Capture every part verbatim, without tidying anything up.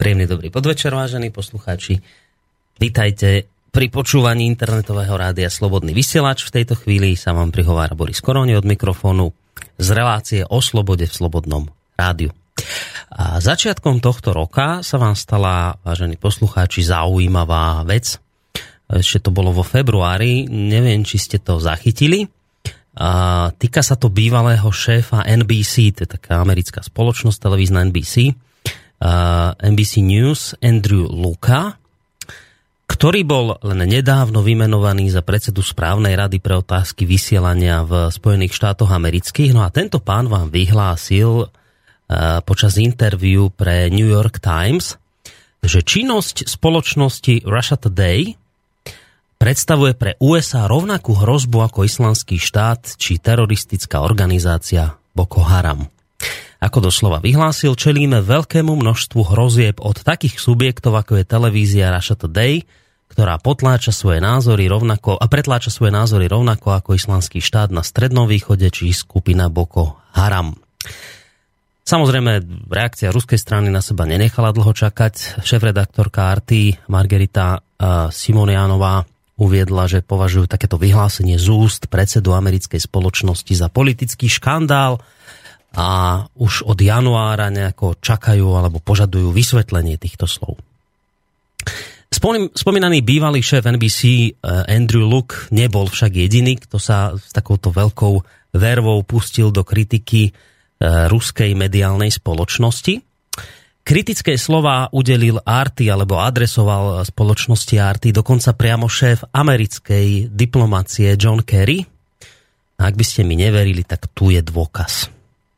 Príjemný dobrý podvečer, vážení poslucháči. Vítajte pri počúvaní internetového rádia Slobodný vysielač. V tejto chvíli sa vám prihovára Boris Koroni od mikrofónu z relácie o slobode v Slobodnom rádiu. A začiatkom tohto roka sa vám stala, vážení poslucháči, zaujímavá vec. Ešte to bolo vo februári, neviem, či ste to zachytili. A týka sa to bývalého šéfa en bí sí, to je taká americká spoločnosť, televízna en bí sí, uh, en bí sí News, Andrew Luka, ktorý bol len nedávno vymenovaný za predsedu správnej rady pre otázky vysielania v Spojených štátoch amerických. No a tento pán vám vyhlásil uh, počas interview pre New York Times, že činnosť spoločnosti Russia Today predstavuje pre ú es á rovnakú hrozbu ako Islamský štát či teroristická organizácia Boko Haram. Ako doslova vyhlásil, čelíme veľkému množstvu hrozieb od takých subjektov, ako je televízia Russia Today, ktorá potláča svoje názory rovnako a pretláča svoje názory rovnako ako Islamský štát na Strednom východe či skupina Boko Haram. Samozrejme, reakcia ruskej strany na seba nenechala dlho čakať. Šéfredaktorka er té Margarita Simonianová uviedla, že považujú takéto vyhlásenie z úst predsedu americkej spoločnosti za politický škandál a už od januára nejako čakajú alebo požadujú vysvetlenie týchto slov. Spomínaný bývalý šéf en bí sí Andrew Luke nebol však jediný, kto sa s takouto veľkou vervou pustil do kritiky ruskej mediálnej spoločnosti. Kritické slová udelil er té alebo adresoval spoločnosti er té dokonca priamo šéf americkej diplomácie John Kerry. A ak by ste mi neverili, tak tu je dôkaz.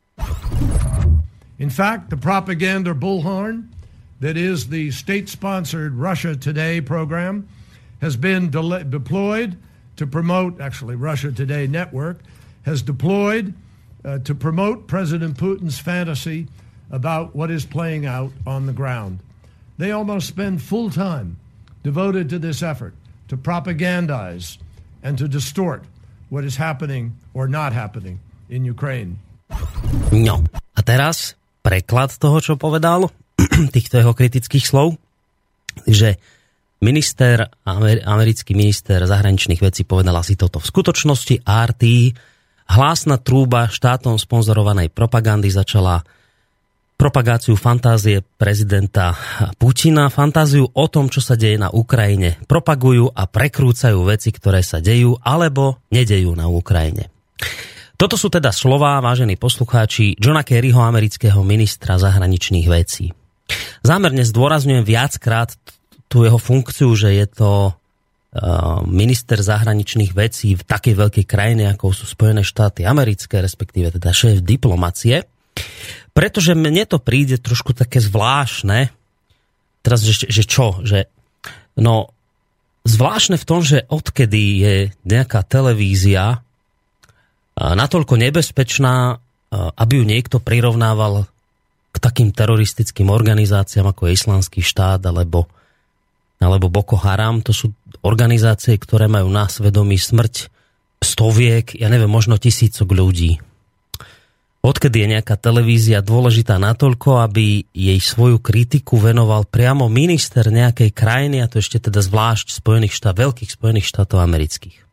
In fact, the propaganda bullhorn that is the state-sponsored Russia Today program has been de- deployed to promote, actually Russia Today network has deployed uh, to promote President Putin's fantasy about what is playing out on the ground. They almost spend full time devoted to this effort to propagandize and to distort what is happening or not happening in Ukraine. No, a teraz preklad toho, čo povedal, týchto jeho kritických slov, že minister, amer, americký minister zahraničných vecí povedal asi toto. V skutočnosti er té, hlásna trúba štátom sponzorovanej propagandy, začala propagáciu fantázie prezidenta Putina, fantáziu o tom, čo sa deje na Ukrajine. Propagujú a prekrúcajú veci, ktoré sa dejú alebo nedejú na Ukrajine. Toto sú teda slová, vážení poslucháči, Johna Kerryho, amerického ministra zahraničných vecí. Zámerne zdôrazňujem viackrát tú jeho funkciu, že je to minister zahraničných vecí v takej veľkej krajine, ako sú Spojené štáty americké, respektíve teda šéf diplomacie. Pretože mne to príde trošku také zvláštne. Teraz, že, že čo? Že, no, zvláštne v tom, že odkedy je nejaká televízia natoľko nebezpečná, aby ju niekto prirovnával k takým teroristickým organizáciám, ako je Islamský štát alebo, alebo Boko Haram. To sú organizácie, ktoré majú na svedomí smrť stoviek, ja neviem, možno tisícok ľudí. Odkedy je nejaká televízia dôležitá natoľko, aby jej svoju kritiku venoval priamo minister nejakej krajiny, a to ešte teda zvlášť Spojených štát, veľkých Spojených štátov amerických.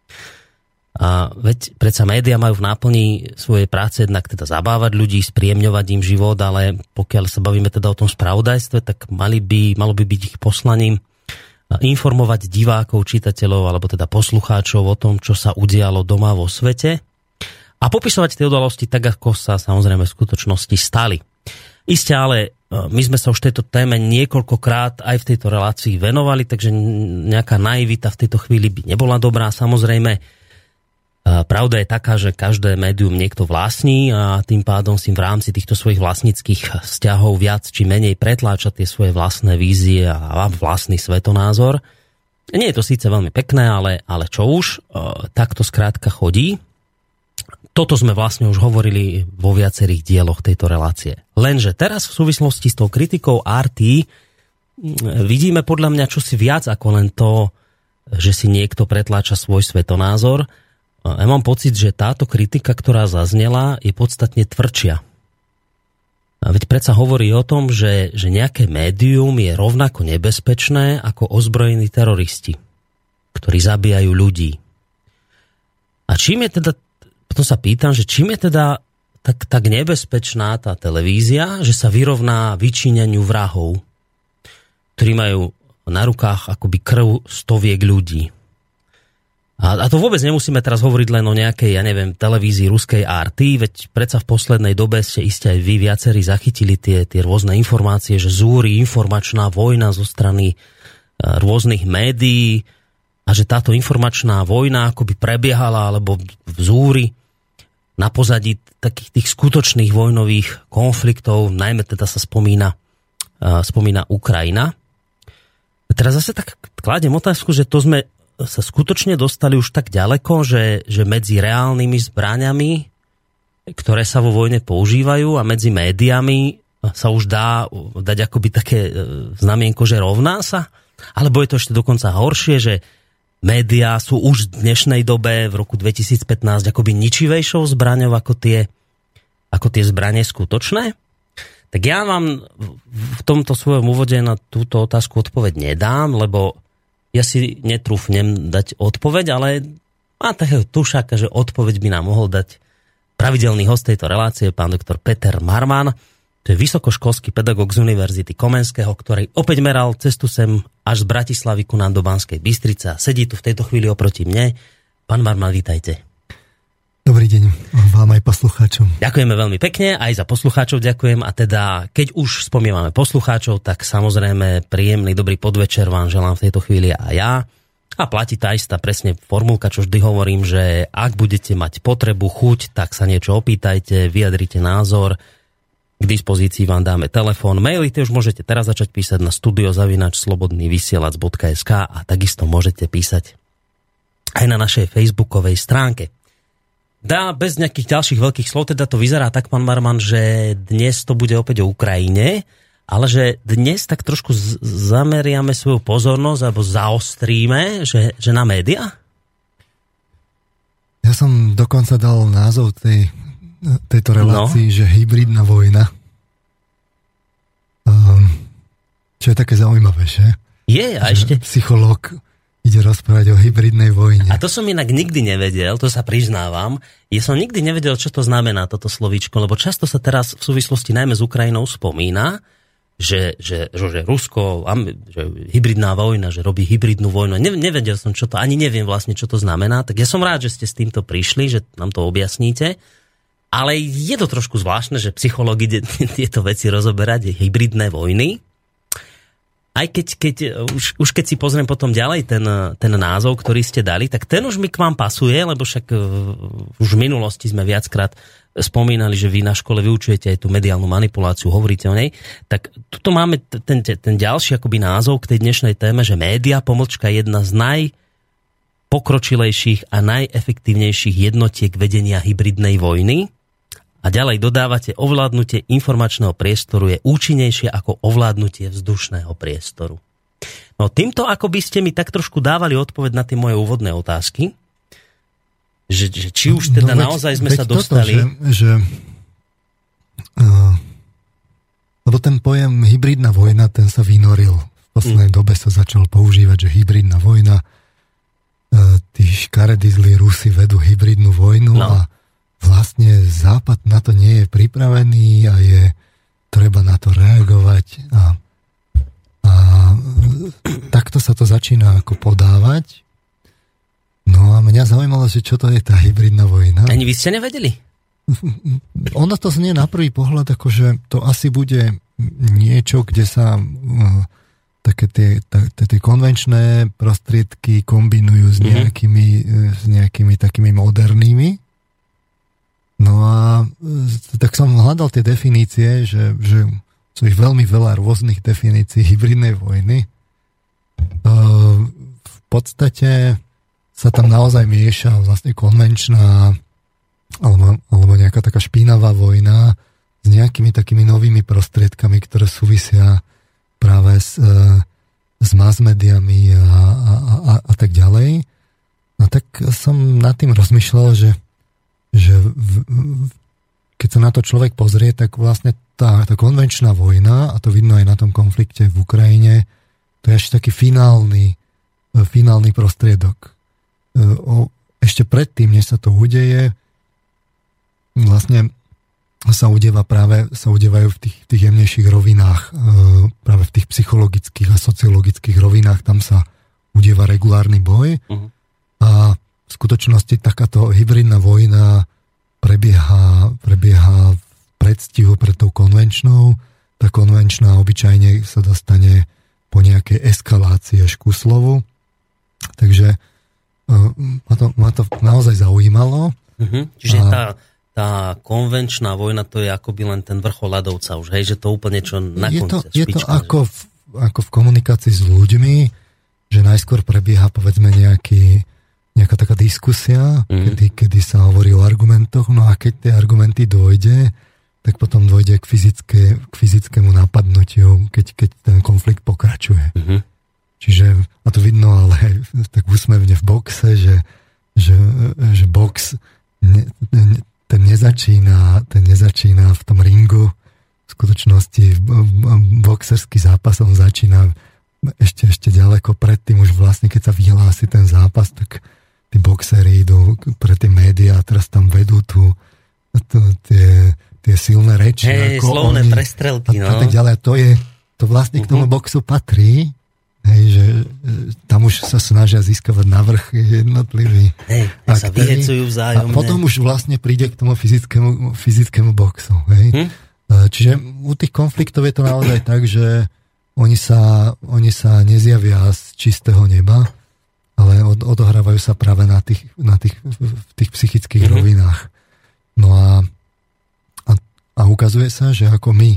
A veď predsa médiá majú v náplni svojej práce jednak teda zabávať ľudí, spríjemňovať im život, ale pokiaľ sa bavíme teda o tom spravodajstve, tak mali by, malo by byť ich poslaním informovať divákov, čitateľov alebo teda poslucháčov o tom, čo sa udialo doma vo svete, a popisovať tie udalosti tak, ako sa samozrejme v skutočnosti stali. Isté, ale my sme sa už tejto téme niekoľkokrát aj v tejto relácii venovali, takže nejaká naivita v tejto chvíli by nebola dobrá. Samozrejme, pravda je taká, že každé médium niekto vlastní a tým pádom si v rámci týchto svojich vlastníckych vzťahov viac či menej pretláča tie svoje vlastné vízie a vlastný svetonázor. Nie je to síce veľmi pekné, ale, ale čo už, takto skrátka chodí. Toto sme vlastne už hovorili vo viacerých dieloch tejto relácie. Lenže teraz v súvislosti s tou kritikou er té vidíme podľa mňa čosi viac ako len to, že si niekto pretláča svoj svetonázor. Ja mám pocit, že táto kritika, ktorá zaznela, je podstatne tvrdšia. A veď predsa hovorí o tom, že, že nejaké médium je rovnako nebezpečné ako ozbrojení teroristi, ktorí zabíjajú ľudí. A čím je teda, potom sa pýtam, že čím je teda tak, tak nebezpečná tá televízia, že sa vyrovná vyčíňaniu vrahov, ktorí majú na rukách akoby krv stoviek ľudí. A, a to vôbec nemusíme teraz hovoriť len o nejakej, ja neviem, televízii ruskej á er té, veď predsa v poslednej dobe ste iste aj vy viacerí zachytili tie, tie rôzne informácie, že zúri informačná vojna zo strany rôznych médií a že táto informačná vojna akoby prebiehala alebo zúri na pozadí takých tých skutočných vojnových konfliktov, najmä teda sa spomína, spomína Ukrajina. A teraz zase tak kladiem otázku, že to sme sa skutočne dostali už tak ďaleko, že, že medzi reálnymi zbraňami, ktoré sa vo vojne používajú, a medzi médiami sa už dá dať akoby také znamienko, že rovná sa? Alebo je to ešte dokonca horšie, že médiá sú už v dnešnej dobe, v roku dvetisícpätnásť, akoby ničivejšou zbraňou ako tie, ako tie zbranie skutočné? Tak ja vám v tomto svojom úvode na túto otázku odpoveď nedám, lebo ja si netrúfnem dať odpoveď, ale mám takého tušáka, že odpoveď by nám mohol dať pravidelný host tejto relácie, pán doktor Peter Marman. To je vysokoškolský pedagóg z Univerzity Komenského, ktorý opäť meral cestu sem až z Bratislavy ku nám do Banskej Bystrice a sedí tu v tejto chvíli oproti mne. Pán Marman, vítajte. Dobrý deň vám aj poslucháčom. Ďakujeme veľmi pekne, aj za poslucháčov ďakujem. A teda, keď už spomíname poslucháčov, tak samozrejme príjemný, dobrý podvečer vám želám v tejto chvíli a ja. A platí tá istá presne formulka, čo vždy hovorím, že ak budete mať potrebu, chuť, tak sa niečo opýtajte, vyjadrite názor. K dispozícii vám dáme telefón, maily, tie už môžete teraz začať písať na studio zavináč slobodný vysielač bodka es ká a takisto môžete písať aj na našej facebookovej stránke. Dá, bez nejakých ďalších veľkých slov, teda to vyzerá tak, pán Marman, že dnes to bude opäť o Ukrajine, ale že dnes tak trošku z- zameriame svoju pozornosť, alebo zaostríme, že, že na médiá? Ja som dokonca dal názov tej, tejto relácii, no. Že hybridná vojna. Um, čo je také zaujímavé, že? Je, a že ešte... Psychológ ide rozprávať o hybridnej vojne. A to som inak nikdy nevedel, to sa priznávam. Ja som nikdy nevedel, čo to znamená toto slovíčko, lebo často sa teraz v súvislosti najmä s Ukrajinou spomína, že, že, že Rusko, že hybridná vojna, že robí hybridnú vojnu. Ne, nevedel som, čo to, ani neviem vlastne, čo to znamená. Tak ja som rád, že ste s týmto prišli, že nám to objasníte. Ale je to trošku zvláštne, že psychológ ide tieto veci rozoberať, hybridné vojny. Aj keď, keď už, už keď si pozriem potom ďalej ten, ten názov, ktorý ste dali, tak ten už mi k vám pasuje, lebo však už v minulosti sme viackrát spomínali, že vy na škole vyučujete aj tú mediálnu manipuláciu, hovoríte o nej. Tak tuto máme ten, ten ďalší akoby názov k tej dnešnej téme, že média, pomlčka, jedna z najpokročilejších a najefektívnejších jednotiek vedenia hybridnej vojny. A ďalej dodávate, ovládnutie informačného priestoru je účinnejšie ako ovládnutie vzdušného priestoru. No týmto ako by ste mi tak trošku dávali odpoveď na tie moje úvodné otázky, že, že či už teda no, veď, naozaj sme sa dostali... Toto, že, že, uh, lebo ten pojem hybridná vojna, ten sa vynoril. V poslednej mm. dobe sa začal používať, že hybridná vojna, uh, tí škaredí zlí Rusi vedú hybridnú vojnu no. a vlastne Západ na to nie je pripravený a je treba na to reagovať a, a takto sa to začína ako podávať. No a mňa zaujímalo, že čo to je tá hybridná vojna. Ani vy ste nevedeli? Ono to znie na prvý pohľad, akože to asi bude niečo, kde sa uh, také tie, t- tie konvenčné prostriedky kombinujú s nejakými, mm-hmm. s nejakými takými modernými. No a tak som hľadal tie definície, že, že sú ich veľmi veľa rôznych definícií hybridnej vojny. V podstate sa tam naozaj mieša vlastne konvenčná alebo, alebo nejaká taká špinavá vojna s nejakými takými novými prostriedkami, ktoré súvisia práve s, s mass mediami a, a, a, a tak ďalej. No tak som nad tým rozmýšľal, že že v, v, keď sa na to človek pozrie, tak vlastne tá, tá konvenčná vojna, a to vidno aj na tom konflikte v Ukrajine, to je ešte taký finálny, finálny prostriedok. O, ešte predtým, než sa to udeje, vlastne sa udieva práve, sa udievajú v tých, tých jemnejších rovinách, práve v tých psychologických a sociologických rovinách, tam sa udieva regulárny boj. Uh-huh. A v skutočnosti takáto hybridná vojna prebieha, prebieha v predstihu pred tou konvenčnou. Tá konvenčná obyčajne sa dostane po nejakej eskalácii až ku slovu. Takže uh, ma, to, ma to naozaj zaujímalo. Uh-huh. Čiže a... tá, tá konvenčná vojna, to je akoby len ten vrchol ľadovca už, hej? Že to úplne čo na je konci. To, je to ako v, ako v komunikácii s ľuďmi, že najskôr prebieha povedzme nejaký, nejaká taká diskusia, mm. kedy, kedy sa hovorí o argumentoch, no a keď tie argumenty dojde, tak potom dojde k, fyzické, k fyzickému napadnutiu, keď, keď ten konflikt pokračuje. Mm-hmm. Čiže, a to vidno ale tak úsmevne v boxe, že, že, že box ne, ne, ten, nezačína, ten nezačína v tom ringu. V skutočnosti boxerský zápas on začína ešte, ešte ďaleko predtým, už vlastne keď sa vyhlási ten zápas, tak tí boxeri idú pre tie médiá, teraz tam vedú tu tie, tie silné reči. Hej, slovné oni, prestrelky, no. A, a tak ďalej. To, je, to vlastne uh-huh. k tomu boxu patrí, hej, že tam už sa snažia získavať navrch jednotlivý. Hej, sa vyhecujú vzájomne. A potom už vlastne príde k tomu fyzickému, fyzickému boxu. Hej. Hm? Čiže u tých konfliktov je to naozaj tak, že Oni sa, oni sa nezjavia z čistého neba, ale od, odohrávajú sa práve na tých, na tých, v tých psychických mm-hmm. rovinách. No a, a, a ukazuje sa, že ako my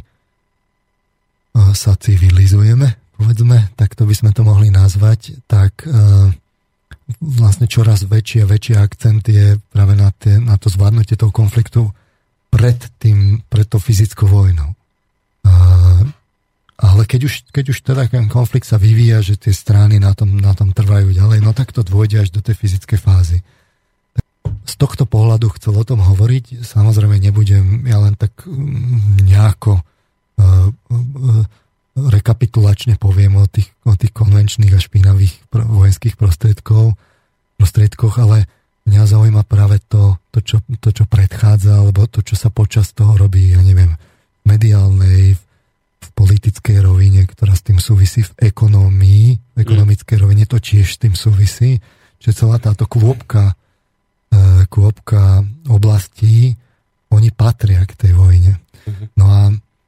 sa civilizujeme, povedzme, tak to by sme to mohli nazvať, tak uh, vlastne čoraz väčší a väčší akcent je práve na, tie, na to zvládnutie toho konfliktu pred tým, pred tou fyzickou vojnou. Uh, Ale keď už, keď už teda ten konflikt sa vyvíja, že tie strany na tom, na tom trvajú ďalej, no tak to dôjde až do tej fyzickej fázy. Z tohto pohľadu chcel o tom hovoriť. Samozrejme nebudem, ja len tak nejako uh, uh, rekapitulačne poviem o tých, o tých konvenčných a špinavých vojenských prostriedkov, prostriedkoch, ale mňa zaujíma práve to, to, čo, to, čo predchádza, alebo to, čo sa počas toho robí, ja neviem, mediálnej, v politickej rovine, ktorá s tým súvisí, v ekonómii, v ekonomickej mm. rovine to tiež s tým súvisí, že celá táto kôpka, kôpka oblastí, oni patria k tej vojne. Mm-hmm. No a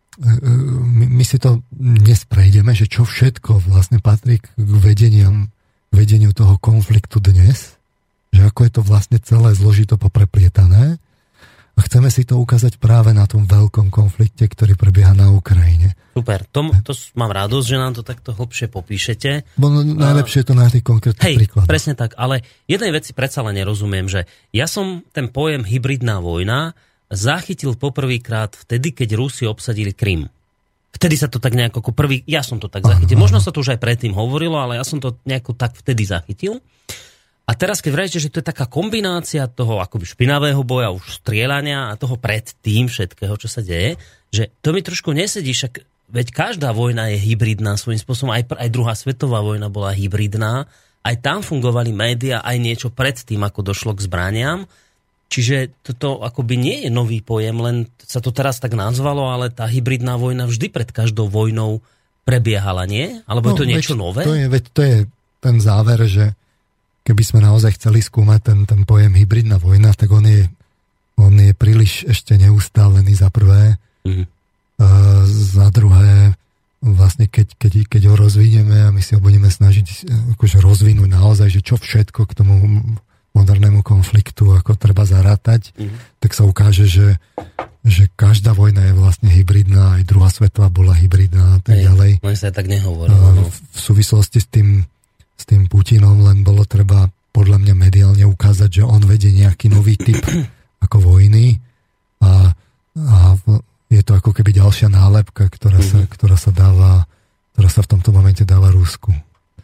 my, my si to dnes prejdeme, že čo všetko vlastne patrí k vedeniu, k vedeniu toho konfliktu dnes, že ako je to vlastne celé zložito popreplietané. A chceme si to ukázať práve na tom veľkom konflikte, ktorý prebieha na Ukrajine. Super, to, to mám radosť, že nám to takto hlbšie popíšete. Bo najlepšie je to na tých konkrétnych Hej, príkladoch. Presne tak, ale jednej veci predsa len nerozumiem, že ja som ten pojem hybridná vojna zachytil poprvýkrát vtedy, keď Rusi obsadili Krym. Vtedy sa to tak nejako ako prvý, ja som to tak zachytil. Áno, áno. Možno sa to už aj predtým hovorilo, ale ja som to nejako tak vtedy zachytil. A teraz, keď vravíte, že to je taká kombinácia toho akoby špinavého boja, už strieľania a toho predtým všetkého, čo sa deje, že to mi trošku nesedí, však veď každá vojna je hybridná svojím spôsobom, aj, aj druhá svetová vojna bola hybridná, aj tam fungovali médiá, aj niečo predtým, ako došlo k zbraniam, čiže toto akoby nie je nový pojem, len sa to teraz tak nazvalo, ale tá hybridná vojna vždy pred každou vojnou prebiehala, nie? Alebo no, je to niečo veď, nové? To je, veď to je ten záver, že keby sme naozaj chceli skúmať ten, ten pojem hybridná vojna, tak on je, on je príliš ešte neustálený za prvé. Mm-hmm. Uh, za druhé, vlastne keď, keď, keď ho rozvinieme a my si ho budeme snažiť akože rozvinúť naozaj, že čo všetko k tomu modernému konfliktu ako treba zarátať, mm-hmm. tak sa ukáže, že, že každá vojna je vlastne hybridná, aj druhá svetová bola hybridná a tak ďalej. Len sa tak nehovorí. Uh, v, v súvislosti s tým s tým Putinom len bolo treba podľa mňa mediálne ukázať, že on vedie nejaký nový typ ako vojny a, a je to ako keby ďalšia nálepka, ktorá sa, ktorá sa dáva, ktorá sa v tomto momente dáva Rusku.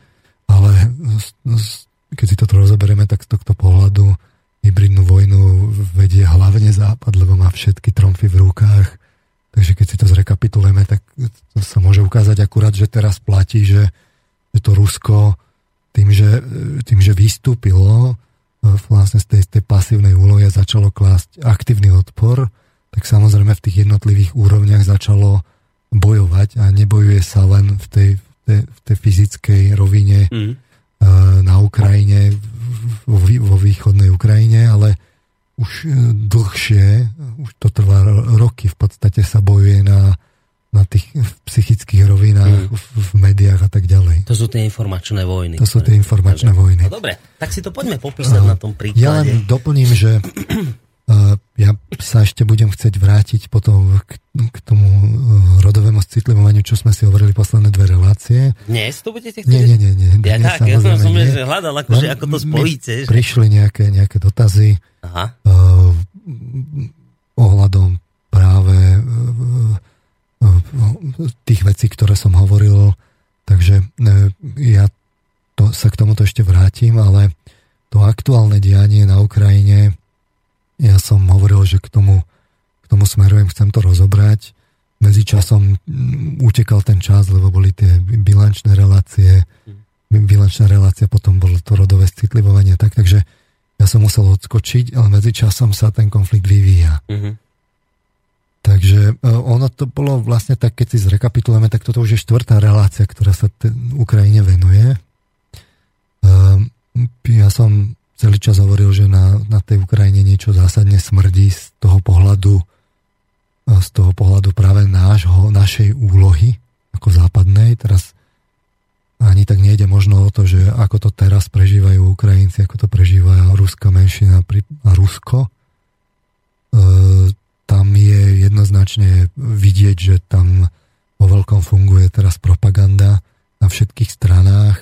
Ale keď si toto rozoberieme, tak z tohto pohľadu hybridnú vojnu vedie hlavne Západ, lebo má všetky tromfy v rukách Takže keď si to zrekapitulujeme, tak to sa môže ukázať akurát, že teraz platí, že, že to Rusko tým, že, tým, že vystúpilo vlastne z tej, z tej pasívnej úlohy a začalo klásť aktívny odpor, tak samozrejme v tých jednotlivých úrovniach začalo bojovať a nebojuje sa len v tej, v tej, v tej fyzickej rovine mm. na Ukrajine, vo, vo východnej Ukrajine, ale už dlhšie, už to trvá roky, v podstate sa bojuje na, na tých psychických rovinách, mm. v, v médiách a tak ďalej. To sú tie informačné vojny. To sú tie informačné dobre. vojny. No dobre, tak si to poďme popísať uh, na tom príklade. Ja len doplním, že uh, ja sa ešte budem chcieť vrátiť potom k, k tomu uh, rodovému citlivovaniu, čo sme si hovorili posledné dve relácie. Dnes to budete chcieť? Nie, nie, nie. nie. Ja Dnes, tak, ja som, som že hľadal, akože, ako to spojíte. Že... Prišli nejaké, nejaké dotazy Aha. Uh, ohľadom práve uh, uh, tých vecí, ktoré som hovoril. Takže uh, ja to, sa k tomuto ešte vrátim, ale to aktuálne dianie na Ukrajine, ja som hovoril, že k tomu, k tomu smerujem, chcem to rozobrať. Medzičasom utekal ten čas, lebo boli tie bilančné relácie, bilančná relácia, potom bolo to rodové citlivovanie, tak, takže ja som musel odskočiť, ale medzičasom sa ten konflikt vyvíja. Mm-hmm. Takže ono to bolo vlastne tak, keď si zrekapitulujeme, tak toto už je štvrtá relácia, ktorá sa t- Ukrajine venuje. Ja som celý čas hovoril, že na, na tej Ukrajine niečo zásadne smrdí z toho pohľadu z toho pohľadu práve nášho, našej úlohy ako západnej. Teraz ani tak nejde možno o to, že ako to teraz prežívajú Ukrajinci, ako to prežíva ruská menšina a Rusko. E, tam je jednoznačne vidieť, že tam vo veľkom funguje teraz propaganda na všetkých stranách. E,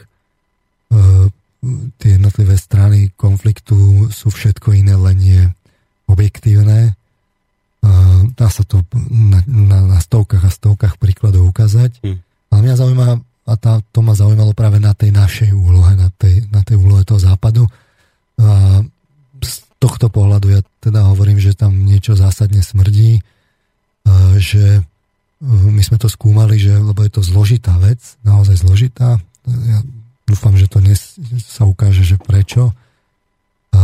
tie jednotlivé strany konfliktu sú všetko iné, len nie objektívne. E, dá sa to na, na, na stovkách a stovkách príkladov ukázať. Hmm. Ale mňa zaujíma, a tá, to ma zaujímalo práve na tej našej úlohe, na tej, na tej úlohe toho západu. A z tohto pohľadu ja teda hovorím, že tam niečo zásadne smrdí, že my sme to skúmali, že, lebo je to zložitá vec, naozaj zložitá. Ja dúfam, že to dnes sa ukáže, že prečo. A, a,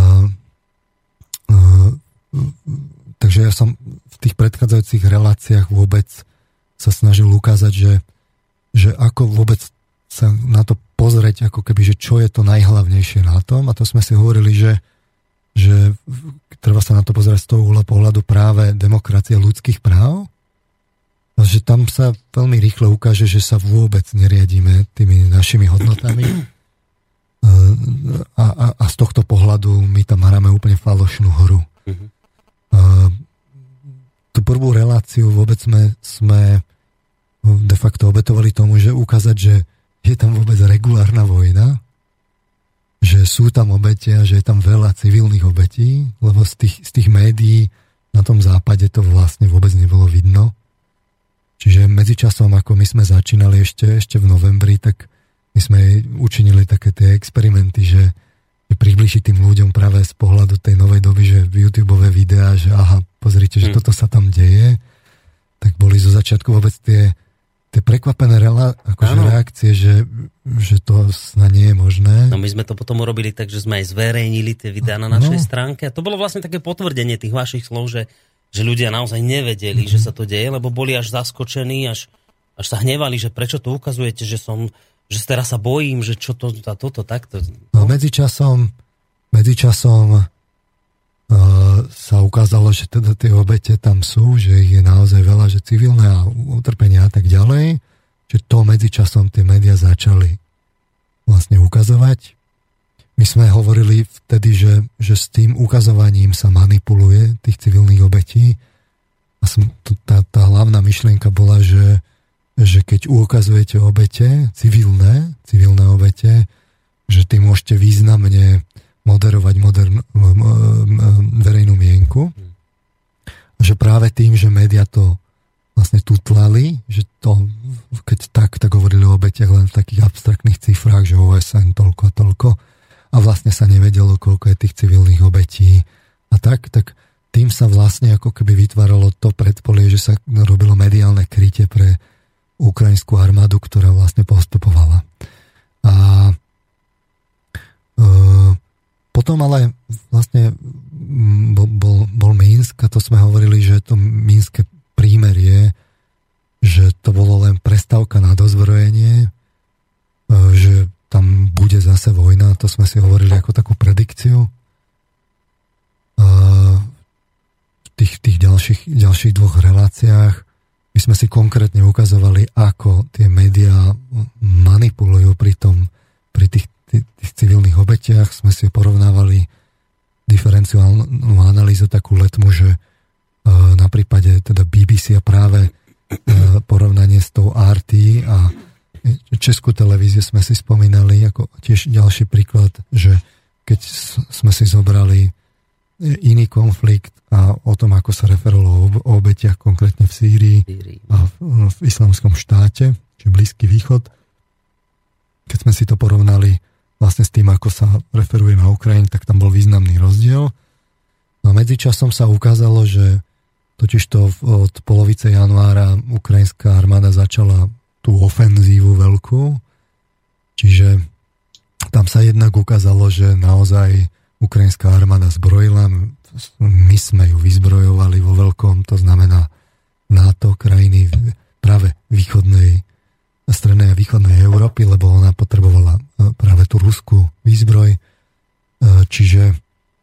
takže ja som v tých predchádzajúcich reláciách vôbec sa snažil ukázať, že že ako vôbec sa na to pozrieť, ako keby, že čo je to najhlavnejšie na tom. A to sme si hovorili, že, že treba sa na to pozerať z toho uhla pohľadu práve demokracie ľudských práv. A že tam sa veľmi rýchle ukáže, že sa vôbec neriadíme tými našimi hodnotami. A, a, a z tohto pohľadu my tam hráme úplne falošnú hru. Mm-hmm. A tú prvú reláciu vôbec sme, sme de facto obetovali tomu, že ukázať, že je tam vôbec regulárna vojna, že sú tam obete a že je tam veľa civilných obetí, lebo z tých, z tých médií na tom západe to vlastne vôbec nebolo vidno. Čiže medzičasom, ako my sme začínali ešte, ešte v novembri, tak my sme učinili také tie experimenty, že, že približiť tým ľuďom práve z pohľadu tej novej doby, že YouTubeové videá, že aha, pozrite, že hmm. toto sa tam deje, tak boli zo začiatku vôbec tie tie prekvapené rela, akože reakcie, že, že to snad nie je možné. No my sme to potom urobili tak, že sme aj zverejnili tie videá na našej no. stránke a to bolo vlastne také potvrdenie tých vašich slov, že, že ľudia naozaj nevedeli, mm-hmm. že sa to deje, lebo boli až zaskočení, až, až sa hnevali, že prečo to ukazujete, že som, že teraz sa bojím, že čo to, a toto, takto. No, no medzičasom, medzičasom sa ukázalo, že teda tie obete tam sú, že ich je naozaj veľa, že civilné a utrpenia a tak ďalej, že to medzičasom tie médiá začali vlastne ukazovať. My sme hovorili vtedy, že, že s tým ukazovaním sa manipuluje tých civilných obetí a som, tá, tá hlavná myšlienka bola, že, že keď ukazujete obete, civilné, civilné obete, že tým môžete významne moderovať modern, verejnú mienku. Že práve tým, že médiá to vlastne tutlali, že to, keď tak, tak hovorili o obetiach len v takých abstraktných cifrách, že ó es en toľko a toľko a vlastne sa nevedelo, koľko je tých civilných obetí a tak, tak tým sa vlastne ako keby vytváralo to predpolie, že sa robilo mediálne krytie pre ukrajinskú armádu, ktorá vlastne postupovala. A e, potom ale vlastne bol, bol, bol Minsk a to sme hovorili, že to minské prímerie, že to bolo len prestávka na dozbrojenie, e, že tam bude zase vojna, to sme si hovorili ako takú predikciu. E, v tých, tých ďalších, ďalších dvoch reláciách my sme si konkrétne ukazovali, ako tie médiá manipulujú pri tom, pri tých, tých, tých civilných obetiach. Sme si porovnávali diferenciálnu analýzu, takú letmu, že uh, na prípade teda bé bé cé a práve uh, porovnanie s tou er té a Českú televíziu sme si spomínali ako tiež ďalší príklad, že keď sme si zobrali iný konflikt a o tom, ako sa referovalo o obetiach konkrétne v Sýrii a v, v islamskom štáte, čiže Blízky východ. Keď sme si to porovnali vlastne s tým, ako sa referuje na Ukrajinu, tak tam bol významný rozdiel. No a medzičasom sa ukázalo, že totižto od polovice januára ukrajinská armáda začala tú ofenzívu veľkú, čiže tam sa jednak ukázalo, že naozaj ukrajinská armáda zbrojila, my sme ju vyzbrojovali vo veľkom, to znamená NATO, krajiny práve východnej, strednej a východnej Európy, lebo ona potrebovala práve tú ruskú výzbroj. Čiže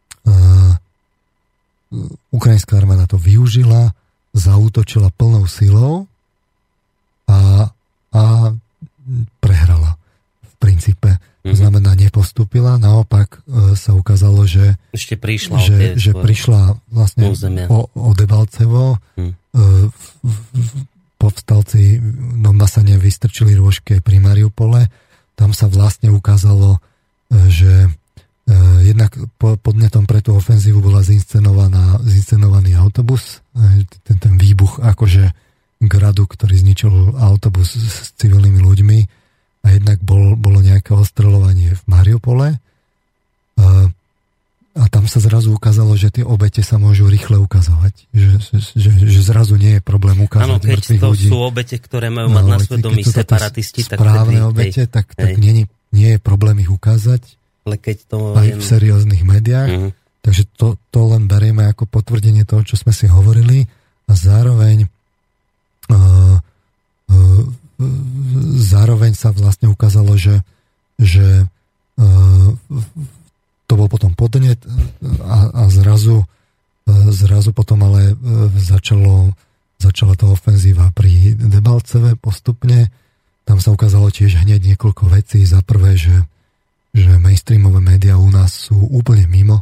ukrajinská armáda to využila, zaútočila plnou silou a, a prehrala v princípe. To znamená, nepostúpila, naopak e, sa ukázalo, že, Ešte prišla že, že prišla vlastne o, o Debalcevo. Hmm. E, v, v, povstalci Donbasania vystrčili rôžke pri Mariupole. Tam sa vlastne ukázalo, e, že e, jednak po, podnetom pre tú ofenzívu bola zinscenovaná, zinscenovaný autobus. E, ten, ten výbuch akože gradu, ktorý zničil autobus s, s civilnými ľuďmi. A jednak bol, bolo nejaké ostreľovanie v Mariupole a, a tam sa zrazu ukázalo, že tie obete sa môžu rýchle ukazovať. Že, že, že zrazu nie je problém ukázať mŕtvych ľudí. Áno, keď to sú obete, ktoré majú mať no, na svedomí separatisti, tak správne obete, tak, tak nie, nie je problém ich ukázať. Ale keď to aj v serióznych médiách. Uh-huh. Takže to, to len berieme ako potvrdenie toho, čo sme si hovorili a zároveň uh, uh, zároveň sa vlastne ukázalo, že, že to bol potom podnet a, a zrazu, zrazu potom ale začalo, začala to ofenzíva pri Debalceve postupne. Tam sa ukázalo tiež hneď niekoľko vecí. Za prvé, že, že mainstreamové médiá u nás sú úplne mimo.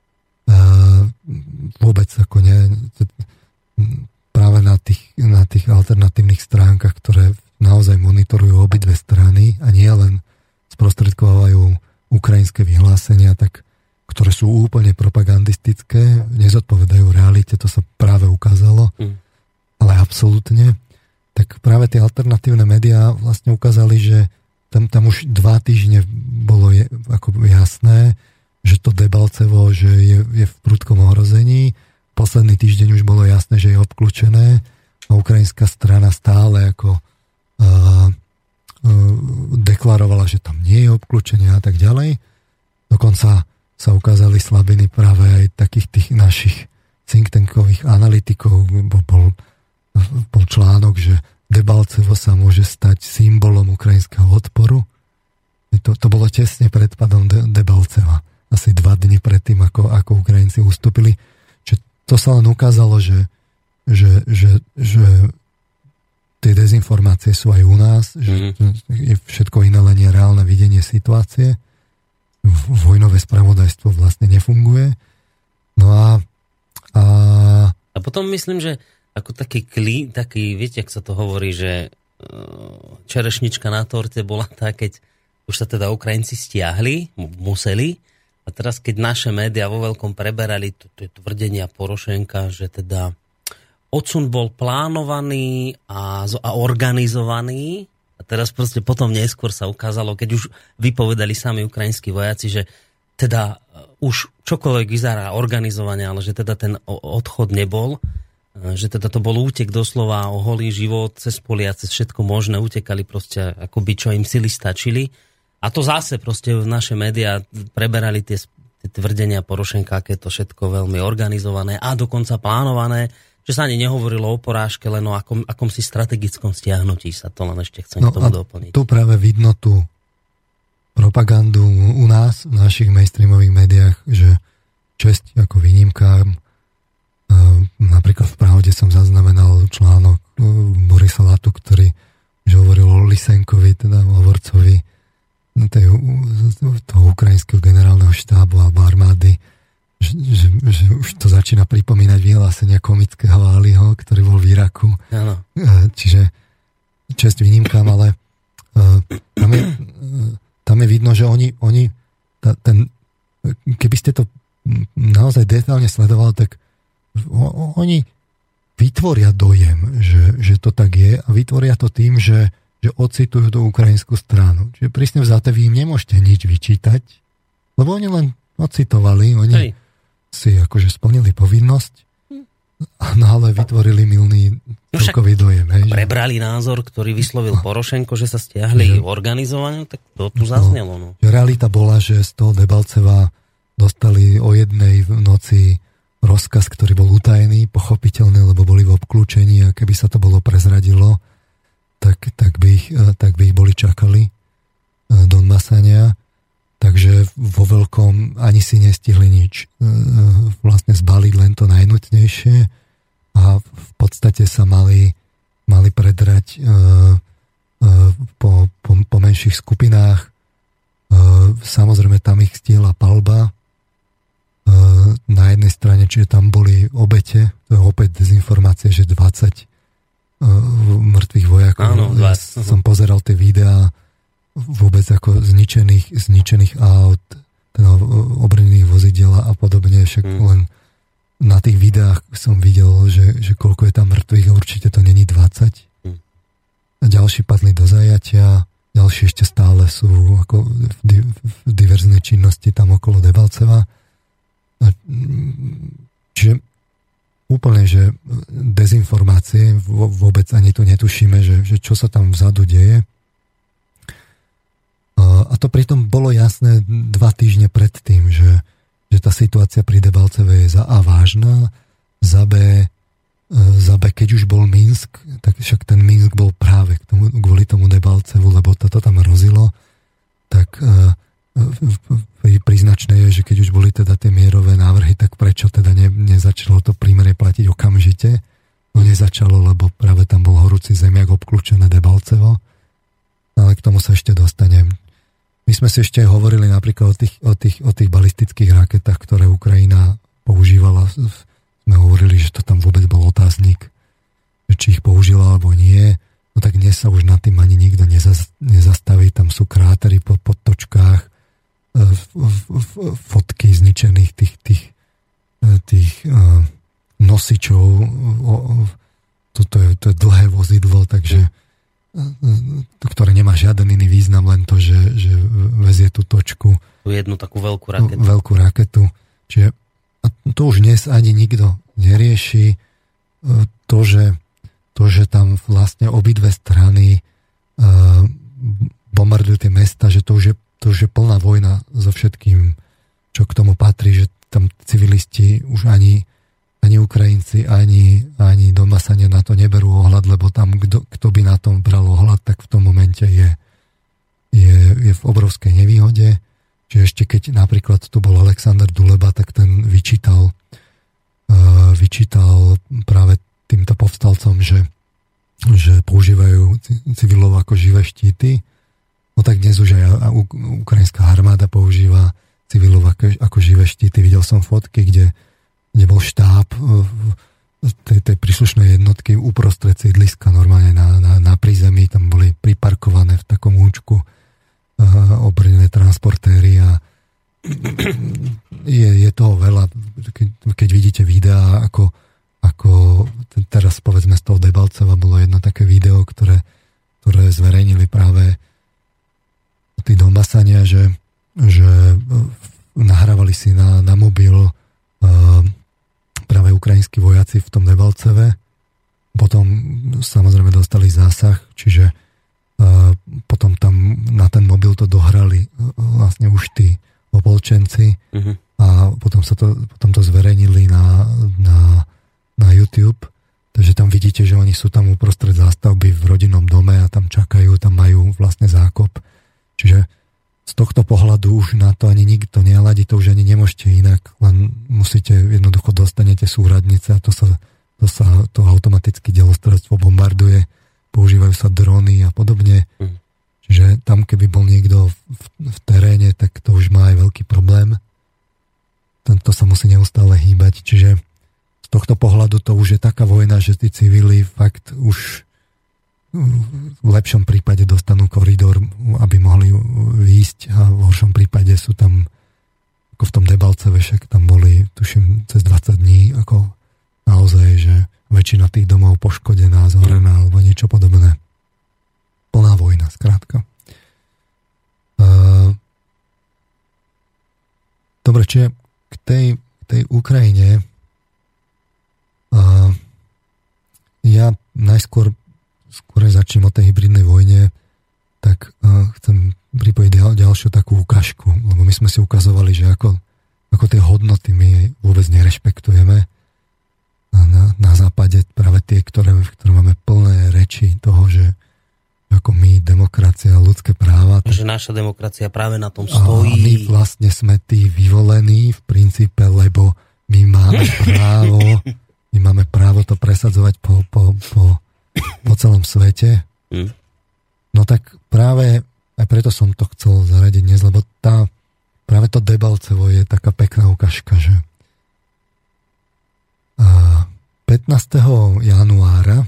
Vôbec ako ne... práve na tých, na tých alternatívnych stránkach, ktoré naozaj monitorujú obidve strany a nie len sprostredkovajú ukrajinské vyhlásenia, tak, ktoré sú úplne propagandistické, nezodpovedajú realite, to sa práve ukázalo, mm. ale absolútne. Tak práve tie alternatívne médiá vlastne ukázali, že tam, tam už dva týždne bolo je, ako jasné, že to Debalcevo, že je, je v prudkom ohrození. Posledný týždeň už bolo jasné, že je obklúčené a ukrajinská strana stále ako uh, uh, deklarovala, že tam nie je obklúčenie a tak ďalej. Dokonca sa ukázali slabiny práve aj takých tých našich think tankových analytikov. Bol, bol, bol článok, že Debalcevo sa môže stať symbolom ukrajinského odporu. To, to bolo tesne pred padom De, Debalceva. Asi dva dni predtým, ako, ako Ukrajinci ustúpili. Čiže to sa len ukázalo, že, že, že, že tie dezinformácie sú aj u nás, že mm. je všetko iné, len je reálne videnie situácie. Vojnové spravodajstvo vlastne nefunguje. No a a, a potom myslím, že ako taký klí, taký, viete, ak sa to hovorí, že čerešnička na torte bola tá, keď už sa teda Ukrajinci stiahli, museli, a teraz keď naše médiá vo veľkom preberali tie tvrdenia Porošenka, že teda odsun bol plánovaný a, a organizovaný, a teraz proste potom neskôr sa ukázalo, keď už vypovedali sami ukrajinskí vojaci, že teda už čokoľvek vyzerá organizovane, ale že teda ten odchod nebol, že teda to bol útek doslova o holý život, cez polia, cez všetko možné, utekali proste akoby čo im sily stačili. A to zase proste v naše médiá preberali tie, tie tvrdenia Porošenka, aké to všetko veľmi organizované a dokonca plánované, že sa ani nehovorilo o porážke, len o akom, akom si strategickom stiahnutí sa to len ešte chcem no k tomu doplniť. Tu práve vidno tú propagandu u nás, v našich mainstreamových médiách, že česť ako výnimka. Napríklad v Pravde som zaznamenal článok Borisa Latu, ktorý už hovoril o Lysenkovi, teda hovorcovi tej, toho ukrajinského generálneho štábu alebo armády, že, že, že už to začína pripomínať vyhlásenia komického Aliho, ktorý bol v Iraku. Áno. Čiže česť výnimkám, ale tam je, tam je vidno, že oni, oni ten, keby ste to naozaj detailne sledovali, tak oni vytvoria dojem, že, že to tak je a vytvoria to tým, že, že ocitujú tú ukrajinskú stranu. Čiže prísne vzaté vy im nemôžete nič vyčítať, lebo oni len ocitovali, oni Hej. si akože splnili povinnosť, no ale vytvorili milný celkový dojem. Hej, prebrali že... názor, ktorý vyslovil Porošenko, že sa stiahli že... organizovane, tak to tu zaznelo. No. Realita bola, že z toho Debalceva dostali o jednej v noci rozkaz, ktorý bol utajený, pochopiteľný, lebo boli v obklúčení a keby sa to bolo prezradilo, tak, tak, by, ich, tak by ich boli čakali Donbasania. Takže vo veľkom ani si nestihli nič vlastne zbaliť, len to najnutnejšie a v podstate sa mali, mali predrať po, po, po menších skupinách. Samozrejme tam ich stihla palba na jednej strane, čiže tam boli obete, to je opäť dezinformácie, že dvadsať mŕtvych vojakov. Áno, ja som pozeral tie videá vôbec ako zničených, zničených aut, teda obrnených vozidiel a podobne, však hmm. len na tých videách som videl, že, že koľko je tam mŕtvych, určite to není dvadsať. Hmm. A ďalší padli do zajatia, ďalší ešte stále sú ako v, di- v diverznej činnosti tam okolo Debalceva. Čiže úplne, že dezinformácie, vôbec ani tu netušíme, že, že čo sa tam vzadu deje. A to pritom bolo jasné dva týždne pred tým, že, že tá situácia pri Debalceve je za A vážna, za B, za B, keď už bol Minsk, tak však ten Minsk bol práve k tomu, kvôli tomu Debalcevu, lebo toto tam hrozilo, tak príznačné je, že keď už boli teda tie mierové návrhy, tak prečo teda ne, nezačalo to prímerie platiť okamžite? No nezačalo, lebo práve tam bol horúci zemiak, obklúčené Debalcevo. Ale k tomu sa ešte dostanem. My sme si ešte hovorili napríklad o tých, o tých, o tých balistických raketách, ktoré Ukrajina používala. Sme hovorili, že to tam vôbec bol otáznik, že či ich použila alebo nie. No tak dnes sa už nad tým ani nikto nezastaví. Tam sú krátery po podtočkách, fotky zničených tých, tých, tých nosičov. Toto je, to je dlhé vozidlo, takže ktoré nemá žiaden iný význam, len to, že, že vezie tú točku. Tú jednu takú veľkú raketu. Veľkú raketu. Čiže to už dnes ani nikto nerieši. To, že, to, že tam vlastne obidve strany bombardujú tie mesta, že to už je to už je plná vojna so všetkým, čo k tomu patrí, že tam civilisti už ani, ani Ukrajinci, ani, ani Donbasania na to neberú ohľad, lebo tam kto, kto by na tom bral ohľad, tak v tom momente je, je, je v obrovskej nevýhode. Čiže ešte keď napríklad tu bol Alexander Duleba, tak ten vyčítal, uh, vyčítal práve týmto povstalcom, že, že používajú civilov ako živé štíty. No tak dnes už aj ukrajinská armáda používa civilov ako, ako živé štíty. Videl som fotky, kde, kde bol štáb tej, tej príslušnej jednotky uprostred sídliska, normálne na, na, na prízemí. Tam boli priparkované v takom účku uh, obrnené transportéry a je, je toho veľa. Keď, keď vidíte videá, ako, ako teraz povedzme z toho Debalceva bolo jedno také video, ktoré, ktoré zverejnili práve tí Donbasania, že, že nahrávali si na, na mobil uh, práve ukrajinskí vojaci v tom Debalceve. Potom samozrejme dostali zásah, čiže uh, potom tam na ten mobil to dohrali uh, vlastne už tí opolčenci uh-huh. a potom sa to, potom to zverejnili na, na, na YouTube. Takže tam vidíte, že oni sú tam uprostred zástavby v rodinnom dome a tam čakajú, tam majú vlastne zákop. Čiže z tohto pohľadu už na to ani nikto neladí, to už ani nemôžete inak, len musíte, jednoducho dostanete súradnice a to sa, to sa to automaticky delostrelectvo bombarduje, používajú sa drony a podobne. Mm. Čiže tam, keby bol niekto v, v teréne, tak to už má aj veľký problém. To sa musí neustále hýbať, čiže z tohto pohľadu to už je taká vojna, že tí civili fakt už v lepšom prípade dostanú koridor, aby mohli výjsť a v horšom prípade sú tam ako v tom Debalceve, však tam boli tuším cez dvadsať dní, ako naozaj, že väčšina tých domov poškodená, zhorená alebo niečo podobné. Plná vojna, skrátka. Uh, dobre, čiže k tej, k tej Ukrajine uh, ja najskôr skôr začnem o tej hybridnej vojne, tak uh, chcem pripojiť ďal, ďalšiu takú ukážku, lebo my sme si ukazovali, že ako, ako tie hodnoty my vôbec nerešpektujeme a na, na západe práve tie, ktoré, ktoré máme plné reči toho, že ako my, demokracia, ľudské práva. Tak, že naša demokracia práve na tom stojí. A my vlastne sme tí vyvolení v princípe, lebo my máme právo my máme právo to presadzovať po, po, po po celom svete. Mm. No tak práve aj preto som to chcel zaradiť dnes, lebo tá, práve to Debalcevo je taká pekná ukážka, že pätnásteho januára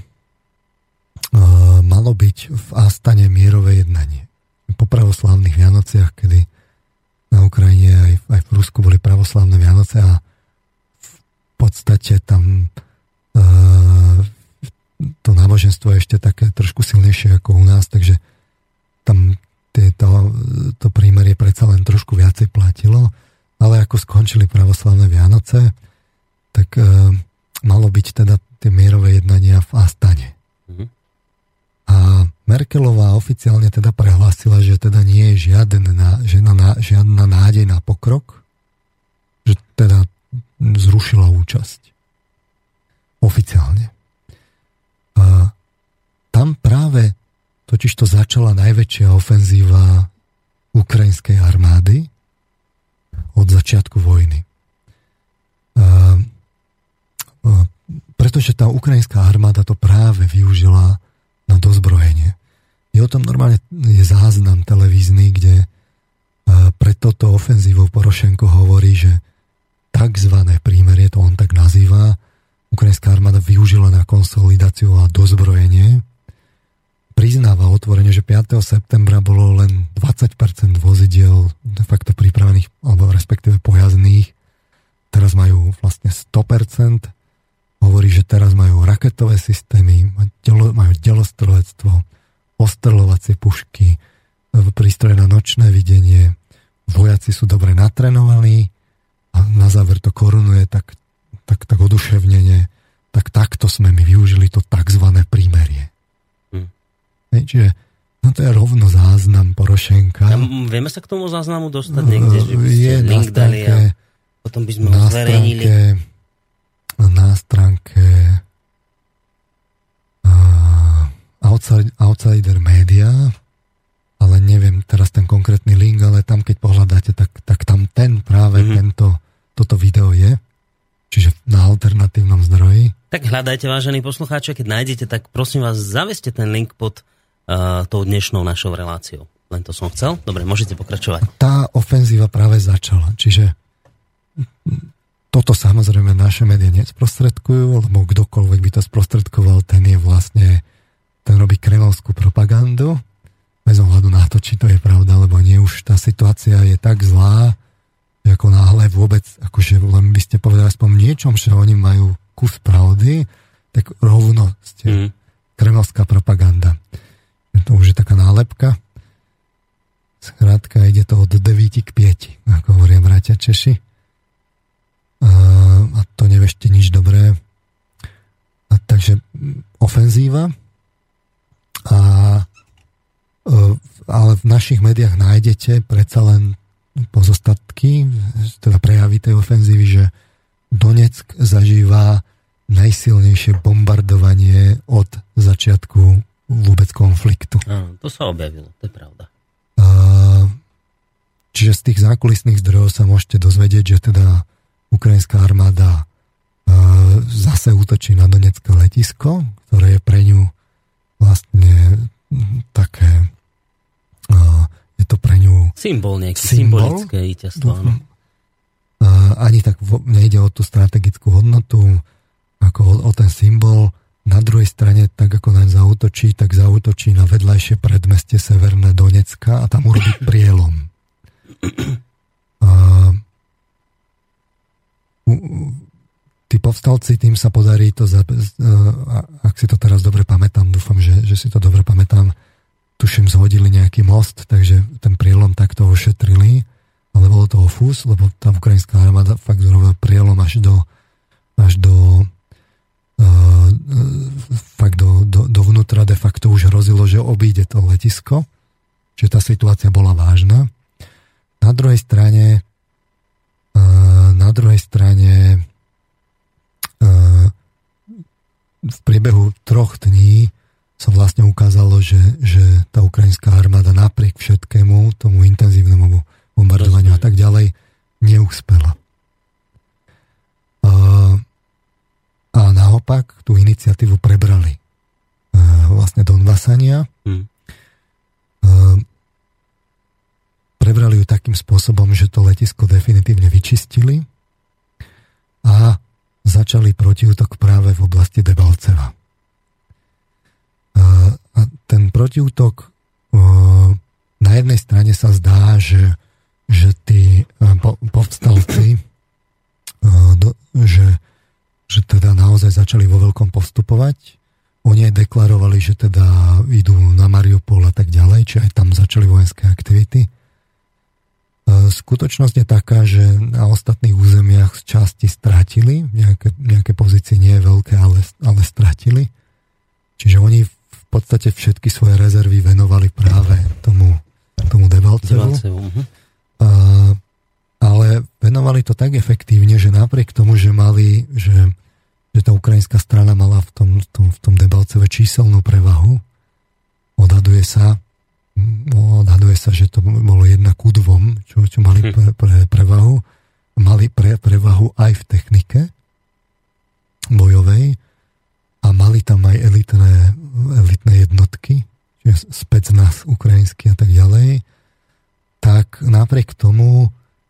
malo byť v Astane mierové jednanie. Po pravoslávnych Vianociach, kedy na Ukrajine aj, aj v Rusku boli pravoslávne Vianoce a v podstate tam to náboženstvo je ešte také trošku silnejšie ako u nás, takže tam tieto, to prímerie predsa len trošku viacej platilo, ale ako skončili pravoslavné Vianoce, tak e, malo byť teda tie mierové jednania v Astane. Mm-hmm. A Merkelová oficiálne teda prehlásila, že teda nie je žiadna, žiadna, žiadna nádej na pokrok, že teda zrušila účasť. Oficiálne. A tam práve totiž to začala najväčšia ofenzíva ukrajinskej armády od začiatku vojny. A, a, pretože tá ukrajinská armáda to práve využila na dozbrojenie. Je o tom normálne je záznam televízny, kde a, pre toto ofenzívou Porošenko hovorí, že takzvané prímerie, to on tak nazýva, ukrajinská armáda využila na konsolidáciu a dozbrojenie. Priznáva otvorene, že piateho septembra bolo len dvadsať percent vozidiel de facto pripravených, alebo respektíve pojazdných. Teraz majú vlastne sto percent. Hovorí, že teraz majú raketové systémy, majú delostrelectvo, ostreľovacie pušky, prístroje na nočné videnie. Vojaci sú dobre natrenovaní a na záver to korunuje tak tak, tak oduševnenie, tak takto sme my využili to takzvané prímerie. Hmm. Čiže no to je rovno záznam Porošenka. Ja, vieme sa k tomu záznamu dostať niekde? Že by ste je link na stránke, dali a potom by sme ho zverejnili. Na stránke uh, outside, Outsider Media, ale neviem teraz ten konkrétny link, ale tam keď pohľadáte, tak, tak tam ten práve mm-hmm. tento, toto video je. Čiže na alternatívnom zdroji. Tak hľadajte, vážení poslucháči, keď nájdete, tak prosím vás, zaveste ten link pod uh, tou dnešnou našou reláciou. Len to som chcel. Dobre, môžete pokračovať. Tá ofenzíva práve začala. Čiže toto samozrejme naše médiá nesprostredkujú, lebo kdokoľvek by to sprostredkoval, ten je vlastne, ten robí kremelskú propagandu. Bez ohľadu na to, či to je pravda, lebo nie, už tá situácia je tak zlá, ako náhle vôbec, akože len by ste povedali aspoň niečom, že oni majú kus pravdy, tak rovno ste mm. kremelská propaganda. To už je taká nálepka. Skrátka, ide to od devíti k pieti, ako hovoria bratia Češi. A, a to nevešte nič dobré. A takže ofenzíva. A, ale v našich médiách nájdete predsa len pozostatky, teda prejavy tej ofenzívy, že Donetsk zažíva najsilnejšie bombardovanie od začiatku vôbec konfliktu. Áno, to sa objavilo, to je pravda. Čiže z tých zákulisných zdrojov sa môžete dozvedieť, že teda ukrajinská armáda zase útočí na Donetské letisko, ktoré je pre ňu vlastne také, je to pre ňu symbol, nejaký symbol, symbolické víťazstvo. Ani tak nejde o tú strategickú hodnotu, ako o, o ten symbol. Na druhej strane, tak ako naň zaútočí, tak zaútočí na vedľajšie predmestie Severné Donecka a tam urobí prielom. A, u, tí povstalci, tým sa podarí to, za, ak si to teraz dobre pamätám, dúfam, že, že si to dobre pamätám, tuším, zhodili nejaký most, takže ten prielom takto ošetrili, ale bolo to ofús, lebo tá ukrajinská armáda fakt zrobila prielom až do až do uh, fakt do, do, dovnútra de facto už hrozilo, že obíde to letisko, čiže tá situácia bola vážna. Na druhej strane uh, na druhej strane uh, v priebehu troch dní sa vlastne ukázalo, že, že tá ukrajinská armáda napriek všetkému, tomu intenzívnemu bombardovaniu a tak ďalej, neúspela. Uh, a naopak tú iniciatívu prebrali uh, vlastne Donbasania. Hmm. Uh, prebrali ju takým spôsobom, že to letisko definitívne vyčistili a začali protiútok práve v oblasti Debalceva. Uh, a ten protiútok uh, na jednej strane sa zdá, že, že tí uh, po, povstalci uh, do, že že teda naozaj začali vo veľkom postupovať. Oni aj deklarovali, že teda idú na Mariupol a tak ďalej, či aj tam začali vojenské aktivity. Skutočnosť je taká, že na ostatných územiach z časti strátili, nejaké, nejaké pozície nie je veľké, ale, ale strátili. Čiže oni v podstate všetky svoje rezervy venovali práve tomu, tomu Debalcevu. Uh-huh. Uh, ale venovali to tak efektívne, že napriek tomu, že mali, že, že tá ukrajinská strana mala v tom, v tom, v tom Debalceve číselnú prevahu, odhaduje sa, odhaduje sa, že to bolo jedna ku dvom, čo, čo mali pre, pre, prevahu, mali pre, prevahu aj v technike bojovej a mali tam aj elitné, elitné jednotky, čiže specnaz ukrajinský a tak ďalej, tak napriek tomu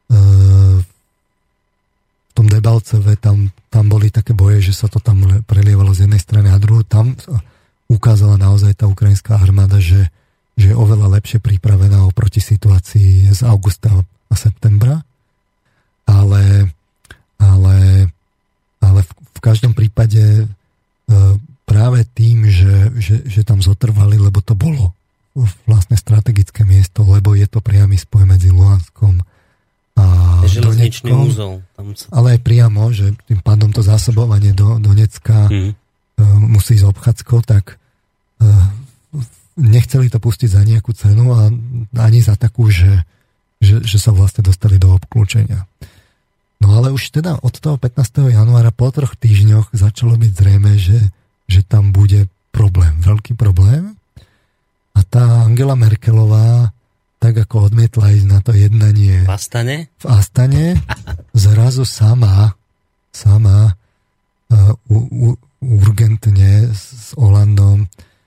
v tom Debalceve tam, tam boli také boje, že sa to tam prelievalo z jednej strany a druhú. Tam ukázala naozaj tá ukrajinská armáda, že, že je oveľa lepšie pripravená oproti situácii z augusta a septembra. Ale, ale, ale v, v každom prípade práve tým, že, že, že tam zotrvali, lebo to bolo vlastne strategické miesto, lebo je to priamy spoj medzi Luhanskom a železničný úzol. Tam sa... Ale aj priamo, že tým pádom to zásobovanie do Donecka hmm. musí ísť obchádzkou, tak nechceli to pustiť za nejakú cenu a ani za takú, že, že, že sa vlastne dostali do obklúčenia. No ale už teda od toho pätnásteho januára po troch týždňoch začalo byť zrejme, že, že tam bude problém, veľký problém. A tá Angela Merkelová tak ako odmietla ísť na to jednanie v Astane, v Astane zrazu sama, sama uh, u, u, urgentne s Hollandom uh,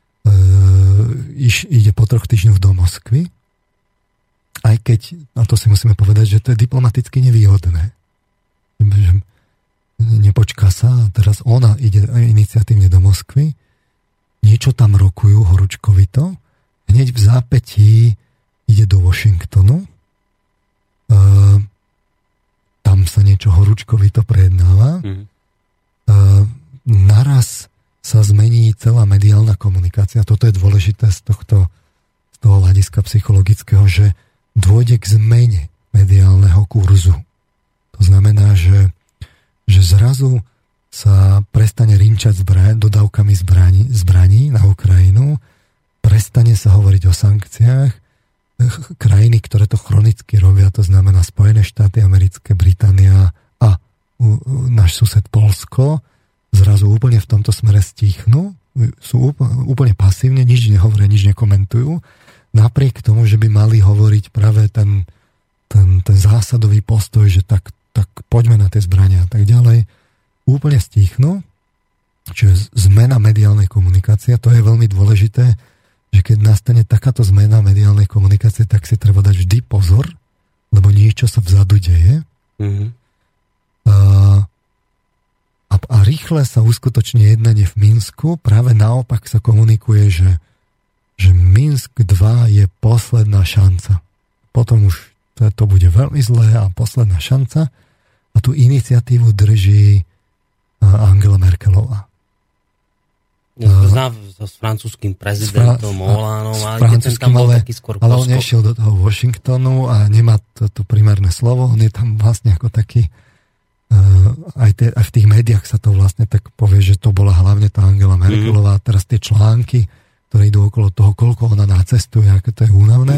iš, ide po troch týždňoch do Moskvy. Aj keď, a to si musíme povedať, že to je diplomaticky nevýhodné. Že nepočká sa a teraz ona ide iniciatívne do Moskvy, niečo tam rokujú horúčkovito, hneď v zápätí ide do Washingtonu, uh, tam sa niečo horúčkovito prejednáva, mm. uh, naraz sa zmení celá mediálna komunikácia. Toto je dôležité z tohto z toho hľadiska psychologického, že, dôjde k zmene mediálneho kurzu. To znamená, že, že zrazu sa prestane rinčať zbraň, dodávkami zbraní, zbraní na Ukrajinu, prestane sa hovoriť o sankciách. Krajiny, ktoré to chronicky robia, to znamená Spojené štáty americké, Británia a náš sused Poľsko, zrazu úplne v tomto smere stíchnú, sú úplne pasívne, nič nehovoria, nič nekomentujú, napriek tomu, že by mali hovoriť práve ten, ten, ten zásadový postoj, že tak, tak poďme na tie zbrania a tak ďalej, úplne stíchnú. Čiže zmena mediálnej komunikácie, to je veľmi dôležité, že keď nastane takáto zmena mediálnej komunikácie, tak si treba dať vždy pozor, lebo niečo sa vzadu deje. Mm-hmm. A, a, a rýchle sa uskutoční jednanie v Minsku, práve naopak sa komunikuje, že, že Minsk dva je posledná šanca. Potom už to, to bude veľmi zlé a posledná šanca a tú iniciatívu drží Angela Merkelová. Ja to znám s francúzským prezidentom Hollandom, ale ten tam bol ale, taký skôr ale on nešiel do toho Washingtonu a nemá to, to primárne slovo, on je tam vlastne ako taký uh, aj, te, aj v tých médiách sa to vlastne tak povie, že to bola hlavne tá Angela Merkelová, mm. teraz tie články, ktoré idú okolo toho, koľko ona nacestuje, aké to je únavné.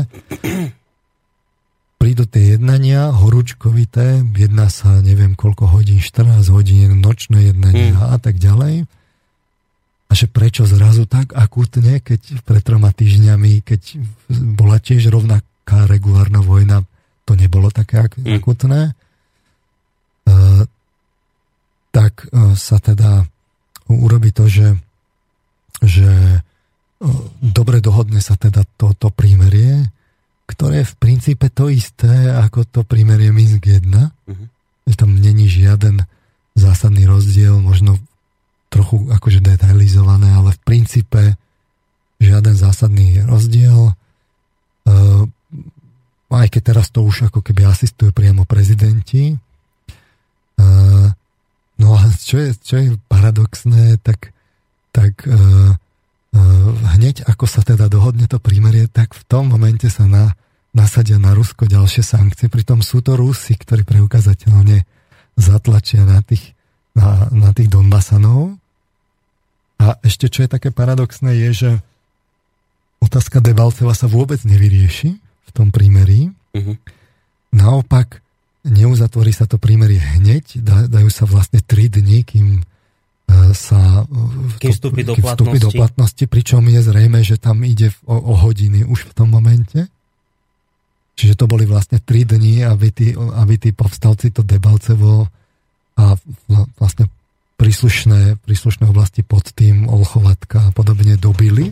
Prídu tie jednania, horúčkovité, jedná sa neviem koľko hodín, štrnásť hodín, nočné jednania mm. a tak ďalej. A že prečo zrazu tak akútne, keď pred troma týždňami, keď bola tiež rovnaká regulárna vojna, to nebolo také ak- mm. akútne, uh, tak uh, sa teda urobí to, že, že uh, dobre dohodne sa teda to, to prímerie, ktoré je v princípe to isté, ako to prímerie Minsk jeden. Mm-hmm. Že tam není žiaden zásadný rozdiel, možno trochu akože detailizované, ale v princípe žiaden zásadný rozdiel. Uh, aj keď teraz to už ako keby asistujú priamo prezidenti. Uh, no a čo je, čo je paradoxné, tak, tak uh, uh, hneď ako sa teda dohodne to prímerie, tak v tom momente sa na, nasadia na Rusko ďalšie sankcie. Pritom sú to Rusi, ktorí preukazateľne zatlačia na tých Na, na tých Donbasanov. A ešte, čo je také paradoxné, je, že otázka Debalceva sa vôbec nevyrieši v tom prímerí. Uh-huh. Naopak, neuzatvorí sa to prímerie hneď, dajú sa vlastne tri dni, kým sa kým vstúpi do, kým vstúpi do platnosti, pričom je zrejme, že tam ide o, o hodiny už v tom momente. Čiže to boli vlastne tri dni, aby tí, aby tí povstalci to Debalcevo a vlastne príslušné, príslušné oblasti pod tým Olchovatka a podobne dobili.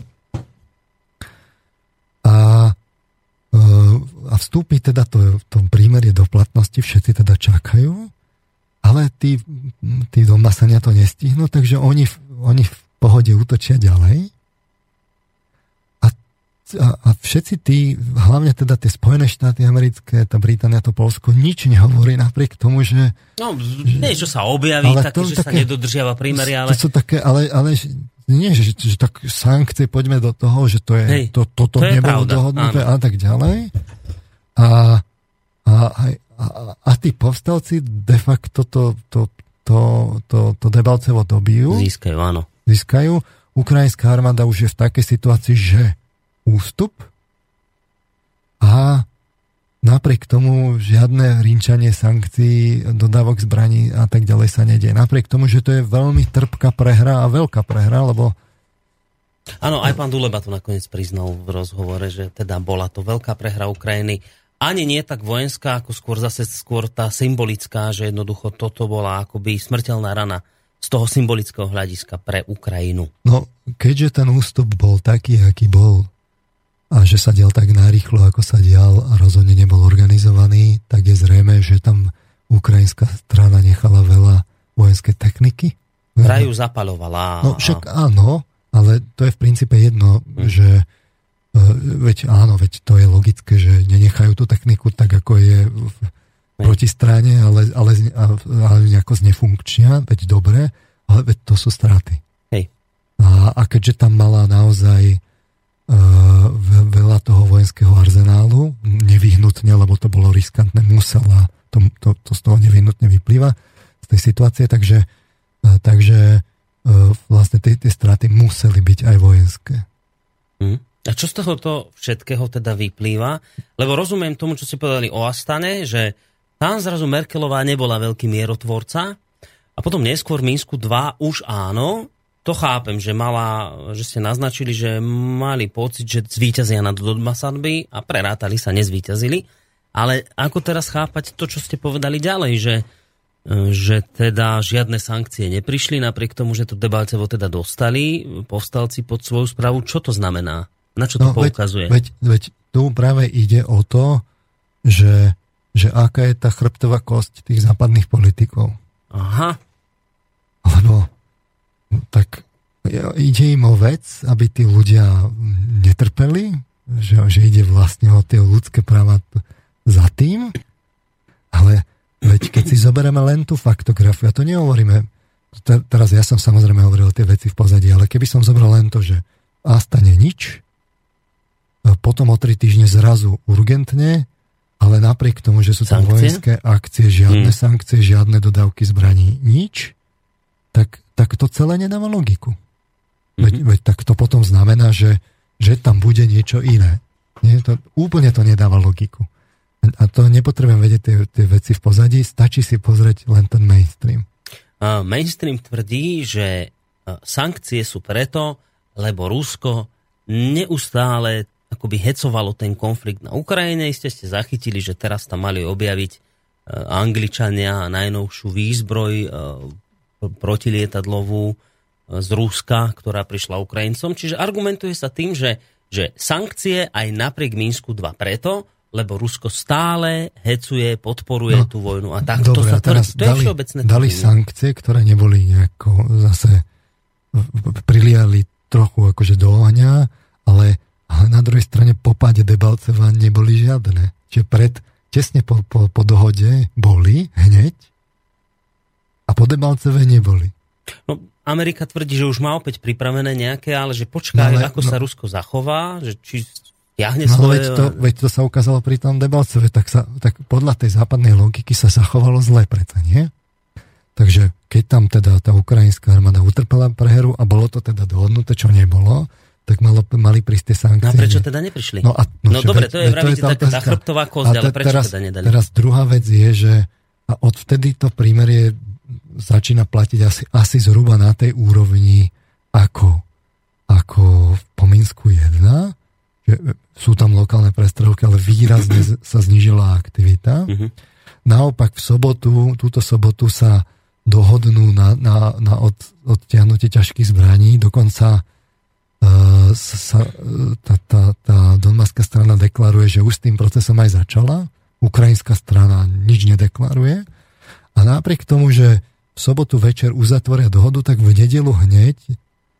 A, a vstúpi teda to, to prímerie do platnosti, všetci teda čakajú, ale tí, tí Donbasania to nestihnú, takže oni, oni v pohode útočia ďalej. A, a všetci tí, hlavne teda tie Spojené štáty americké, tá Británia, to Poľsko, nič nehovorí napriek tomu, že... No, niečo sa objaví, také, že také, sa nedodržiava prímery, ale... To sú také, ale, ale nie, že, že tak sankcie, poďme do toho, že to je, Hej, to, toto to nebolo dohodnuté a tak ďalej. A, a, a, a, a tí povstalci de facto to, to, to, to, to Debalcevo dobijú. Získajú, áno. Získajú. Ukrajinská armáda už je v takej situácii, že ústup a napriek tomu žiadne rinčanie sankcií, dodávok zbraní a tak ďalej sa nedieje. Napriek tomu, že to je veľmi trpká prehra a veľká prehra, lebo... Áno, aj pán Duleba to nakoniec priznal v rozhovore, že teda bola to veľká prehra Ukrajiny. Ani nie tak vojenská, ako skôr zase skôr tá symbolická, že jednoducho toto bola akoby smrteľná rana z toho symbolického hľadiska pre Ukrajinu. No, keďže ten ústup bol taký, aký bol, a že sa dial tak narýchlo, ako sa dial a rozhodne nebol organizovaný, tak je zrejme, že tam ukrajinská strana nechala veľa vojenskej techniky. Vraj ju zapaľovala. No však áno, ale to je v princípe jedno, hm. že veď áno, veď to je logické, že nenechajú tú techniku tak, ako je v protistrane, ale, ale, ale nejako znefunkčnia, veď dobre, ale veď to sú straty. Hej. A, a keďže tam mala naozaj uh, veľa toho vojenského arzenálu, nevyhnutne, lebo to bolo riskantné, musela, to, to, to z toho nevyhnutne vyplýva z tej situácie, takže, takže vlastne tie, tie straty museli byť aj vojenské. Hmm. A čo z tohoto všetkého teda vyplýva? Lebo rozumiem tomu, čo si povedali o Astane, že tam zrazu Merkelová nebola veľký mierotvorca a potom neskôr v Minsku dva už áno. To chápem, že mala, že ste naznačili, že mali pocit, že zvíťazia nad Donbasadby a prerátali sa, nezvíťazili. Ale ako teraz chápať to, čo ste povedali ďalej, že, že teda žiadne sankcie neprišli, napriek tomu, že to Debalcevo teda dostali povstalci pod svoju správu. Čo to znamená? Na čo to no, poukazuje? Veď, veď, veď tu práve ide o to, že, že aká je tá chrbtová kosť tých západných politikov. Aha. Lebo tak ide im o vec, aby tí ľudia netrpeli, že, že ide vlastne o tie ľudské práva za tým, ale veď keď si zoberieme len tú faktografiu, a to nehovoríme, teraz ja som samozrejme hovoril tie veci v pozadí, ale keby som zobral len to, že a stane nič, potom o tri týždne zrazu urgentne, ale napriek tomu, že sú tam sankcie? Vojenské akcie, žiadne hmm. sankcie, žiadne dodávky zbraní, nič, tak tak to celé nedáva logiku. Veď, mm-hmm. veď tak to potom znamená, že, že tam bude niečo iné. Nie? To, úplne to nedáva logiku. A to nepotrebujem vedieť tie, tie veci v pozadí, stačí si pozrieť len ten mainstream. Uh, mainstream tvrdí, že uh, sankcie sú preto, lebo Rusko neustále akoby hecovalo ten konflikt na Ukrajine. Ste ste zachytili, že teraz tam mali objaviť uh, Angličania najnovšiu výzbroj uh, protilietadlovú z Ruska, ktorá prišla Ukrajincom. Čiže argumentuje sa tým, že, že sankcie aj napriek Minsku dva preto, lebo Rusko stále hecuje, podporuje no, tú vojnu. A tak dobre, to sa teraz to dali, je všeobecné. Dali sankcie, ktoré neboli nejako zase priliali trochu akože do ohňa, ale na druhej strane po páde Debalceva neboli žiadne. Čiže pred, tesne po, po, po dohode boli hneď, a po Debalceve neboli. No, Amerika tvrdí, že už má opäť pripravené nejaké, ale že počká, no, ako no, sa Rusko zachová, že či stiahne no, svoje... Veď to, veď to sa ukázalo pri tom Debalceve, tak, sa, tak podľa tej západnej logiky sa zachovalo zle preto, nie? Takže keď tam teda tá ukrajinská armáda utrpela prehru a bolo to teda dohodnuté, čo nebolo, tak malo, mali prísť tie sankcie. No a prečo teda neprišli? No, a, no no čo, dobre, to je vravíte taká chrbtová kosť, ale prečo teraz, teda nedali? Teraz druhá vec je, že a odvtedy to prímerie začína platiť asi, asi zhruba na tej úrovni ako, ako po Minsku jeden, že sú tam lokálne prestrelky, ale výrazne sa znížila aktivita. Mm-hmm. Naopak v sobotu, túto sobotu sa dohodnú na, na, na od, odtiahnutie ťažkých zbraní, dokonca uh, sa, tá, tá, tá donbaská strana deklaruje, že už s tým procesom aj začala, ukrajinská strana nič nedeklaruje a napriek tomu, že v sobotu večer uzatvoria dohodu, tak v nedeľu hneď uh,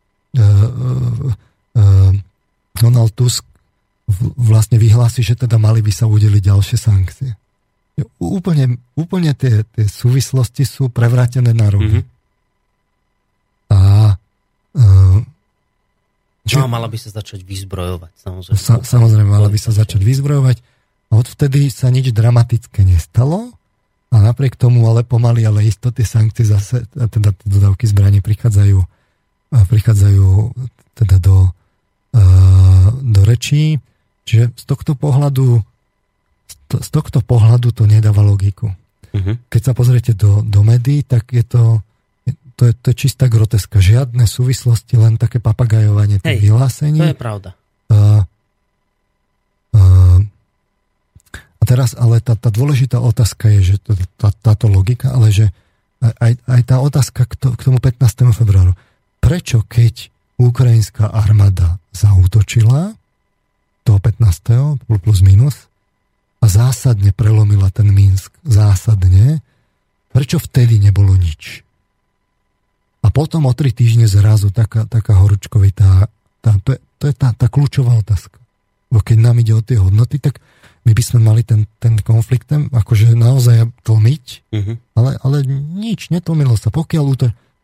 uh, Donald Tusk v, vlastne vyhlási, že teda mali by sa udeliť ďalšie sankcie. Úplne, úplne tie, tie súvislosti sú prevrátené na rohy. Mm-hmm. A uh, či, no, mala by sa začať vyzbrojovať, samozrejme. Sa, samozrejme, mala by sa začať vyzbrojovať. A odvtedy sa nič dramatické nestalo. A napriek tomu, ale pomaly, ale isto tie sankcie zase, teda tie dodávky zbraní prichádzajú, prichádzajú teda do, do rečí. Čiže z tohto pohľadu z tohto pohľadu to nedáva logiku. Uh-huh. Keď sa pozriete do, do médií, tak je to, to je, to je čistá groteska. Žiadne súvislosti, len také papagajovanie tých vyhlásení. To je pravda. Uh, uh, Teraz ale tá, tá dôležitá otázka je, že tá, táto logika, ale že aj, aj tá otázka k, to, k tomu pätnástemu februáru. Prečo keď ukrajinská armáda zaútočila toho pätnásteho plus minus a zásadne prelomila ten Minsk, zásadne, prečo vtedy nebolo nič? A potom o tri týždne zrazu taká, taká horúčkovitá, tá, to je, to je tá, tá kľúčová otázka. Bo keď nám ide o tie hodnoty, tak my by sme mali ten, ten konfliktem akože naozaj tlmiť, uh-huh. ale, ale nič, netlmilo sa. Pokiaľ úto,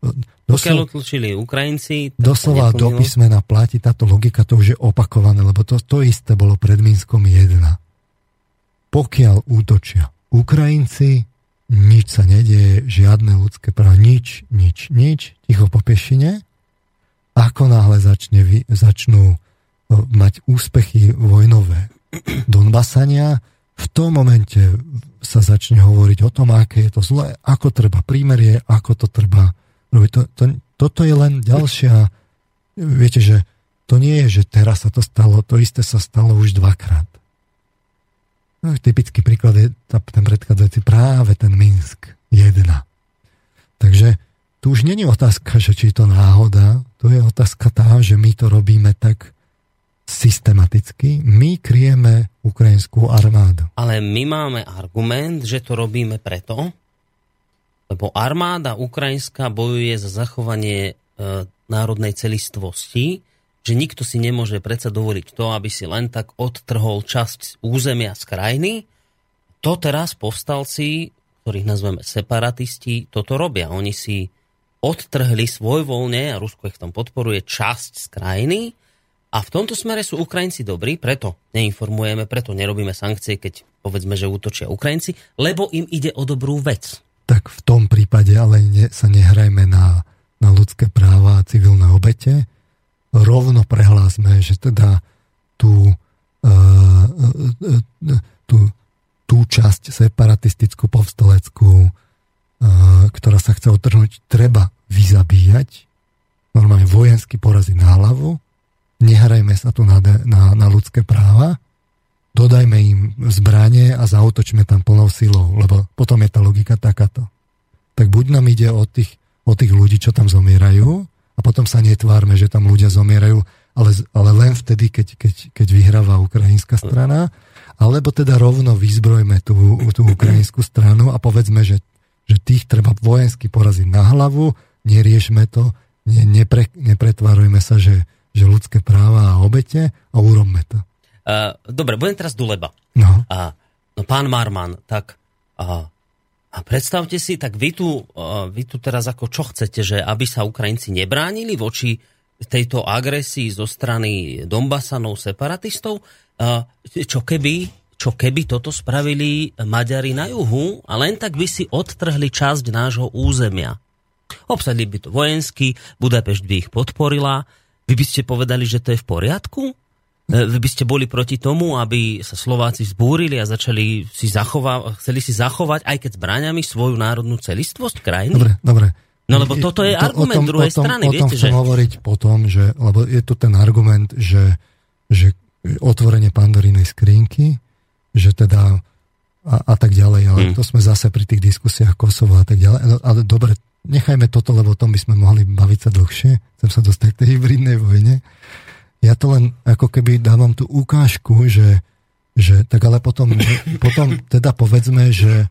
Pokiaľ utlčili Ukrajinci... Doslova do písmena platí táto logika, to už je opakované, lebo to, to isté bolo pred Minskom jeden. Pokiaľ útočia Ukrajinci, nič sa nedieje, žiadne ľudské práva, nič, nič, nič, ticho po piešine. Ako náhle začne, začnú mať úspechy vojnové Donbasania, v tom momente sa začne hovoriť o tom, aké je to zlé, ako treba prímerie, ako to treba robiť. To, to, toto je len ďalšia... Viete, že to nie je, že teraz sa to stalo, to isté sa stalo už dvakrát. No, typický príklad je ten predchádzajúci práve ten Minsk jeden. Takže tu už nie je otázka, že či je to náhoda, to je otázka tá, že my to robíme tak systematicky, my kryjeme ukrajinskú armádu. Ale my máme argument, že to robíme preto, lebo armáda ukrajinská bojuje za zachovanie e, národnej celistvosti, že nikto si nemôže predsa dovoliť to, aby si len tak odtrhol časť územia z krajiny. To teraz povstalci, ktorých nazveme separatisti, toto robia. Oni si odtrhli svojvoľne, a Rusko ich v tom podporuje, časť z krajiny. A v tomto smere sú Ukrajinci dobrí, preto neinformujeme, preto nerobíme sankcie, keď povedzme, že útočia Ukrajinci, lebo im ide o dobrú vec. Tak v tom prípade ale ne, sa nehrajme na, na ľudské práva a civilné obete. Rovno prehlásme, že teda tú, uh, tú, tú časť separatistickú, povstaleckú, uh, ktorá sa chce odtrhnúť, treba vyzabíjať, normálne vojensky poraziť na hlavu, nehrajme sa tu na, na, na ľudské práva, dodajme im zbranie a zaútočme tam plnou silou, lebo potom je tá logika takáto. Tak buď nám ide o tých, o tých ľudí, čo tam zomierajú, a potom sa netvárme, že tam ľudia zomierajú, ale, ale len vtedy, keď, keď, keď vyhráva ukrajinská strana, alebo teda rovno vyzbrojme tú, tú ukrajinskú stranu a povedzme, že, že tých treba vojensky poraziť na hlavu, neriešme to, ne, nepre, nepretvárujme sa, že, že ľudské práva a obete a urobme to. Uh, dobre, budem teraz do leba. No. Uh, no pán Marman, tak... Uh, A predstavte si, tak vy tu, vy tu teraz ako čo chcete, že aby sa Ukrajinci nebránili voči tejto agresii zo strany Donbasanov, separatistov? Čo keby, čo keby toto spravili Maďari na juhu a len tak by si odtrhli časť nášho územia? Obsadili by to vojensky, Budapešť by ich podporila. Vy by ste povedali, že to je v poriadku? Vy by ste boli proti tomu, aby sa Slováci vzbúrili a začali si zachovať, chceli si zachovať, aj keď zbraňami, svoju národnú celistvosť krajiny? Dobre, dobre. No lebo toto je to, argument tom, druhej tom, strany, o tom viete, chcem že... hovoriť potom, že, lebo je tu ten argument, že, že otvorenie Pandorínej skrinky, že teda a, a tak ďalej, ale hmm. to sme zase pri tých diskusiách Kosovo a tak ďalej. Ale dobre, nechajme toto, lebo o tom by sme mohli baviť sa dlhšie. Chcem sa dostať k tej hybridnej vojne. Ja to len ako keby dávam tú ukážku, že, že tak ale potom, potom teda povedzme, že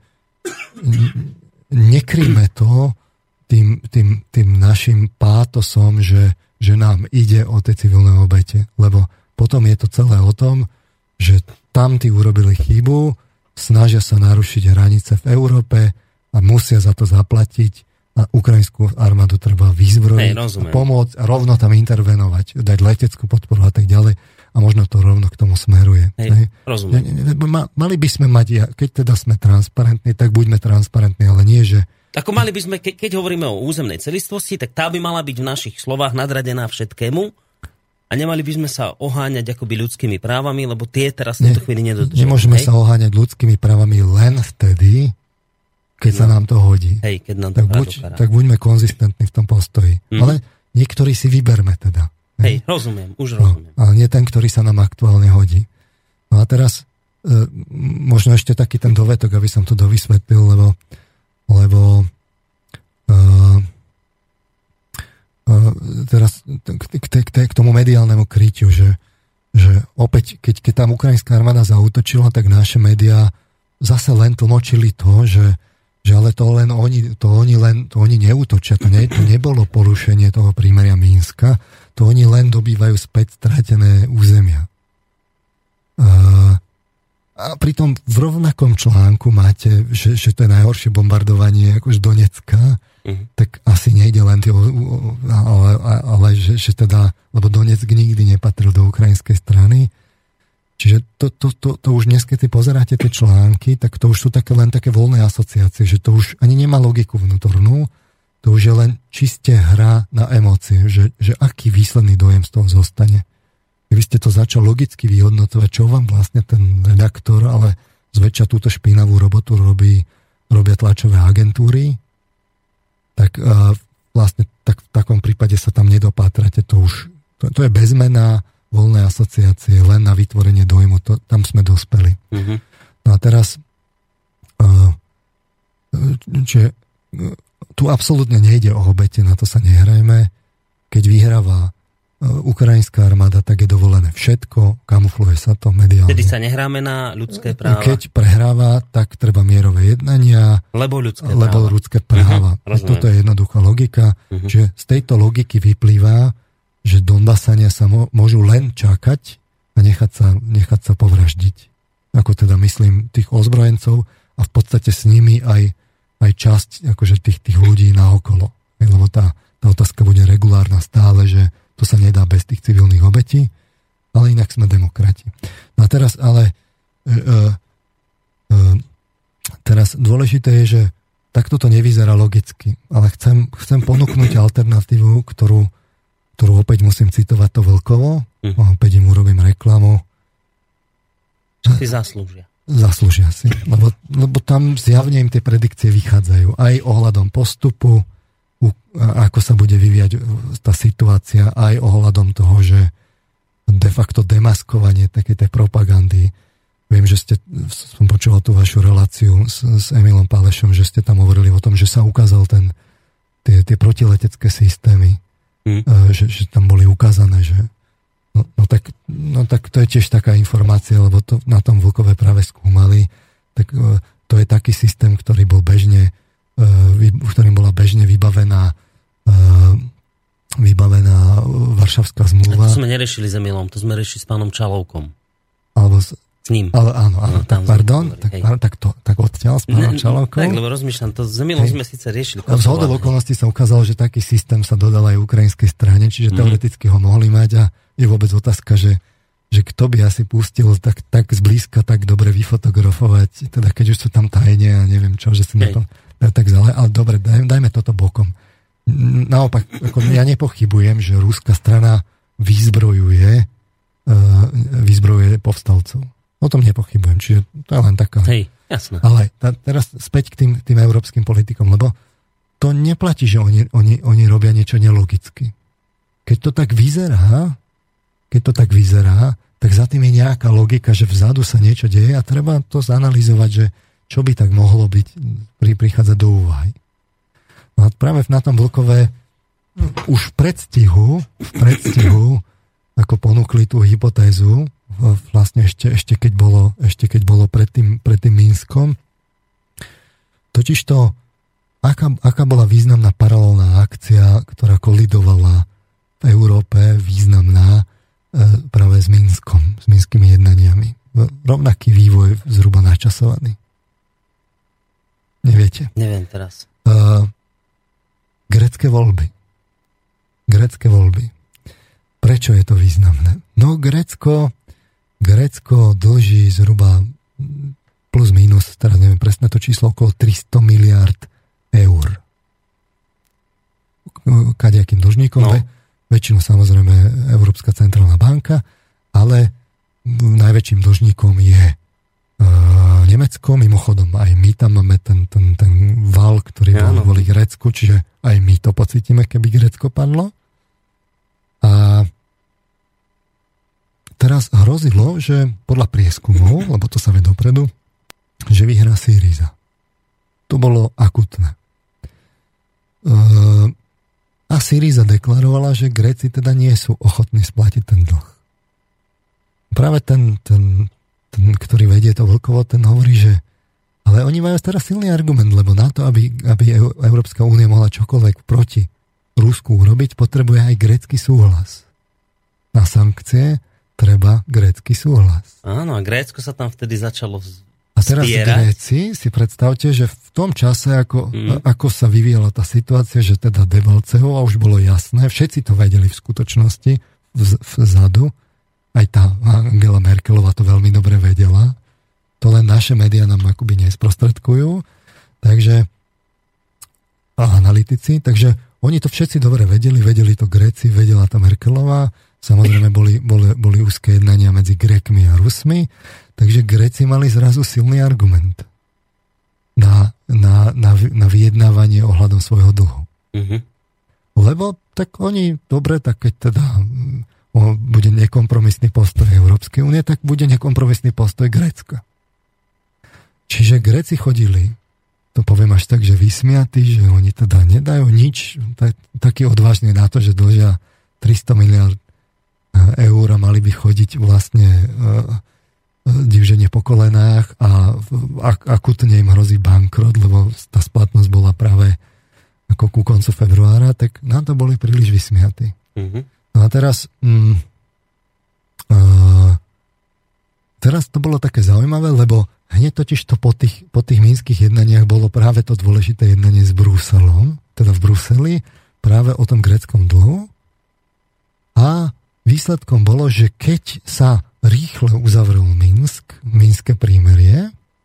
nekryjme to tým, tým, tým našim pátosom, že, že nám ide o tie civilné obete. Lebo potom je to celé o tom, že tam tí urobili chybu, snažia sa narušiť hranice v Európe a musia za to zaplatiť. A ukrajinskú armádu treba vyzbrojiť, a pomôcť a rovno tam intervenovať, dať leteckú podporu a tak ďalej a možno to rovno k tomu smeruje. Hej, hej. Rozumiem. Mali by sme mať, keď teda sme transparentní, tak buďme transparentní, ale nie, že... Ako mali by sme, ke, keď hovoríme o územnej celistvosti, tak tá by mala byť v našich slovách nadradená všetkému a nemali by sme sa oháňať akoby ľudskými právami, lebo tie teraz v tejto chvíli nedodržujú. Nemôžeme hej? sa oháňať ľudskými právami len vtedy, keď no. sa nám to hodí. Hej, keď nám to tak, buď, tak buďme konzistentní v tom postoji. Mm. Ale niektorí si vyberme teda. Hej, hej rozumiem, už rozumiem. No, ale nie ten, ktorý sa nám aktuálne hodí. No a teraz e, možno ešte taký ten dovetok, aby som to dovysvetlil, lebo, lebo e, e, teraz k, k, k, k tomu mediálnemu krytiu, že, že opäť, keď, keď tam ukrajinská armáda zaútočila, tak naše médiá zase len tlmočili to, že že ale to len oni, to oni len, to oni neútočia, to, ne, to nebolo porušenie toho prímeria Minska, to oni len dobývajú späť stratené územia. A, a pritom v rovnakom článku máte, že, že to je najhoršie bombardovanie akož Donecka uh-huh. tak asi nejde len tie, ale, ale že, že teda, lebo Donetsk nikdy nepatril do ukrajinskej strany. Čiže to, to, to, to už dnes, keď si pozeráte tie články, tak to už sú také, len také voľné asociácie, že to už ani nemá logiku vnútornú, to už je len čiste hra na emócie, že, že aký výsledný dojem z toho zostane. Vy ste to začal logicky vyhodnotovať, čo vám vlastne ten redaktor, ale zväčša túto špinavú robotu robí, robia tlačové agentúry, tak uh, vlastne tak, v takom prípade sa tam nedopátrate, to už, to, to je bezmená, voľné asociácie, len na vytvorenie dojmu, to, tam sme dospeli. Mm-hmm. No a teraz uh, čiže, uh, tu absolútne nejde o obete, na to sa nehrajme. Keď vyhráva uh, ukrajinská armáda, tak je dovolené všetko, kamufluje sa to mediálne. Tedy sa nehráme na ľudské práva. Keď prehráva, tak treba mierové jednania, lebo ľudské lebo práva. ľudské práva. Uh-huh, Toto je jednoduchá logika, uh-huh. že z tejto logiky vyplýva, že Donbasania sa môžu len čakať a nechať sa, nechať sa povraždiť. Ako teda myslím tých ozbrojencov a v podstate s nimi aj, aj časť akože tých, tých ľudí naokolo. Lebo tá, tá otázka bude regulárna stále, že to sa nedá bez tých civilných obetí, ale inak sme demokrati. No a teraz ale e, e, teraz dôležité je, že takto to nevyzerá logicky, ale chcem, chcem ponúknuť alternatívu, ktorú ktorú opäť musím citovať to Vlkovo, hm. opäť im urobím reklamu. Čo si zaslúžia. Zaslúžia si, lebo, lebo tam zjavne im tie predikcie vychádzajú. Aj ohľadom postupu, ako sa bude vyvíjať tá situácia, aj ohľadom toho, že de facto demaskovanie takej tej propagandy. Viem, že ste, som počul tú vašu reláciu s, s Emilom Pálešom, že ste tam hovorili o tom, že sa ukázal ten, tie, tie protiletecké systémy. Hmm. Že, že tam boli ukázané, že no, no, tak, no tak to je tiež taká informácia, lebo to na tom Vlkové práve skúmali, tak to je taký systém, ktorý bol bežne, ktorým bola bežne vybavená vybavená Varšavská zmluva. A to sme nerešili s Emilom, to sme rešili s pánom Čalovkom. Alebo s S ním. Ale áno, áno, no, tak pardon, tak, tak, to, tak odtiaľ s pánom Čalovkom. Tak, lebo rozmýšľam, to s Emilom sme síce riešili. V zhodou okolností sa ukázalo, že taký systém sa dodal aj ukrajinskej strane, čiže mm. teoreticky ho mohli mať a je vôbec otázka, že, že kto by asi pustil tak, tak zblízka tak dobre vyfotografovať, teda keď už sú tam tajne a neviem čo, že si na tom tak zále, ale dobre, daj, dajme toto bokom. Naopak, ako ja nepochybujem, že ruská strana vyzbrojuje, uh, vyzbrojuje povstalcov. O tom nepochybujem, čiže to je len taká... Hej, jasné. Ale tá, teraz späť k tým, tým európskym politikom, lebo to neplatí, že oni, oni, oni robia niečo nelogicky. Keď to tak vyzerá, keď to tak vyzerá, tak za tým je nejaká logika, že vzadu sa niečo deje a treba to zanalizovať, že čo by tak mohlo byť, pri prichádzať do úvahy. No a práve na tom Vlkové už v predstihu, v predstihu ako ponúkli tú hypotézu, vlastne ešte, ešte keď bolo, ešte keď bolo pred tým, pred tým Minskom. Totižto, aká, aká bola významná paralelná akcia, ktorá kolidovala v Európe, významná e, práve s Minskom, s minskými jednaniami. Rovnaký vývoj zhruba načasovaný. Neviete? Neviem teraz. E, Grécke voľby. Grécke voľby. Prečo je to významné? No, Grécko Grécko dlží zhruba plus minus, teraz neviem presne to číslo, okolo tristo miliárd eur. Kadejakým dlžníkom, no. Väčšinu samozrejme Európska centrálna banka, ale najväčším dlžníkom je uh, Nemecko, mimochodom aj my tam máme ten, ten, ten val, ktorý ja, bol no. kvôli Grécku, čiže aj my to pocítime, keby Grécko padlo. A teraz hrozilo, že podľa prieskumov, lebo to sa vie dopredu, že vyhrá Syriza. To bolo akutné. A Syriza deklarovala, že Gréci teda nie sú ochotní splatiť ten dlh. Práve ten, ten, ten ktorý vedie to Vlkovo, ten hovorí, že ale oni majú teraz silný argument, lebo na to, aby, aby Európska únia mohla čokoľvek proti Rusku urobiť, potrebuje aj grécky súhlas. Na sankcie treba grécky súhlas. Áno, a Grécko sa tam vtedy začalo... A A teraz Gréci, si predstavte, že v tom čase, ako, mm. ako sa vyvíjala tá situácia, že teda devalceho a už bolo jasné, všetci to vedeli v skutočnosti vzadu, aj tá Angela Merkelová to veľmi dobre vedela, to len naše médiá nám akoby nesprostredkujú, takže a analytici, takže oni to všetci dobre vedeli, vedeli to Gréci, vedela tá Merkelová, samozrejme boli, boli, boli úzke jednania medzi Grékmi a Rusmi, takže Gréci mali zrazu silný argument na, na, na, na vyjednávanie ohľadom svojho dlhu. Mm-hmm. Lebo tak oni, dobre, tak keď teda o, bude nekompromisný postoj Európskej únie, tak bude nekompromisný postoj Grécka. Čiže Gréci chodili, to poviem až tak, že vysmiatí, že oni teda nedajú nič, tak, taký odvážny na to, že dlžia tristo miliárd eur a mali by chodiť vlastne divženie po kolenách a ak, akutne im hrozí bankrot, lebo tá splatnosť bola práve ako ku koncu februára, tak na to boli príliš vysmiatí. Mm-hmm. No a teraz mm, uh, teraz to bolo také zaujímavé, lebo hneď totiž to po tých, po tých minských jednaniach bolo práve to dôležité jednanie s Bruselom, teda v Bruseli, práve o tom gréckom dlhu a výsledkom bolo, že keď sa rýchle uzavrel Minsk, Minské prímerie,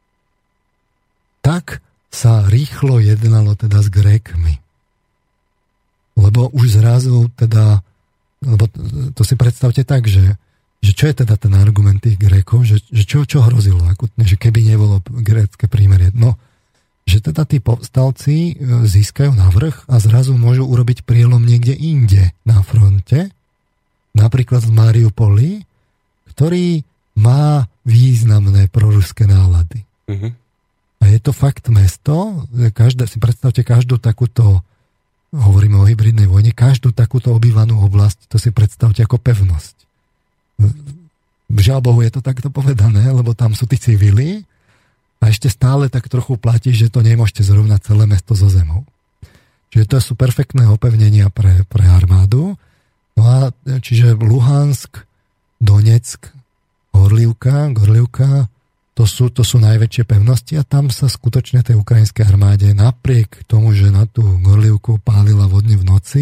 tak sa rýchlo jednalo teda s Grékmi. Lebo už zrazu teda, lebo to si predstavte tak, že, že čo je teda ten argument tých Grékov, že, že čo, čo hrozilo akutne, že keby nebolo grécke prímerie. No, že teda tí povstalci získajú navrch a zrazu môžu urobiť prielom niekde inde na fronte, napríklad v Mariupoli, ktorý má významné proruské nálady. Uh-huh. A je to fakt mesto, každé, si predstavte každú takúto, hovoríme o hybridnej vojne, každú takúto obývanú oblasť, to si predstavte ako pevnosť. Žiaľ Bohu, je to takto povedané, lebo tam sú tí civili a ešte stále tak trochu platí, že to nemôžete zrovnať celé mesto so zemou. Čiže to sú perfektné opevnenia pre, pre armádu. No a čiže Luhansk, Donetsk, Gorlivka, Gorlivka, to sú, to sú najväčšie pevnosti a tam sa skutočne tej ukrajinskej armáde napriek tomu, že na tú Gorlivku pálila vodne v noci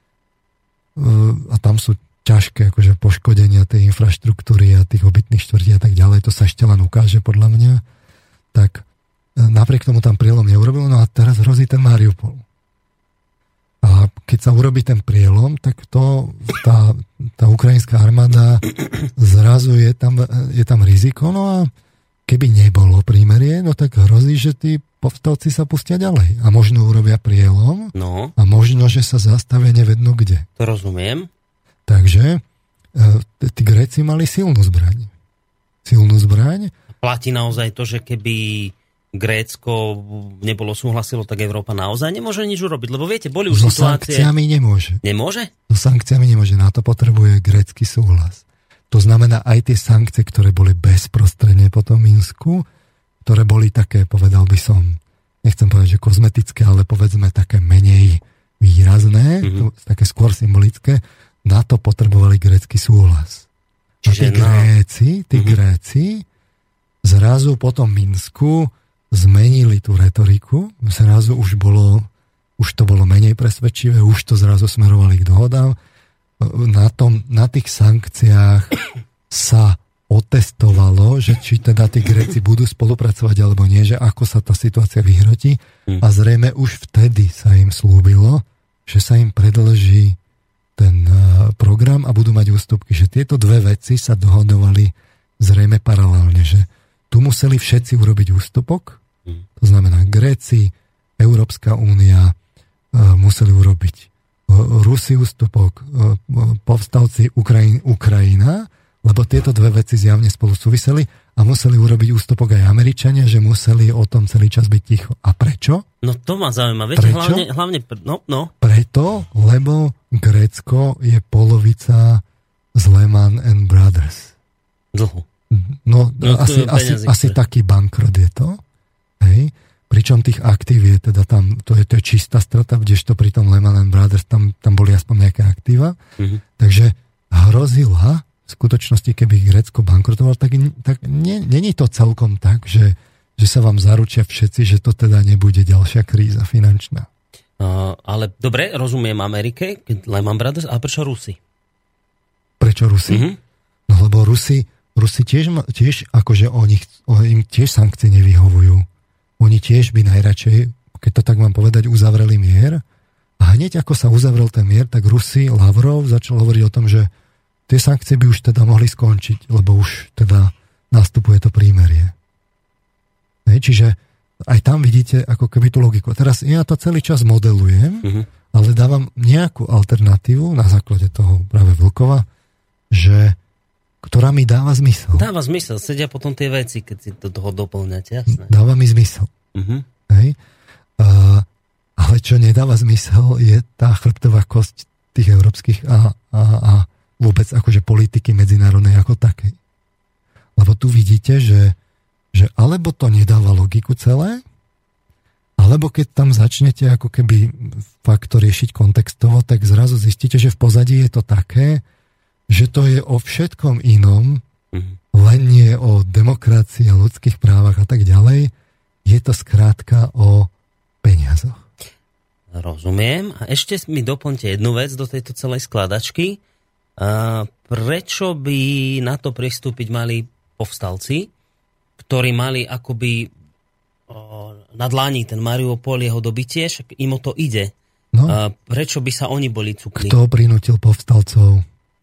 a tam sú ťažké akože poškodenia tej infraštruktúry a tých obytných štvrtí a tak ďalej, to sa ešte len ukáže podľa mňa, tak napriek tomu tam prielom neurobil, no a teraz hrozí ten Mariupol. A keď sa urobí ten prielom, tak to, tá, tá ukrajinská armáda zrazu je tam, je tam riziko, no a keby nebolo prímerie, no tak hrozí, že tí povstalci sa pustia ďalej a možno urobia prielom no. a možno, že sa zastavia nevedno kde. To rozumiem. Takže tí Gréci mali silnú zbraň. Silnú zbraň. Platí naozaj to, že keby Grécko nebolo súhlasilo, tak Európa naozaj nemôže nič urobiť, lebo viete, boli už so situácie... sankciami nemôže. Nemôže? So sankciami nemôže, na to potrebuje grécky súhlas. To znamená aj tie sankcie, ktoré boli bezprostredne po tom Minsku, ktoré boli také, povedal by som, nechcem povedať, že kozmetické, ale povedzme také menej výrazné, mm-hmm. to, také skôr symbolické, na to potrebovali grécky súhlas. Čiže a tí no... Gréci, tí mm-hmm. Gréci zrazu po tom Minsku zmenili tú retoriku, zrazu už bolo, už to bolo menej presvedčivé, už to zrazu smerovali k dohodám. Na, tom, na tých sankciách sa otestovalo, že či teda tí Gréci budú spolupracovať alebo nie, že ako sa tá situácia vyhrotí a zrejme už vtedy sa im slúbilo, že sa im predĺží ten program a budú mať ústupky, že tieto dve veci sa dohodovali zrejme paralelne, že tu museli všetci urobiť ústupok, to znamená Gréci, Európska únia museli urobiť Rusi ústupok, povstalci Ukrajin, Ukrajina, lebo tieto dve veci zjavne spolu súviseli a museli urobiť ústupok aj Američania, že museli o tom celý čas byť ticho. A prečo? No to ma zaujíma. Viete, prečo? hlavne, hlavne no, no. Preto, lebo Grécko je polovica z Lehman and Brothers. Dlhu. No, no asi, asi, asi taký bankrot je to. Hej. Pričom tých aktív je teda tam, to je, to je čistá strata, kdežto pri tom Lehman and Brothers tam, tam boli aspoň nejaké aktíva. Mm-hmm. Takže hrozila v skutočnosti, keby Grécko bankrotovalo, tak, tak nie, nie je to celkom tak, že, že sa vám zaručia všetci, že to teda nebude ďalšia kríza finančná. Uh, ale dobre, rozumiem Amerike, Lehman Brothers, a prečo Rusi? Prečo Rusi? Mm-hmm. No lebo Rusi, Rusi tiež, tiež akože oni, im tiež sankcie nevyhovujú. Oni tiež by najradšej, keď to tak mám povedať, uzavreli mier. A hneď ako sa uzavrel ten mier, tak Rusi, Lavrov začal hovoriť o tom, že tie sankcie by už teda mohli skončiť, lebo už teda nastupuje to prímerie. Hej, čiže aj tam vidíte ako keby tú logiku. Teraz ja to celý čas modelujem, uh-huh. ale dávam nejakú alternatívu na základe toho práve Vlkova, že, ktorá mi dáva zmysel. Dáva zmysel, sedia potom tie veci, keď si do toho doplňate, jasné. Dáva mi zmysel. Uh-huh. Hej. Uh, ale čo nedáva zmysel, je tá chrbtová kosť tých európskych a, a, a vôbec akože politiky medzinárodnej ako takej. Lebo tu vidíte, že že alebo to nedáva logiku celé, alebo keď tam začnete ako keby fakt to riešiť kontextovo, tak zrazu zistíte, že v pozadí je to také, že to je o všetkom inom, mm-hmm. len nie o demokracii a ľudských právach a tak ďalej. Je to skrátka o peniazoch. Rozumiem. A ešte mi doplňte jednu vec do tejto celej skladačky. A prečo by na to pristúpiť mali povstalci, ktorí mali akoby o, na dlani ten Mariupol, jeho dobitie, však im o to ide. No. A prečo by sa oni boli cukli? Kto prinútil povstalcov?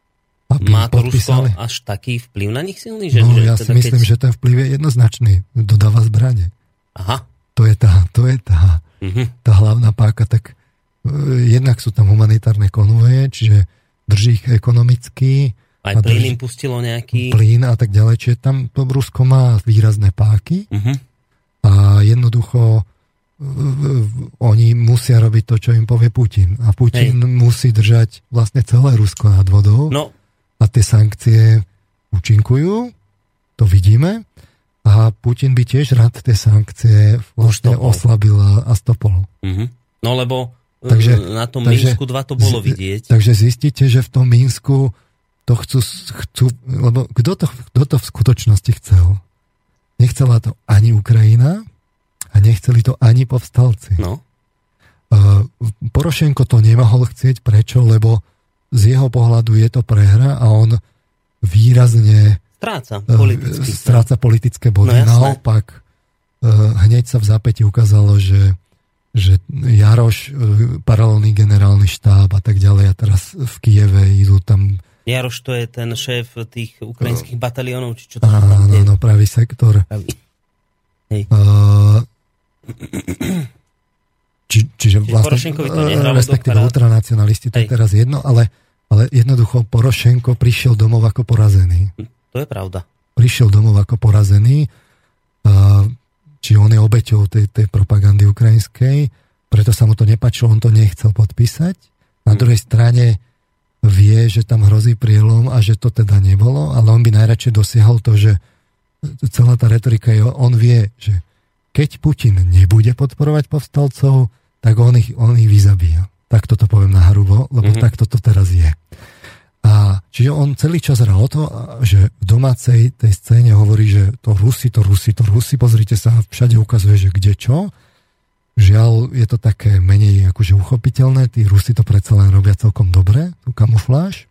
Má to Rusko až taký vplyv na nich silný? Že, no, že ja teda si myslím, keď... že ten vplyv je jednoznačný. Dodáva zbrane. Aha. To je tá, to je tá, uh-huh. tá hlavná páka. Tak jednak sú tam humanitárne konvoje, čiže drží ich ekonomicky. Aj plyn im pustilo nejaký... Plyn a tak ďalej, čiže tam to Rusko má výrazné páky uh-huh. a jednoducho v, v, oni musia robiť to, čo im povie Putin. A Putin Hej. musí držať vlastne celé Rusko nad vodou no. a tie sankcie účinkujú, to vidíme, a Putin by tiež rád tie sankcie vlastne oslabil a stopol. Uh-huh. No lebo takže, na tom takže, Minsku dva to bolo vidieť. Takže zistíte, že v tom Minsku to chcú, chcú lebo kto to, kto to v skutočnosti chcel? Nechcela to ani Ukrajina a nechceli to ani povstalci. No. Uh, Porošenko to nemohol chcieť, prečo? Lebo z jeho pohľadu je to prehra a on výrazne stráca, politicky. uh, stráca politické body. No, naopak, uh, hneď sa v zápäti ukázalo, že že Jaroš, uh, paralelný generálny štáb a tak ďalej, a teraz v Kyjeve idú tam Jaroš, to je ten šéf tých ukrajinských bataliónov, či čo to áno, tam je? Áno, pravý sektor. Pravý. Hej. Uh, či, čiže vlastne, respektíve ultranacionalisti, to je teraz jedno, ale, ale jednoducho Porošenko prišiel domov ako porazený. To je pravda. Prišiel domov ako porazený, uh, či on je obeťou tej, tej propagandy ukrajinskej, preto sa mu to nepáčilo, on to nechcel podpísať. Na hmm. druhej strane vie, že tam hrozí prielom a že to teda nebolo, ale on by najradšej dosiahol to, že celá tá retorika je, on vie, že keď Putin nebude podporovať povstalcov, tak on ich, on ich vyzabíja. Tak toto poviem na hrubo, lebo mm-hmm. takto to teraz je. A čiže on celý čas hral o to, že v domácej tej scéne hovorí, že to Rusi, to Rusi, to Rusi, pozrite sa, všade ukazuje, že kde čo. Žiaľ, je to také menej akože uchopiteľné, tí Rusi to predsa len robia celkom dobre, tú kamufláž.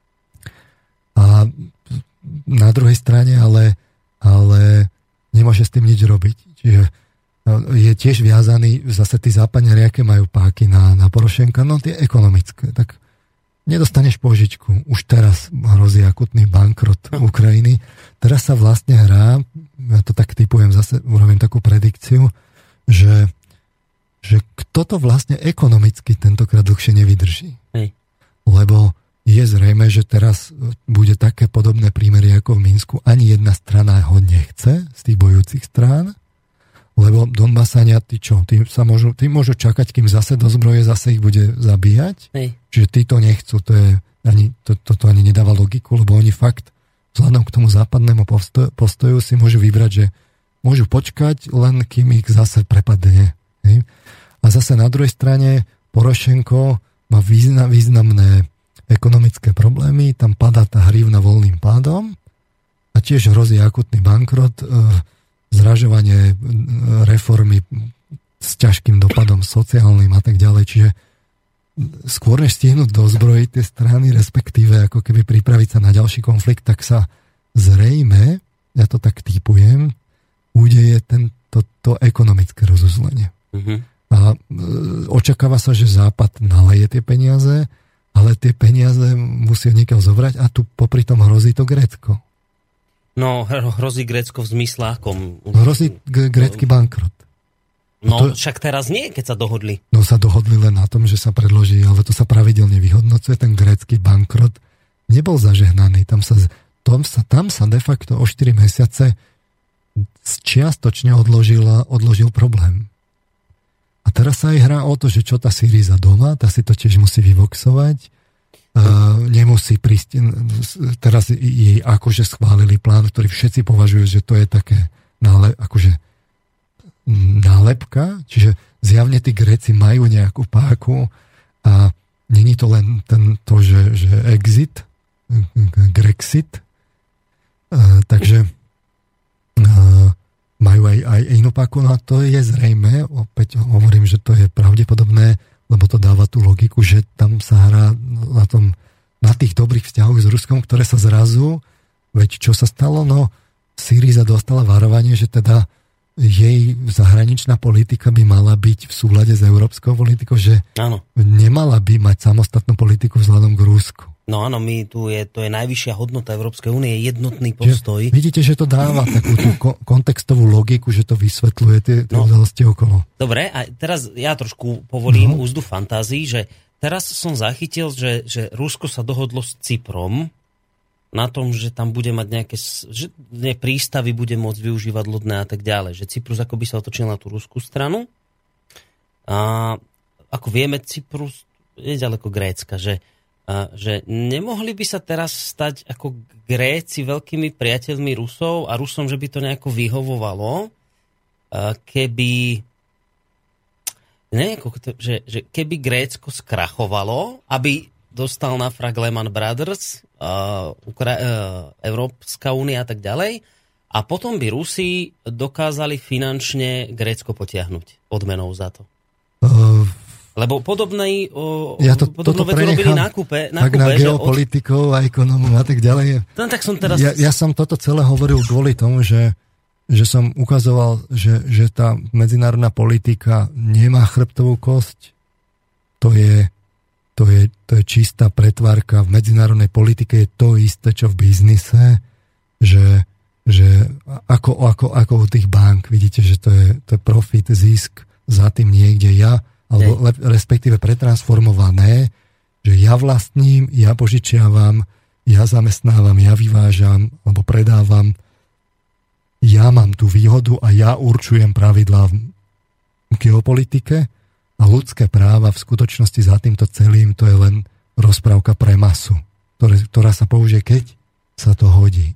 A na druhej strane ale, ale nemôže s tým nič robiť. Čiže je tiež viazaný, zase tí západňari, aké majú páky na, na Porošenka, no tie ekonomické, tak nedostaneš požičku. Už teraz hrozí akutný bankrot Ukrajiny. Teraz sa vlastne hrá, ja to tak typujem, zase urobím takú predikciu, že že kto to vlastne ekonomicky tentokrát dlhšie nevydrží. Hej. Lebo je zrejme, že teraz bude také podobné prímerie ako v Minsku. Ani jedna strana ho nechce z tých bojúcich strán, lebo Donbasania, tí čo? Tí, sa môžu, tí môžu čakať, kým zase do zbroje zase ich bude zabíjať. Hej. Čiže tí to nechcú. To je, ani, to, toto ani nedáva logiku, lebo oni fakt vzhľadom k tomu západnému postoju, postoju si môžu vybrať, že môžu počkať, len kým ich zase prepadne. Hej. A zase na druhej strane Porošenko má význam, významné ekonomické problémy, tam padá tá hrivna voľným pádom a tiež hrozí akutný bankrot. zražovanie reformy s ťažkým dopadom sociálnym a tak ďalej. Čiže skôr než stihnúť dozbrojiť tie strany, respektíve ako keby pripraviť sa na ďalší konflikt, tak sa zrejme, ja to tak typujem, udeje tento to ekonomické rozuzlenie. Uh-huh. A e, očakáva sa, že Západ naleje tie peniaze, ale tie peniaze musia niekam zobrať a tu popri tom hrozí to Grécko. No, hrozí Grécko v zmysle akom? Hrozí g- grécky bankrot. No, to, však teraz nie, keď sa dohodli. No sa dohodli len na tom, že sa predloží, ale to sa pravidelne vyhodnocuje. Ten grécky bankrot nebol zažehnaný. Tam sa, tam sa, tam sa de facto o štyri mesiace čiastočne odložil, odložil problém. A teraz sa aj hrá o to, že čo tá Syriza doma, tá si to tiež musí vyvoxovať. Uh, nemusí prísť, teraz jej akože schválili plán, ktorý všetci považujú, že to je také nále, akože nálepka, čiže zjavne tí Gréci majú nejakú páku a není to len ten, to, že, že exit, Grexit, uh, takže uh, majú aj, aj inú páku, no a to je zrejme, opäť hovorím, že to je pravdepodobné, lebo to dáva tú logiku, že tam sa hrá na tom, na tých dobrých vzťahoch s Ruskom, ktoré sa zrazu, veď čo sa stalo, no Syriza dostala varovanie, že teda jej zahraničná politika by mala byť v súlade s európskou politikou, že áno. Nemala by mať samostatnú politiku vzhľadom k Rusku. No áno, my tu je, to je najvyššia hodnota Európskej únie, jednotný postoj. Že, vidíte, že to dáva takú tú ko- kontextovú logiku, že to vysvetľuje tie, tie no. udalosti okolo. Dobre, a teraz ja trošku povolím no. úzdu fantázií, že teraz som zachytil, že, že Rusko sa dohodlo s Cyprom na tom, že tam bude mať nejaké že prístavy, bude môcť využívať lodné a tak ďalej. Že Cyprus akoby sa otočil na tú ruskú stranu. A ako vieme, Cyprus je ďaleko Grécka, že A že nemohli by sa teraz stať ako Gréci veľkými priateľmi Rusov a Rusom, že by to nejako vyhovovalo, keby nejako, že, že keby Grécko skrachovalo, aby dostal na frak Lehman Brothers, uh, Ukra- uh, Európska únia a tak ďalej, a potom by Rusi dokázali finančne Grécko potiahnuť odmenou za to. Uh... Lebo podobné, o, ja to, podobnú vec robili nákupe. Tak na geopolitikov od... a ekonomov a tak ďalej. No, tak som teraz... ja, ja som toto celé hovoril kvôli tomu, že, že som ukazoval, že, že tá medzinárodná politika nemá chrbtovú kosť. To je, to je, to je čistá pretvárka. V medzinárodnej politike je to isté, čo v biznise, že, že ako, ako, ako u tých bank, vidíte, že to je, to je profit, zisk, za tým niekde ja alebo le, respektíve pretransformované, že ja vlastním, ja požičiavam, ja zamestnávam, ja vyvážam, alebo predávam, ja mám tú výhodu a ja určujem pravidlá v geopolitike a ľudské práva v skutočnosti za týmto celým to je len rozprávka pre masu, ktoré, ktorá sa použije, keď sa to hodí.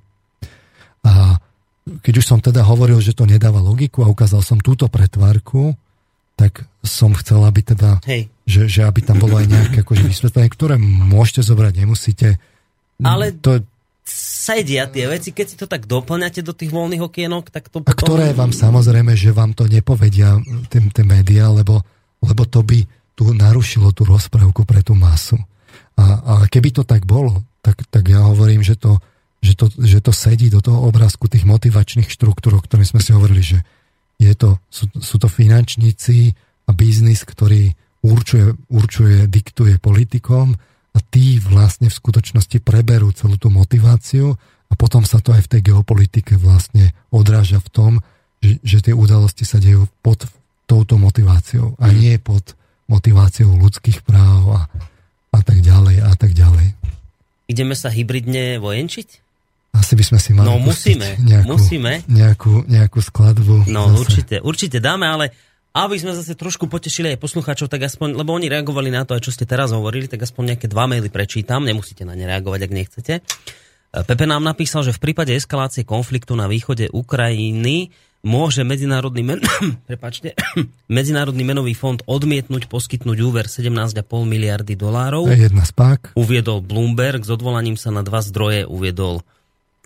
A keď už som teda hovoril, že to nedáva logiku a ukázal som túto pretvárku, tak som chcel, aby teda, že, že aby tam bolo aj nejaké akože vysvetlenie, ktoré môžete zobrať, nemusíte. Ale to, sedia tie veci, keď si to tak doplňate do tých voľných okienok, tak to potom... A ktoré vám samozrejme, že vám to nepovedia tie, tie médiá, lebo, lebo to by tu narušilo tú rozprávku pre tú masu. A, a keby to tak bolo, tak, tak ja hovorím, že to, že, to, že to sedí do toho obrázku tých motivačných štruktúr, o ktorých sme si hovorili, že Je to, sú, sú to finančníci a biznis, ktorý určuje, určuje, diktuje politikom a tí vlastne v skutočnosti preberú celú tú motiváciu a potom sa to aj v tej geopolitike vlastne odráža v tom, že, že tie udalosti sa dejú pod touto motiváciou a nie pod motiváciou ľudských práv a, a tak ďalej a tak ďalej. Ideme sa hybridne vojenčiť? Asi by sme si mali no, musíme, nejakú, musíme. Nejakú, nejakú skladbu. No zase. určite, určite dáme, ale aby sme zase trošku potešili aj poslucháčov, tak aspoň, lebo oni reagovali na to, aj čo ste teraz hovorili, tak aspoň nejaké dva maily prečítam, nemusíte na ne reagovať, ak nechcete. Pepe nám napísal, že v prípade eskalácie konfliktu na východe Ukrajiny môže Medzinárodný, men... Prepáčte. Medzinárodný menový fond odmietnúť poskytnúť úver sedemnásť celá päť miliardy dolárov. To je jedna z pák. Uviedol Bloomberg, s odvolaním sa na dva zdroje uviedol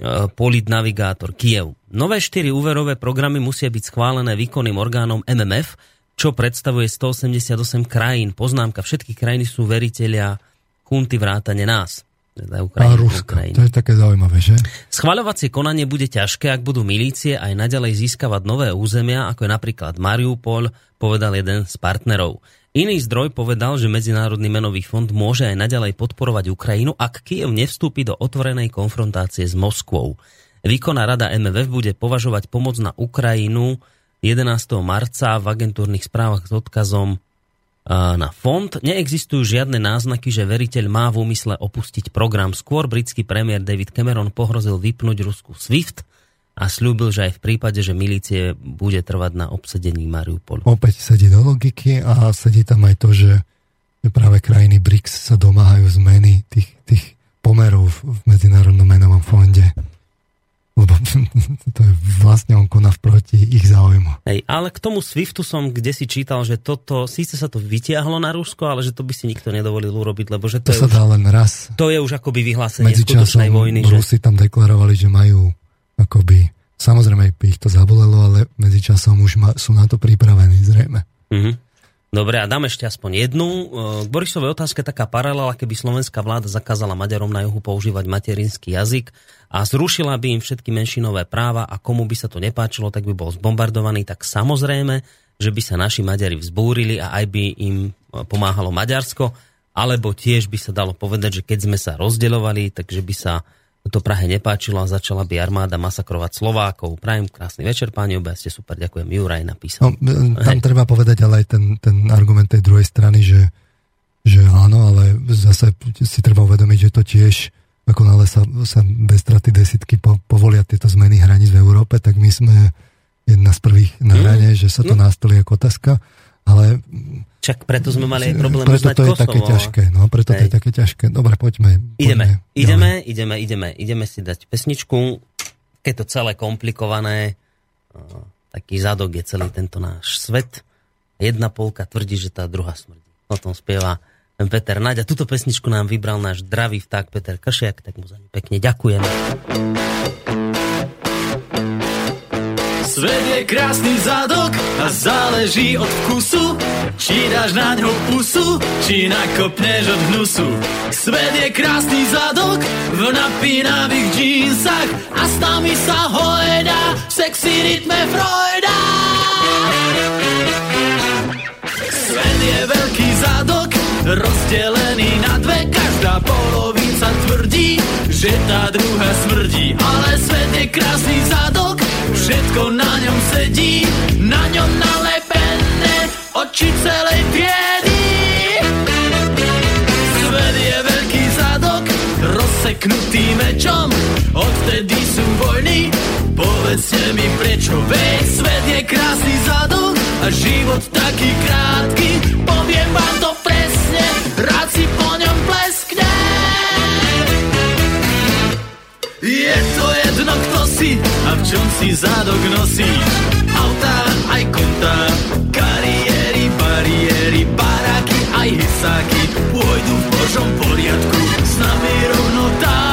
politnavigátor Kyjev. Nové štyri úverové programy musia byť schválené výkonným orgánom em em ef, čo predstavuje stoosemdesiatosem krajín. Poznámka, všetky krajiny sú veritelia chunty vrátane nás. Teda Ukrajina, a Ruska, Ukrajina. To je také zaujímavé, že? Schvaľovacie konanie bude ťažké, ak budú milície aj naďalej získavať nové územia, ako je napríklad Mariupol, povedal jeden z partnerov. Iný zdroj povedal, že Medzinárodný menový fond môže aj naďalej podporovať Ukrajinu, ak Kyjev nevstúpi do otvorenej konfrontácie s Moskvou. Výkonná rada em ef ef bude považovať pomoc na Ukrajinu jedenásteho marca v agentúrnych správach s odkazom na fond. Neexistujú žiadne náznaky, že veriteľ má v úmysle opustiť program. Skôr britský premiér David Cameron pohrozil vypnúť Rusku SWIFT a sľúbil, že aj v prípade, že milície bude trvať na obsadení Mariupolu. Opäť sedí do logiky a sedí tam aj to, že práve krajiny BRICS sa domáhajú zmeny tých, tých pomerov v Medzinárodnom menovom fonde. Lebo to je vlastne on koná proti ich záujmu. Hej, ale k tomu SWIFTu som kdesi čítal, že toto, síce sa to vytiahlo na Rusko, ale že to by si nikto nedovolil urobiť, lebo že to, to je sa už, dá len raz. To je už akoby vyhlásenie skutočnej vojny. Rusi že... tam deklarovali, že majú akoby, samozrejme by ich to zabolelo, ale medzičasom už ma, sú na to pripravení zrejme. Mhm. Dobre, a dám ešte aspoň jednu. K Borisovej otázke taká paralela, keby slovenská vláda zakázala Maďarom na juhu používať materinský jazyk a zrušila by im všetky menšinové práva a komu by sa to nepáčilo, tak by bol zbombardovaný, tak samozrejme, že by sa naši Maďari vzbúrili a aj by im pomáhalo Maďarsko, alebo tiež by sa dalo povedať, že keď sme sa rozdeľovali, takže by sa to Prahe nepáčilo a začala by armáda masakrovať Slovákov. Prajem krásny večer, páni, obe ste super, ďakujem. Juraj napísal. No, tam Hej. treba povedať ale aj ten, ten argument tej druhej strany, že, že áno, ale zase si treba uvedomiť, že to tiež, ako nále sa, sa bez straty desítky po, povolia tieto zmeny hraníc v Európe, tak my sme jedna z prvých na rane, mm. že sa to mm. nastolí ako otázka, ale Čak preto sme mali aj problém preto uznať to je Kosovo. také ťažké, no, preto Hej. to je také ťažké. Dobre, poďme. Ideme, poďme ideme, ideme, ideme, ideme si dať pesničku. Keď to celé komplikované, taký zadok je celý tento náš svet. Jedna polka tvrdí, že tá druhá smrdí. O tom spieva Peter Naď. A túto pesničku nám vybral náš dravý vták Peter Kršiak, tak mu za ňu pekne ďakujem. Svet je krásny zadok a záleží od vkusu, či dáš na ňo pusu, či nakopneš od hnusu. Svet je krásny zadok v napínavých džínsach a s nami sa hojda v sexy rytme Freuda. Svet je veľký zadok, rozdelený na dve, každá polovica tvrdí, že tá druhá smrdí. Ale svet je krásny zadok, všetko na ňom sedí, na ňom nalepené oči celej triedy. Svet je veľký zadok, rozseknutý mečom, odtedy sú vojny, povedzte mi prečo. Veď svet je krásny zadok a život taký krátky, poviem vám to presne, rád si po ňom pleskne. Je to jedno, kto si a v čom si zadok nosíš. Autá, aj kontá, kariéry, bariéry, baráky, aj hysáky pôjdu v Božom poriadku s nami rovno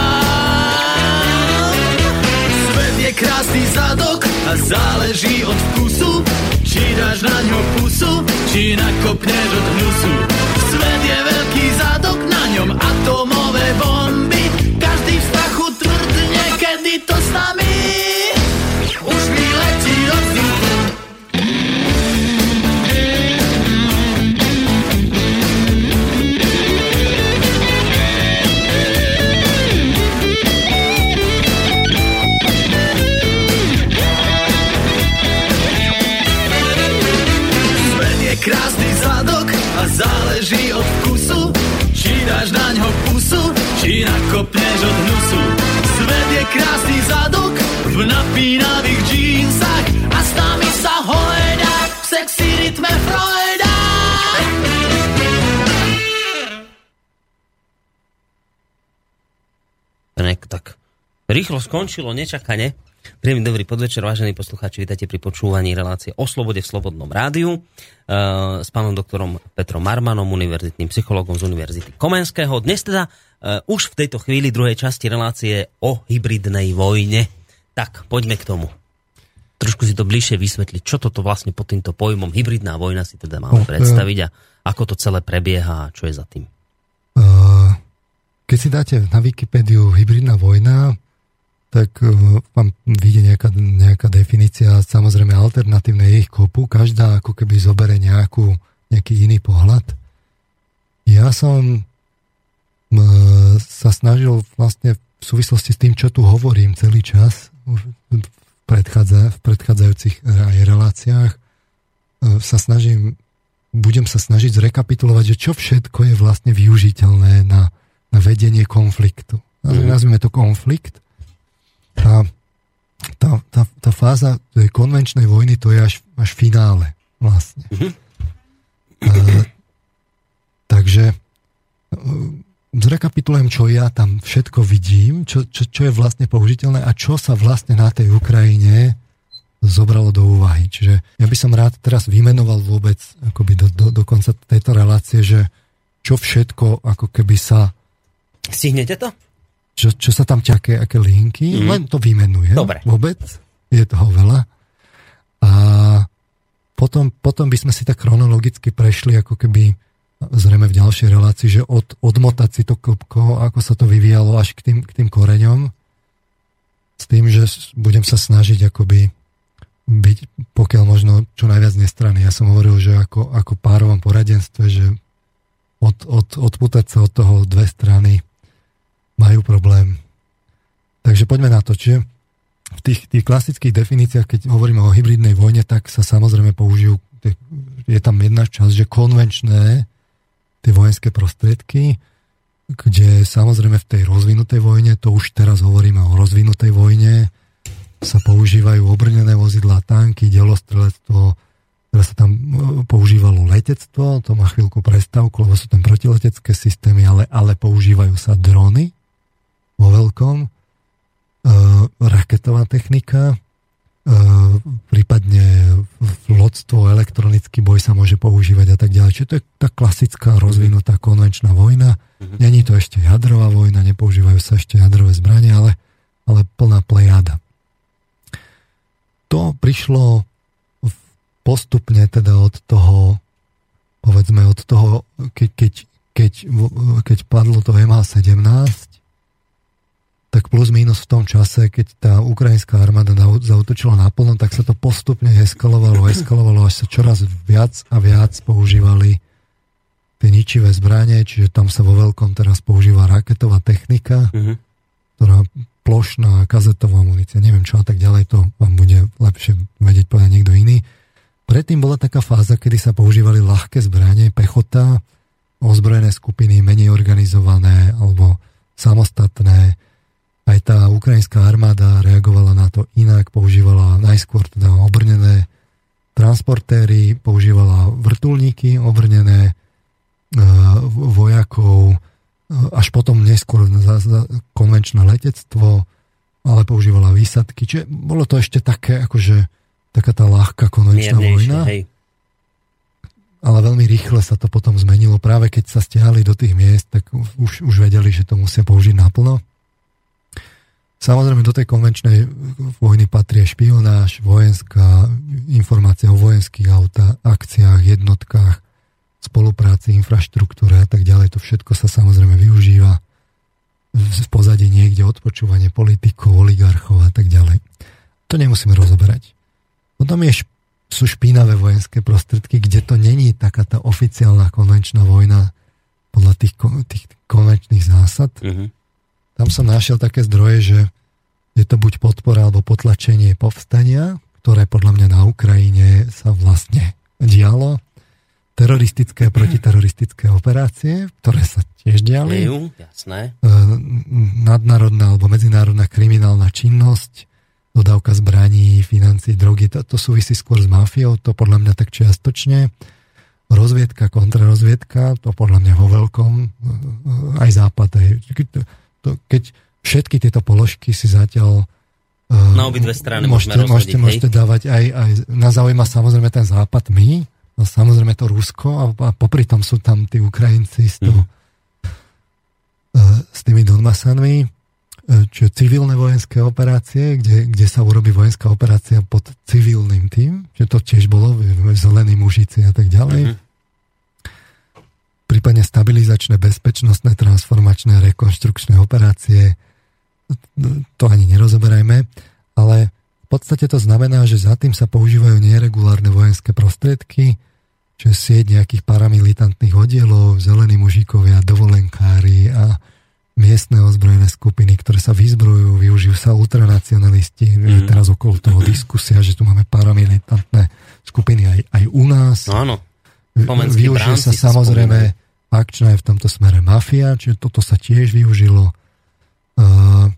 tam. Svet je krásny zadok a záleží od vkusu, či dáš na ňo pusu, či nakopneš od hnusu. Svet je veľký zadok, na ňom atómové bomby, každý v strachu tvrdne, kedy to s nami už vyletí do vzduchu. Svet je krásny zadok a záleží od vkusu, či dáš na ňo pusu, či nakopneš od hnusu. Svet je krásny zadok v napínavých džínsach a s nami sa hojda v sexy rytme Freuda. Tak rýchlo skončilo, nečakane. Príjemný dobrý podvečer, vážení poslucháči, vítajte pri počúvaní relácie o slobode v Slobodnom rádiu uh, s pánom doktorom Petrom Marmanom, univerzitným psychológom z Univerzity Komenského. Dnes teda uh, už v tejto chvíli druhej časti relácie o hybridnej vojne. Tak, poďme k tomu. Trošku si to bližšie vysvetliť, čo toto vlastne pod týmto pojmom hybridná vojna si teda máme predstaviť a ako to celé prebieha a čo je za tým. Uh, keď si dáte na Wikipédiu hybridná vojna, tak uh, vám vyjde nejaká, nejaká definícia, samozrejme alternatívne je ich kopu, každá ako keby zobere nejakú, nejaký iný pohľad. Ja som uh, sa snažil vlastne v súvislosti s tým, čo tu hovorím celý čas v, predchádza, v predchádzajúcich aj reláciách, uh, sa snažím, budem sa snažiť zrekapitulovať, že čo všetko je vlastne využiteľné na, na vedenie konfliktu. Mm. Nazvime to konflikt. Tá, tá, tá, tá fáza tej konvenčnej vojny, to je až, až finále vlastne. Mm-hmm. A, takže zrekapitulujem, čo ja tam všetko vidím, čo, čo, čo je vlastne použiteľné a čo sa vlastne na tej Ukrajine zobralo do úvahy. Čiže ja by som rád teraz vymenoval vôbec akoby do, do, do konca tejto relácie, že čo všetko ako keby sa... Stihnete to? Čo, čo sa tam ťaké, aké linky, mm. len to vymenujem. Dobre. Vôbec. Je toho veľa. A potom, potom by sme si tak chronologicky prešli, ako keby zrejme v ďalšej relácii, že od, odmotať si to klbko, ako sa to vyvíjalo až k tým, k tým koreňom. S tým, že budem sa snažiť akoby byť, pokiaľ možno čo najviac nestranný. Ja som hovoril, že ako, ako párovom poradenstve, že od, od, odpútať sa od toho dve strany majú problém. Takže poďme na to. Čiže v tých, tých klasických definíciách, keď hovoríme o hybridnej vojne, tak sa samozrejme použijú, je tam jedna časť, že konvenčné tie vojenské prostriedky, kde samozrejme v tej rozvinutej vojne, to už teraz hovoríme o rozvinutej vojne, sa používajú obrnené vozidlá, tanky, delostrelectvo, teraz sa tam používalo letectvo, to má chvíľku prestávku, lebo sú tam protiletecké systémy, ale, ale používajú sa drony vo veľkom, e, raketová technika, e, prípadne lodstvo, elektronický boj sa môže používať a tak ďalej. Čiže to je tá klasická rozvinutá konvenčná vojna. Mm-hmm. Není to ešte jadrová vojna, nepoužívajú sa ešte jadrové zbranie, ale, ale plná plejada. To prišlo postupne teda od toho, povedzme od toho, keď, keď, keď, keď padlo to em há sedemnásť, tak plus minus v tom čase, keď tá ukrajinská armáda zaútočila naplno, tak sa to postupne eskalovalo, eskalovalo, až sa čoraz viac a viac používali tie ničivé zbranie, čiže tam sa vo veľkom teraz používa raketová technika, mm-hmm. ktorá plošná, kazetová munícia, neviem čo a tak ďalej, to vám bude lepšie vedieť povedať niekto iný. Predtým bola taká fáza, kedy sa používali ľahké zbranie, pechota, ozbrojené skupiny, menej organizované alebo samostatné. Aj tá ukrajinská armáda reagovala na to inak, používala najskôr teda obrnené transportéry, používala vrtuľníky obrnené, e, vojakov, e, až potom neskôr za, za konvenčné letectvo, ale používala výsadky. Čiže bolo to ešte také, akože taká tá ľahká konvenčná vojna. Hej. Ale veľmi rýchle sa to potom zmenilo. Práve keď sa stiahli do tých miest, tak už, už vedeli, že to musia použiť naplno. Samozrejme, do tej konvenčnej vojny patrí špionáž, vojenská informácia o vojenských autách, akciách, jednotkách, spolupráci, infraštruktúre a tak ďalej. To všetko sa samozrejme využíva. V pozadí niekde odpočúvanie politikov, oligarchov a tak ďalej. To nemusíme rozoberať. Potom je, sú špinavé vojenské prostriedky, kde to není taká tá oficiálna konvenčná vojna podľa tých, tých konvenčných zásad. Mm-hmm. Tam som našiel také zdroje, že je to buď podpora alebo potlačenie povstania, ktoré podľa mňa na Ukrajine sa vlastne dialo. Teroristické a protiteroristické operácie, ktoré sa tiež diali. Ju, jasné. Nadnárodná alebo medzinárodná kriminálna činnosť, dodávka zbraní, financií, drogy, to, to súvisí skôr s mafiou, to podľa mňa tak čiastočne. Rozviedka, kontrarozviedka, to podľa mňa vo veľkom, aj západ. Aj, to, keď všetky tieto položky si zatiaľ Na obidve strany môžete, môžeme môžete, rozhodiť, môžete dávať aj, aj, na zaujíma samozrejme ten západ my, no samozrejme to Rusko a, a popri tom sú tam tí Ukrajinci s, to, mm. s tými Donbasanmi, čiže civilné vojenské operácie, kde, kde sa urobí vojenská operácia pod civilným tým, že to tiež bolo zelení mužici a tak ďalej. Mm-hmm. Prípadne stabilizačné, bezpečnostné, transformačné, rekonštrukčné operácie, to ani nerozoberajme, ale v podstate to znamená, že za tým sa používajú neregulárne vojenské prostriedky, čiže sieť nejakých paramilitantných oddielov, zelení mužikovia, dovolenkári a miestne ozbrojené skupiny, ktoré sa vyzbrojujú, využijú sa ultranacionalisti. Mm. Je teraz okolo toho diskusia, že tu máme paramilitantné skupiny aj, aj u nás. No áno. Využije sa samozrejme akčná je v tomto smere mafia, čiže toto sa tiež využilo. Uh,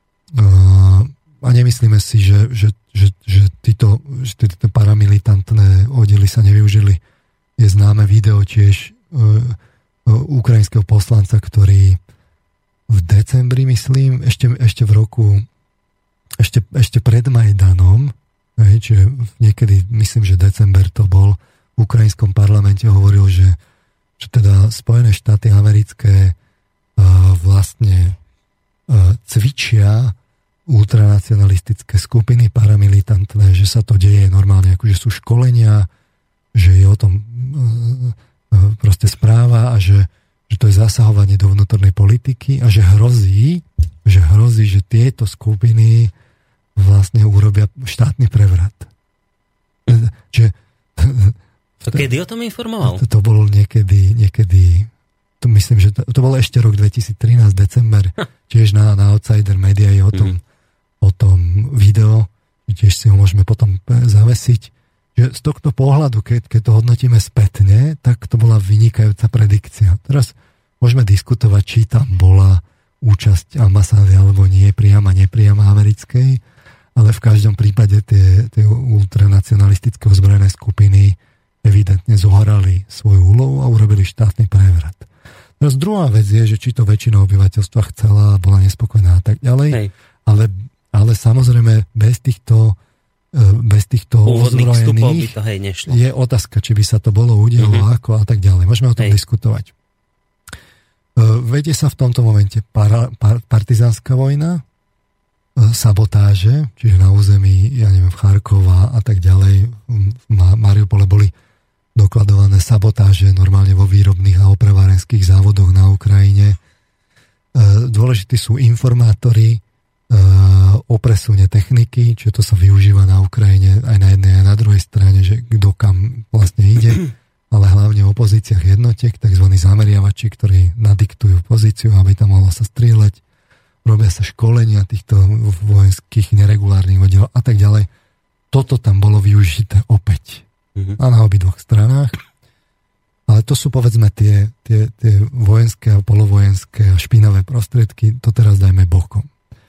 uh, a nemyslíme si, že, že, že, že, títo, že títo paramilitantné oddiely sa nevyužili. Je známe video tiež uh, uh, ukrajinského poslanca, ktorý v decembri, myslím, ešte, ešte v roku, ešte, ešte pred Majdanom, hej, čiže niekedy, myslím, že december to bol, v ukrajinskom parlamente hovoril, že, že teda Spojené štáty americké uh, vlastne uh, cvičia ultranacionalistické skupiny paramilitantné, že sa to deje normálne, akože sú školenia, že je o tom uh, uh, proste správa a že že to je zasahovanie do vnútornej politiky a že hrozí, že hrozí, že tieto skupiny vlastne urobia štátny prevrat. Čiže... To kedy o tom informoval? To, to bolo niekedy, niekedy, to myslím, že to, to bol ešte rok dvetisíctrinásť, december, tiež na, na Outsider Media je o tom, mm. o tom video, tiež si ho môžeme potom zavesiť. Že z tohto pohľadu, keď, keď to hodnotíme spätne, tak to bola vynikajúca predikcia. Teraz môžeme diskutovať, či tam bola účasť ambasády alebo nie, priama, nepriama americkej, ale v každom prípade tie, tie ultranacionalistické ozbrojené skupiny evidentne zohrali svoju úlohu a urobili štátny prevrat. Teraz druhá vec je, že či to väčšina obyvateľstva chcela a bola nespokojná a tak ďalej, ale, ale samozrejme bez týchto bez týchto ozbrojených to, hej, nešlo. Je otázka, či by sa to bolo udialo, mm-hmm. ako a tak ďalej. Môžeme o tom hej. diskutovať. Vedie sa v tomto momente para, par, partizánska vojna, sabotáže, čiže na území, ja neviem, v Charkova a tak ďalej, v Mariupole boli dokladované sabotáže normálne vo výrobných a opravárenských závodoch na Ukrajine. Dôležití sú informátori o presune techniky, čiže to sa využíva na Ukrajine aj na jednej, aj na druhej strane, že kto kam vlastne ide, ale hlavne v opozíciách jednotiek, tzv. Zameriavači, ktorí nadiktujú pozíciu, aby tam mohlo sa strieľať, robia sa školenia týchto vojenských neregulárnych oddielov a tak ďalej. Toto tam bolo využité opäť. Mm-hmm. A na obidvoch stranách. Ale to sú povedzme tie, tie, tie vojenské a polovojenské a špinavé prostriedky, to teraz dajme bokom.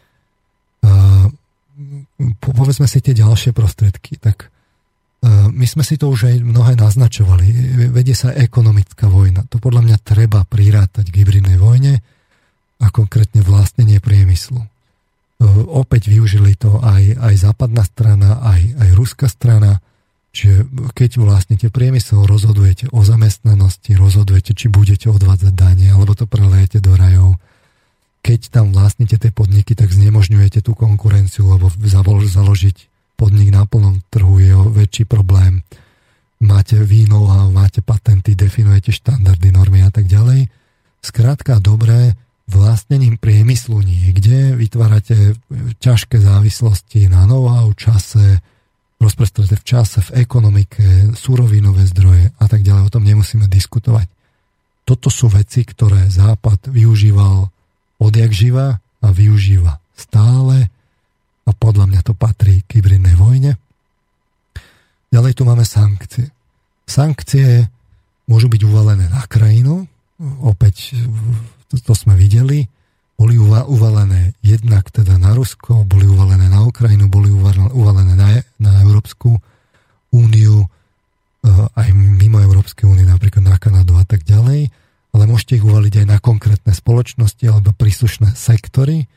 Uh, po, povedzme si tie ďalšie prostriedky, tak uh, my sme si to už aj mnohé naznačovali. Vedie sa ekonomická vojna. To podľa mňa treba prirátať k hybridnej vojne a konkrétne vlastnenie priemyslu. Uh, opäť využili to aj, aj západná strana, aj, aj ruská strana, čiže keď vlastnete priemysel, rozhodujete o zamestnanosti, rozhodujete, či budete odvádzať dane, alebo to prelejete do rajov. Keď tam vlastnite tie podniky, tak znemožňujete tú konkurenciu, lebo založiť podnik na plnom trhu je väčší problém. Máte výno a máte patenty, definujete štandardy, normy a tak ďalej. Skrátka, dobré, vlastnením priemyslu niekde vytvárate ťažké závislosti na know-how, čase, rozprostreté v čase, v ekonomike, surovinové zdroje a tak ďalej. O tom nemusíme diskutovať. Toto sú veci, ktoré Západ využíval odjak živa a využíva stále a podľa mňa to patrí k hybridnej vojne. Ďalej tu máme sankcie. Sankcie môžu byť uvalené na krajinu, opäť to, to sme videli, boli uvalené jednak teda na Rusko, boli uvalené na Ukrajinu, boli uvalené na, na Európsku úniu, aj mimo Európskej únie, napríklad na Kanadu a tak ďalej, ale môžete ich uvaliť aj na konkrétne spoločnosti alebo príslušné sektory,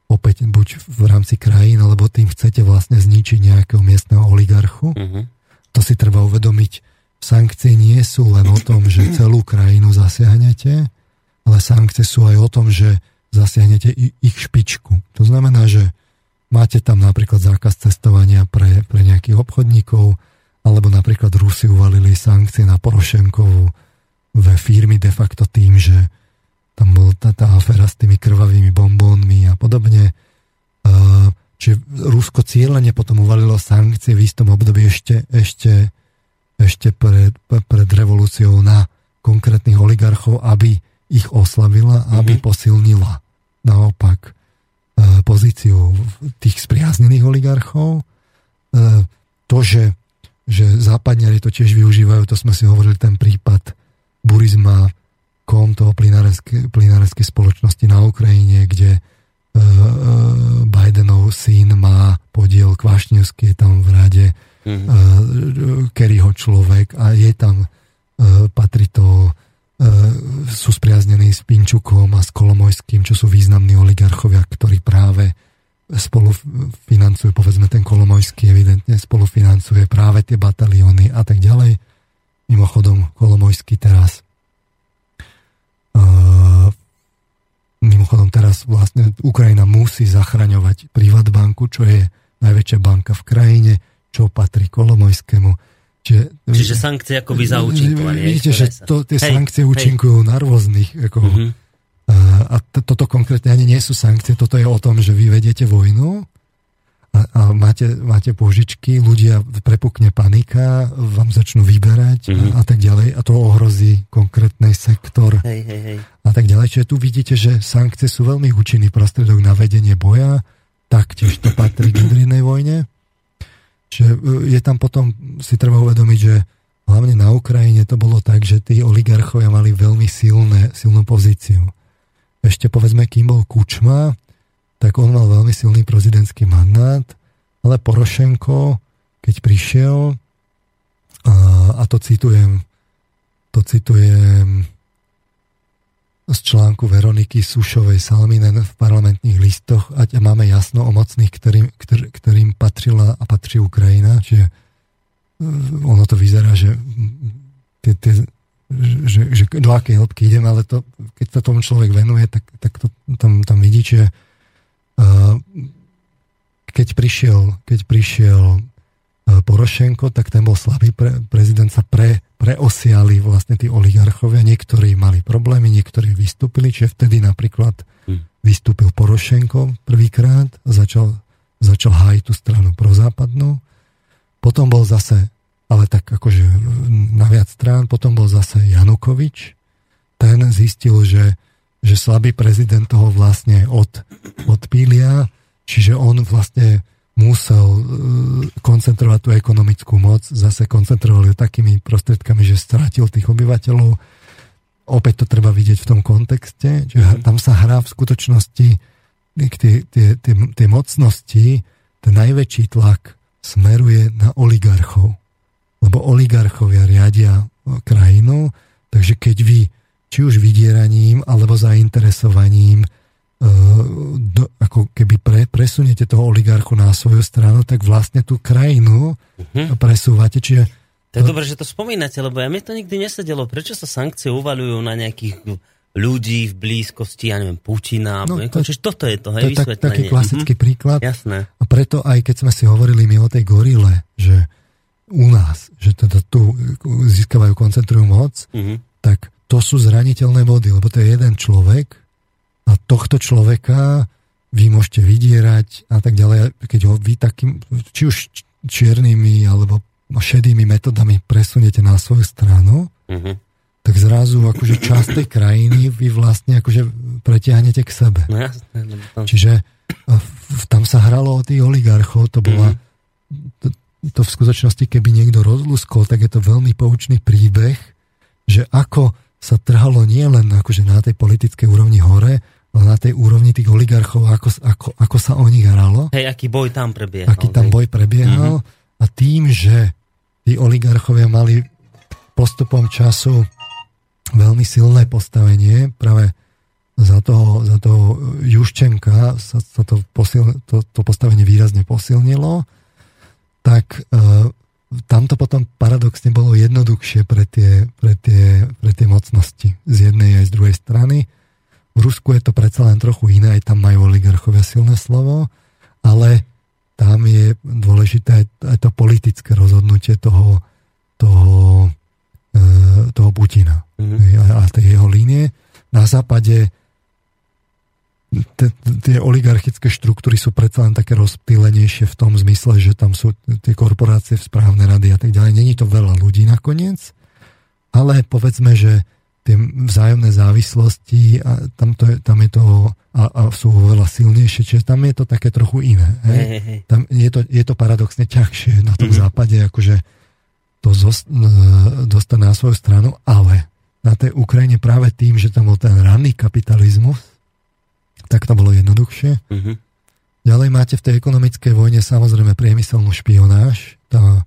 opäť buď v rámci krajín, alebo tým chcete vlastne zničiť nejakého miestneho oligarchu. Uh-huh. To si treba uvedomiť. Sankcie nie sú len o tom, že celú krajinu zasiahnete, ale sankcie sú aj o tom, že zasiahnete ich špičku. To znamená, že máte tam napríklad zákaz cestovania pre, pre nejakých obchodníkov, alebo napríklad Rusi uvalili sankcie na Porošenkovu ve firmy de facto tým, že tam bola tá, tá aféra s tými krvavými bombónmi a podobne. Čiže Rusko cieľene potom uvalilo sankcie v istom období ešte, ešte, ešte pred, pred revolúciou na konkrétnych oligarchov, aby ich oslabila, aby mm-hmm. posilnila naopak pozíciu tých spriaznených oligarchov. To, že, že západňari to tiež využívajú, to sme si hovorili, ten prípad Burisma, kom toho plynárenskej spoločnosti na Ukrajine, kde Bidenov syn má podiel, Kvašňovský je tam v rade, mm-hmm. Kerryho človek a je tam, patrí to, sú spriaznení s Pinčukom a s Kolomojským, čo sú významní oligarchovia, ktorí práve spolufinancujú, povedzme ten Kolomojský evidentne spolufinancuje práve tie batalióny a tak ďalej. Mimochodom, Kolomojský teraz uh, mimochodom teraz vlastne Ukrajina musí zachraňovať Privatbanku, čo je najväčšia banka v krajine, čo patrí Kolomojskému. Čiže, Čiže sankcie akoby zaúčinkovanie. Vidíte, že to, tie hej, sankcie hej. účinkujú na rôznych. Ako, uh-huh. A t- toto konkrétne ani nie sú sankcie, toto je o tom, že vy vediete vojnu a, a máte, máte požičky, ľudia prepukne panika, vám začnú vyberať uh-huh. a, a tak ďalej a to ohrozí konkrétny sektor hej, hej, hej. a tak ďalej. Čiže tu vidíte, že sankcie sú veľmi účinný prostriedok na vedenie boja, taktiež to patrí k hybridnej vojne. Čiže je tam potom, si treba uvedomiť, že hlavne na Ukrajine to bolo tak, že tí oligarchovia mali veľmi silné, silnú pozíciu. Ešte povedzme, kým bol Kučma, tak on mal veľmi silný prezidentský mandát, ale Porošenko, keď prišiel, a, a to citujem, to citujem z článku Veroniky Sušovej-Salminen v Parlamentných listoch, ať máme jasno o mocných, ktorým, ktor, ktorým patrila a patrí Ukrajina. Čiže ono to vyzerá, že, tie, tie, že, že do akej hĺbky idem, ale to, keď sa tomu človek venuje, tak, tak to tam, tam vidí, že uh, keď prišiel, keď prišiel Porošenko, tak ten bol slabý pre, prezident, sa pre, preosiali vlastne tí oligarchovia. Niektorí mali problémy, niektorí vystúpili, čiže vtedy napríklad hmm. vystúpil Porošenko prvýkrát, začal, začal hájiť tú stranu prozápadnú. Potom bol zase, ale tak akože na viac strán, potom bol zase Janukovič. Ten zistil, že, že slabý prezident toho vlastne od, odpília, čiže on vlastne musel koncentrovať tú ekonomickú moc, zase koncentrovali takými prostriedkami, že stratil tých obyvateľov. Opäť to treba vidieť v tom kontexte, že mm. tam sa hrá v skutočnosti tie, tie, tie, tie mocnosti, ten najväčší tlak smeruje na oligarchov. Lebo oligarchovia riadia krajinu, takže keď vy, či už vydieraním, alebo zainteresovaním Do, ako keby pre, presuniete toho oligarchu na svoju stranu, tak vlastne tú krajinu uh-huh. presúvate. Čiže to je to... dobré, že to spomínate, lebo ja mi to nikdy nesedelo. Prečo sa sankcie uvaľujú na nejakých ľudí v blízkosti, ja neviem, Putina? No, to, čiže toto je to, hej, to je tak, taký klasický uh-huh. príklad. Jasné. A preto aj keď sme si hovorili my o tej gorile, že u nás, že teda tu získavajú, koncentrujú moc, uh-huh. tak to sú zraniteľné body, lebo to je jeden človek, a tohto človeka vy môžete vydierať a tak ďalej, keď ho vy takým, či už čiernymi alebo šedými metodami presuniete na svoju stranu, uh-huh. tak zrazu akože časť tej krajiny vy vlastne akože pretiahnete k sebe. No jasné. Tam... Čiže tam sa hralo o tých oligarchov, to bola uh-huh. to, to v skutočnosti, keby niekto rozlúskol, tak je to veľmi poučný príbeh, že ako sa trhalo nie len akože na tej politickej úrovni hore, ale na tej úrovni tých oligarchov, ako, ako, ako sa o nich hralo. Hej, aký boj tam prebiehal. Aký tam boj prebiehal. Mm-hmm. A tým, že tí oligarchovia mali postupom času veľmi silné postavenie, práve za toho, za toho Juščenka sa, sa to, posil, to, to postavenie výrazne posilnilo, tak uh, tam to potom paradoxne bolo jednoduchšie pre tie, pre, tie, pre tie mocnosti z jednej aj z druhej strany. V Rusku je to predsa len trochu iné, aj tam majú oligarchovia silné slovo, ale tam je dôležité aj to politické rozhodnutie toho, toho, toho Putina mm-hmm. a tej jeho línie. Na západe tie oligarchické štruktúry sú predsa len také rozptýlenejšie v tom zmysle, že tam sú tie korporácie v správne rady a tak ďalej. Není to veľa ľudí nakoniec, ale povedzme, že tie vzájomné závislosti a tam, to je, tam je to a, a sú veľa silnejšie, čiže tam je to také trochu iné. Hej? Hey, hey. Tam je to, je to paradoxne ťažšie na tom mm-hmm. západe, akože to zost, dostať na svoju stranu, ale na tej Ukrajine práve tým, že tam bol ten ranný kapitalizmus, tak to bolo jednoduchšie. Mm-hmm. Ďalej máte v tej ekonomickej vojne samozrejme priemyselnú špionáž. Tá uh,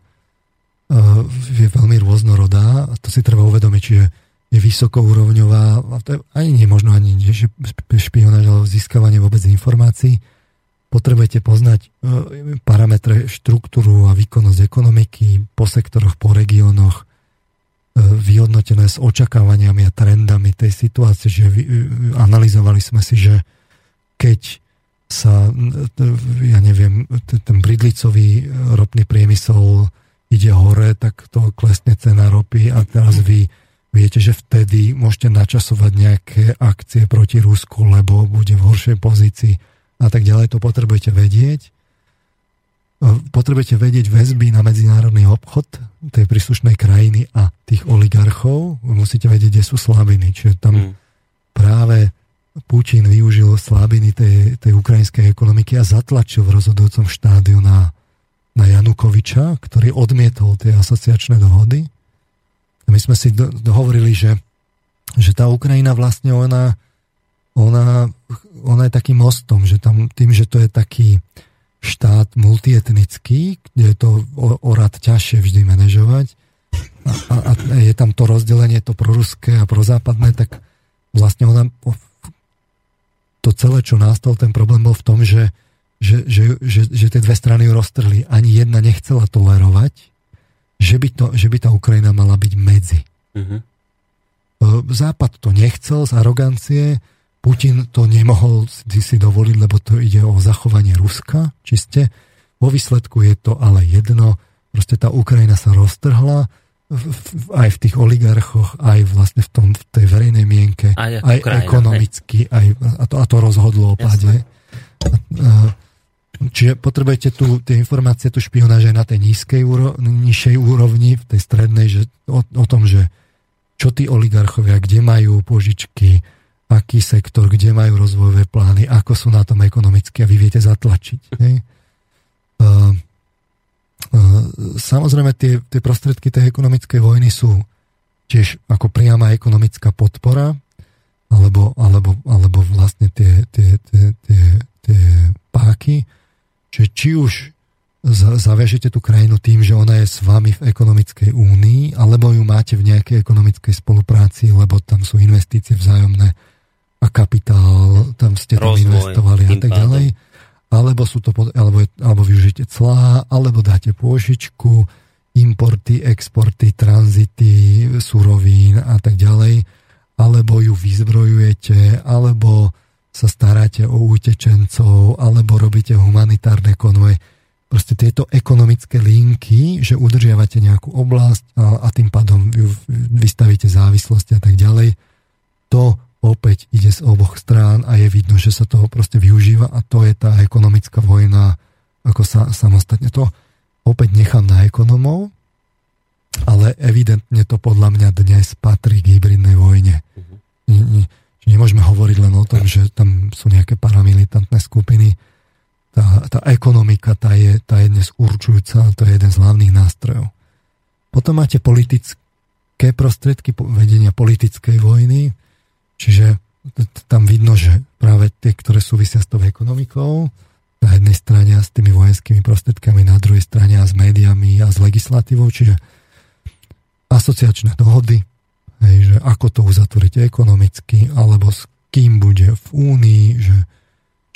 je veľmi rôznorodá a to si treba uvedomiť, čiže je vysokourovňová, a to je ani nie možno ani nie, že špionáž, ale získavanie vôbec informácií. Potrebujete poznať uh, parametre, štruktúru a výkonnosť ekonomiky po sektoroch, po regiónoch, uh, vyhodnotené s očakávaniami a trendami tej situácie, že vy, uh, analyzovali sme si, že keď sa, ja neviem, ten bridlicový ropný priemysel ide hore, tak to klesne cena ropy a teraz vy viete, že vtedy môžete načasovať nejaké akcie proti Rusku, lebo bude v horšej pozícii a tak ďalej. To potrebujete vedieť. Potrebujete vedieť väzby na medzinárodný obchod tej príslušnej krajiny a tých oligarchov. Musíte vedieť, kde sú slabiny. Čiže tam mm. práve Putin využil slabiny tej, tej ukrajinskej ekonomiky a zatlačil v rozhodujúcom štádiu na, na Janukoviča, ktorý odmietol tie asociačné dohody. A my sme si do, dohovorili, že, že tá Ukrajina vlastne ona, ona, ona je takým mostom, že tam tým, že to je taký štát multietnický, kde je to o, o rad ťažšie vždy manažovať a, a, a je tam to rozdelenie, to proruské a prozápadné, tak vlastne ona to celé, čo nastal, ten problém bol v tom, že, že, že, že, že tie dve strany ju roztrhli. Ani jedna nechcela tolerovať, že by, to, že by tá Ukrajina mala byť medzi. Uh-huh. Západ to nechcel z arogancie, Putin to nemohol si, si dovoliť, lebo to ide o zachovanie Ruska, čiste. Vo výsledku je to ale jedno, proste tá Ukrajina sa roztrhla, aj v tých oligarchoch, aj vlastne v, tom, v tej verejnej mienke, aj, aj Ukrajina, ekonomicky, aj, a, to, a to rozhodlo o páde. Čiže potrebujete tu tie informácie, tu špionáž aj na tej nízkej úro, nižšej úrovni, v tej strednej, že o, o tom, že čo tí oligarchovia, kde majú požičky, aký sektor, kde majú rozvojové plány, ako sú na tom ekonomicky a vy viete zatlačiť. Hej? Uh, Samozrejme, tie, tie prostriedky tej ekonomickej vojny sú tiež ako priama ekonomická podpora, alebo, alebo, alebo vlastne tie, tie, tie, tie, tie páky. Čiže či už zaviažete tú krajinu tým, že ona je s vami v ekonomickej únii, alebo ju máte v nejakej ekonomickej spolupráci, lebo tam sú investície vzájomné a kapitál, tam ste tam rozvoj, investovali a tak ďalej. Alebo, sú to, alebo, alebo využite clá, alebo dáte pôžičku, importy, exporty, tranzity, surovín a tak ďalej, alebo ju vyzbrojujete, alebo sa staráte o utečencov, alebo robíte humanitárne konvoje. Proste tieto ekonomické linky, že udržiavate nejakú oblasť a, a tým pádom ju vystavíte závislosti a tak ďalej, to opäť ide z oboch strán a je vidno, že sa toho proste využíva a to je tá ekonomická vojna ako sa samostatne. To opäť nechám na ekonomov, ale evidentne to podľa mňa dnes patrí k hybridnej vojne. Uh-huh. Nemôžeme hovoriť len o tom, že tam sú nejaké paramilitantné skupiny. Tá, tá ekonomika, tá je, tá je dnes určujúca, to je jeden z hlavných nástrojov. Potom máte politické prostriedky vedenia politickej vojny. Čiže tam vidno, že práve tie, ktoré súvisia s tou ekonomikou, na jednej strane a s tými vojenskými prostriedkami, na druhej strane a s médiami a s legislatívou, čiže asociačné dohody, hej, že ako to uzatvoriť ekonomicky, alebo s kým bude v únii, že či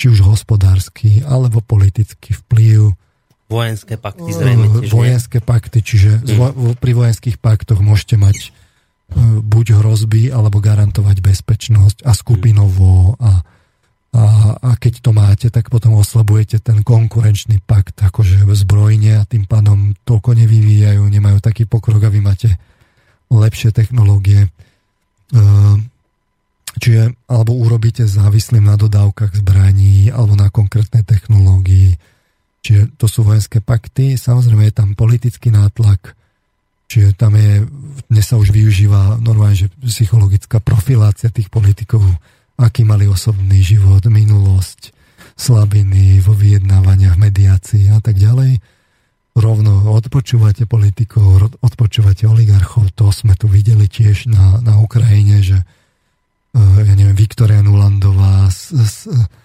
či už hospodársky, alebo politický vplyv. Vojenské pakty zrejme tiež. Vojenské pakty, čiže mm. pri vojenských paktoch môžete mať buď hrozby, alebo garantovať bezpečnosť a skupinovo a, a, a keď to máte, tak potom oslabujete ten konkurenčný pakt akože zbrojne a tým pádom toľko nevyvíjajú, nemajú taký pokrok a vy máte lepšie technológie. Čiže alebo urobíte závislým na dodávkach zbraní alebo na konkrétnej technológii. Čiže to sú vojenské pakty. Samozrejme je tam politický nátlak. Čiže tam je, dnes sa už využíva normálne, že psychologická profilácia tých politikov, aký mali osobný život, minulosť, slabiny vo vyjednávaniach, mediácii a tak ďalej. Rovno odpočúvate politikov, odpočúvate oligarchov. To sme tu videli tiež na, na Ukrajine, že ja neviem, Viktoria Nulandová s, s,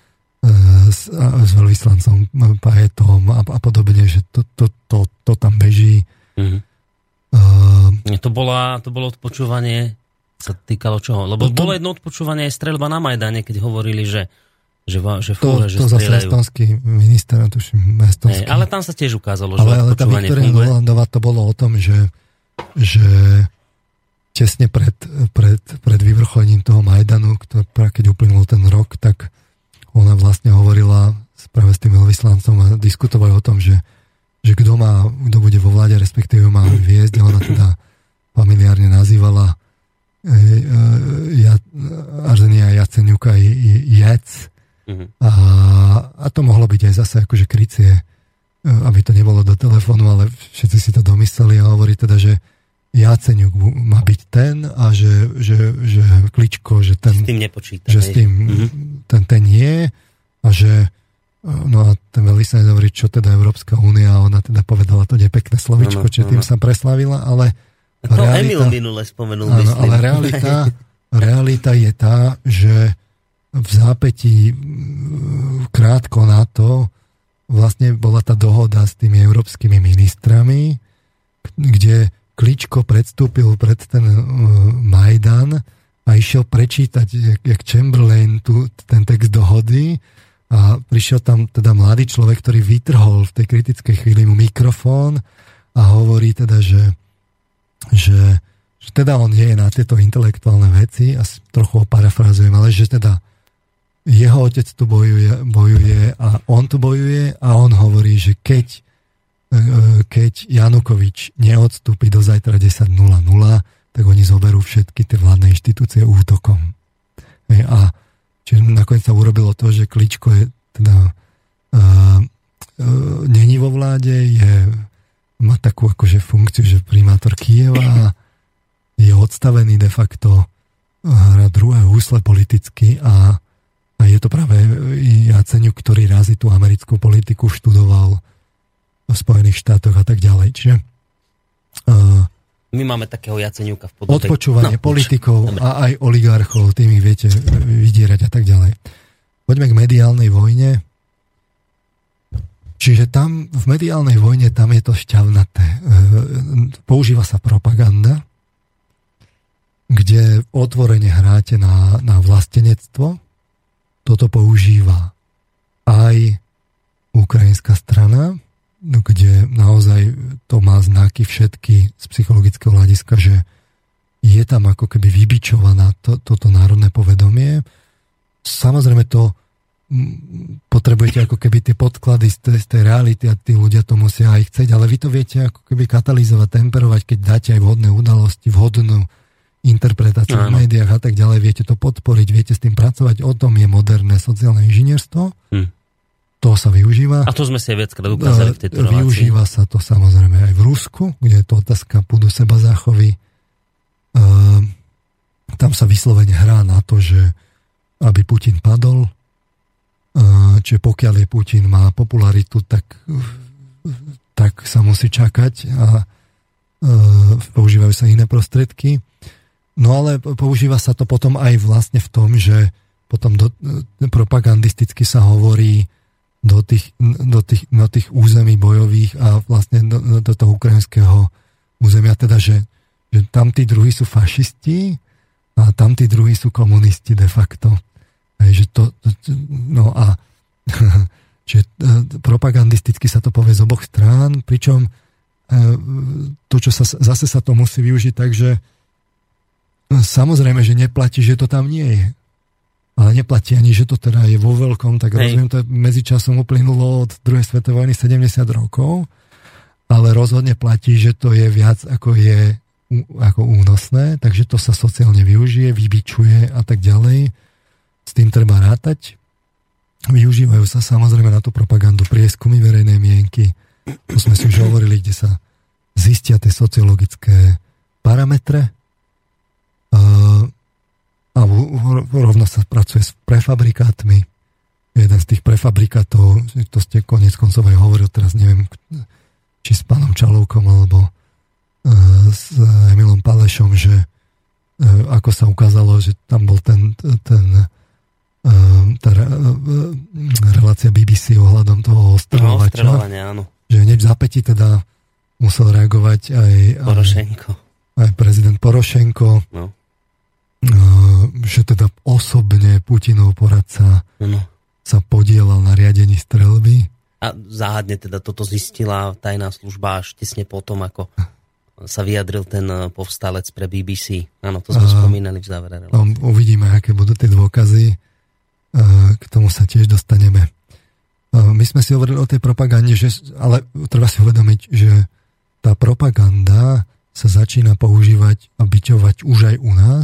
s, s veľvyslancom Paetom a, a podobne, že to, to, to, to tam beží. Mm-hmm. Uh, to, bola, to bolo odpočúvanie, sa týkalo čoho? Lebo to, bolo jedno odpočúvanie aj streľba na Majdane, keď hovorili, že že, že fúre, to, že to zase estonský minister, tuším, estonský. Ale tam sa tiež ukázalo, že ale, ale tá Viktoria Nulandová to bolo o tom, že, že tesne pred, pred, pred vyvrcholením toho Majdanu, keď uplynul ten rok, tak ona vlastne hovorila práve s tým veľvyslancom a diskutovali o tom, že, že kto má, kto bude vo vláde, respektíve má viesť, a ona teda familiárne nazývala e, e, ja, Arzenia Jaceňuka Jec. Mm-hmm. A, a to mohlo byť aj zase akože krycie, aby to nebolo do telefónu, ale všetci si to domysleli a hovorí teda, že Jaceňuk má byť ten a že, že, že Kličko, že ten... S tým nepočíta. Že s tým mm-hmm. ten, ten je a že no a ten veľvyslanec hovorí, čo teda Európska únia a ona teda povedala to nepekné slovičko, no, no, čiže tým no. sa preslavila, ale to realita, Emil minule spomenul, áno, myslím. Ale realita, realita je tá, že v zápätí krátko na to vlastne bola tá dohoda s tými európskymi ministrami, kde Kličko predstúpil pred ten uh, Majdan a išiel prečítať, jak, jak Chamberlain, tu, ten text dohody a prišiel tam teda mladý človek, ktorý vytrhol v tej kritickej chvíli mu mikrofón a hovorí teda, že, že, že teda on je na tieto intelektuálne veci a trochu ho parafrazujem, ale že teda jeho otec tu bojuje, bojuje a on tu bojuje a on hovorí, že keď keď Janukovič neodstúpi do zajtra desať nula nula, tak oni zoberú všetky tie vládne inštitúcie útokom. A čiže nakoniec sa urobilo to, že Kličko je teda uh, uh, není vo vláde, je, má takú akože funkciu, že primátor Kyjeva je odstavený de facto, hrá druhé husle politicky a, a je to práve Jaceňuk, ktorý razí tú americkú politiku, študoval v Spojených štátoch a tak ďalej. Čiže uh, my máme takého Jaceňuka v podobe. Odpočúvanie no, politikov dobre. A aj oligarchov, tým ich viete vydierať a tak ďalej. Poďme k mediálnej vojne. Čiže tam v mediálnej vojne tam je to šťavnaté. Uh, používa sa propaganda, kde otvorene hráte na, na vlastenectvo. Toto používa aj ukrajinská strana, kde naozaj to má znaky všetky z psychologického hľadiska, že je tam ako keby vybičovaná to, toto národné povedomie. Samozrejme to potrebujete ako keby tie podklady z tej, z tej reality a tí ľudia to musia aj chcieť, ale vy to viete ako keby katalizovať, temperovať, keď dáte aj vhodné udalosti, vhodnú interpretáciu v médiách a tak ďalej, viete to podporiť, viete s tým pracovať, o tom je moderné sociálne inžinierstvo. Hm. To sa využíva. A to sme si viackrát ukázali v tejto relácii. Využíva sa to samozrejme aj v Rusku, kde je to otázka púdu seba záchovy. Uh, tam sa vyslovene hrá na to, že aby Putin padol, uh, čiže pokiaľ je Putin má popularitu, tak, tak sa musí čakať a uh, používajú sa iné prostriedky. No ale používa sa to potom aj vlastne v tom, že potom do, propagandisticky sa hovorí do tých, do tých, do tých území bojových a vlastne do, do toho ukrajinského územia, teda, že, že tam tí druhí sú fašisti a tam tí druhí sú komunisti de facto. Hej, že to, to, no a propagandisticky sa to povie z oboch strán, pričom to, čo sa, zase sa to musí využiť tak, že samozrejme, že neplatí, že to tam nie je. Ale neplatí ani, že to teda je vo veľkom, tak Hej. rozumiem, to medzičasom uplynulo od druhej svetovej vojny sedemdesiat rokov, ale rozhodne platí, že to je viac ako je ako únosné, takže to sa sociálne využije, vybičuje a tak ďalej. S tým treba rátať. Využívajú sa samozrejme na tú propagandu prieskumy verejnej mienky. To sme si už hovorili, kde sa zistia tie sociologické parametre. A rovno sa pracuje s prefabrikátmi. Jeden z tých prefabrikátov, to ste koniec koncov aj hovoril, teraz neviem, či s pánom Čalovkom alebo s Emilom Palešom, že ako sa ukázalo, že tam bol ten, ten tá relácia bé bé cé ohľadom toho ostreľovača. No, áno. Že hneď v zápäti teda musel reagovať aj, Porošenko. aj, aj prezident Porošenko, no. Že teda osobne Putinov poradca no. sa podielal na riadení streľby. A záhadne teda toto zistila tajná služba až tesne potom, ako sa vyjadril ten povstalec pre bé bé cé. Áno, to sme a, spomínali v závere. No, uvidíme, aké budú tie dôkazy. K tomu sa tiež dostaneme. My sme si hovorili o tej propagande, že, ale treba si uvedomiť, že tá propaganda sa začína používať a byťovať už aj u nás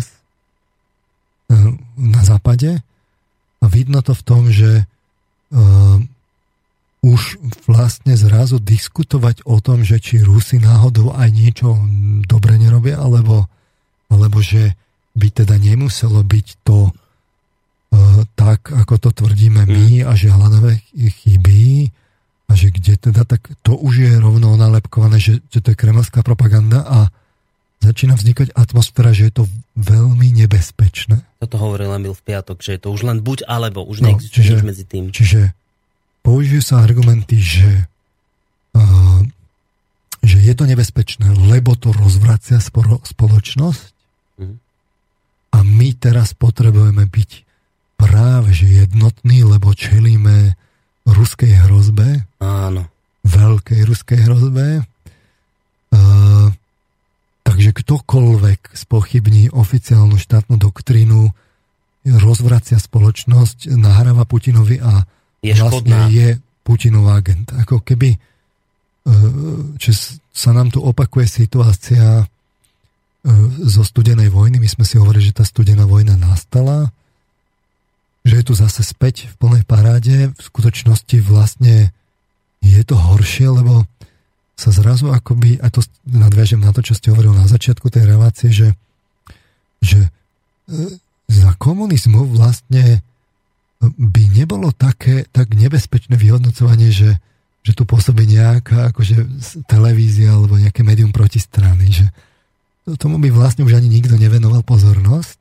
na západe a vidno to v tom, že uh, už vlastne zrazu diskutovať o tom, že či Rusi náhodou aj niečo dobre nerobia, alebo, alebo že by teda nemuselo byť to tak, ako to tvrdíme my a že hľadavé chyby a že kde teda, tak to už je rovno nalepkované, že, že to je kremelská propaganda a začína vznikať atmosféra, že je to veľmi nebezpečné. Toto hovoril Emil v piatok, že je to už len buď alebo, už neexistuje no, nič medzi tým. Čiže použijú sa argumenty, že, uh, že je to nebezpečné, lebo to rozvracia sporo, spoločnosť mm. a my teraz potrebujeme byť práve že jednotný, lebo čelíme ruskej hrozbe. Áno. Veľkej ruskej hrozbe. Uh, takže ktokoľvek spochybní oficiálnu štátnu doktrínu, rozvracia spoločnosť, nahráva Putinovi a je vlastne škodná. Je Putinov agent. Ako keby uh, že sa nám tu opakuje situácia uh, zo studenej vojny. My sme si hovorili, že tá studená vojna nastala, že je tu zase späť v plnej paráde. V skutočnosti vlastne je to horšie, lebo sa zrazu akoby, a to nadviažem na to, čo ste hovoril na začiatku tej relácie, že, že za komunizmu vlastne by nebolo také tak nebezpečné vyhodnocovanie, že, že tu pôsobí nejaká akože televízia alebo nejaké médium protistrany, že tomu by vlastne už ani nikto nevenoval pozornosť.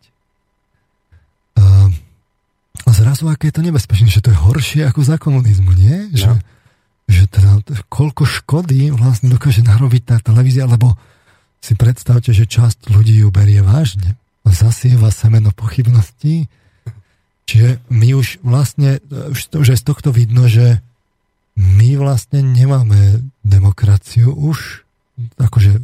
A A zrazu, aké je to nebezpečné, že to je horšie ako za komunizmu, nie? Že, no. že teda, koľko škody vlastne dokáže narobiť tá televízia, lebo si predstavte, že časť ľudí ju berie vážne. Zasieva semeno pochybností. Čiže my už vlastne, už, už aj z tohto vidno, že my vlastne nemáme demokraciu už. Akože,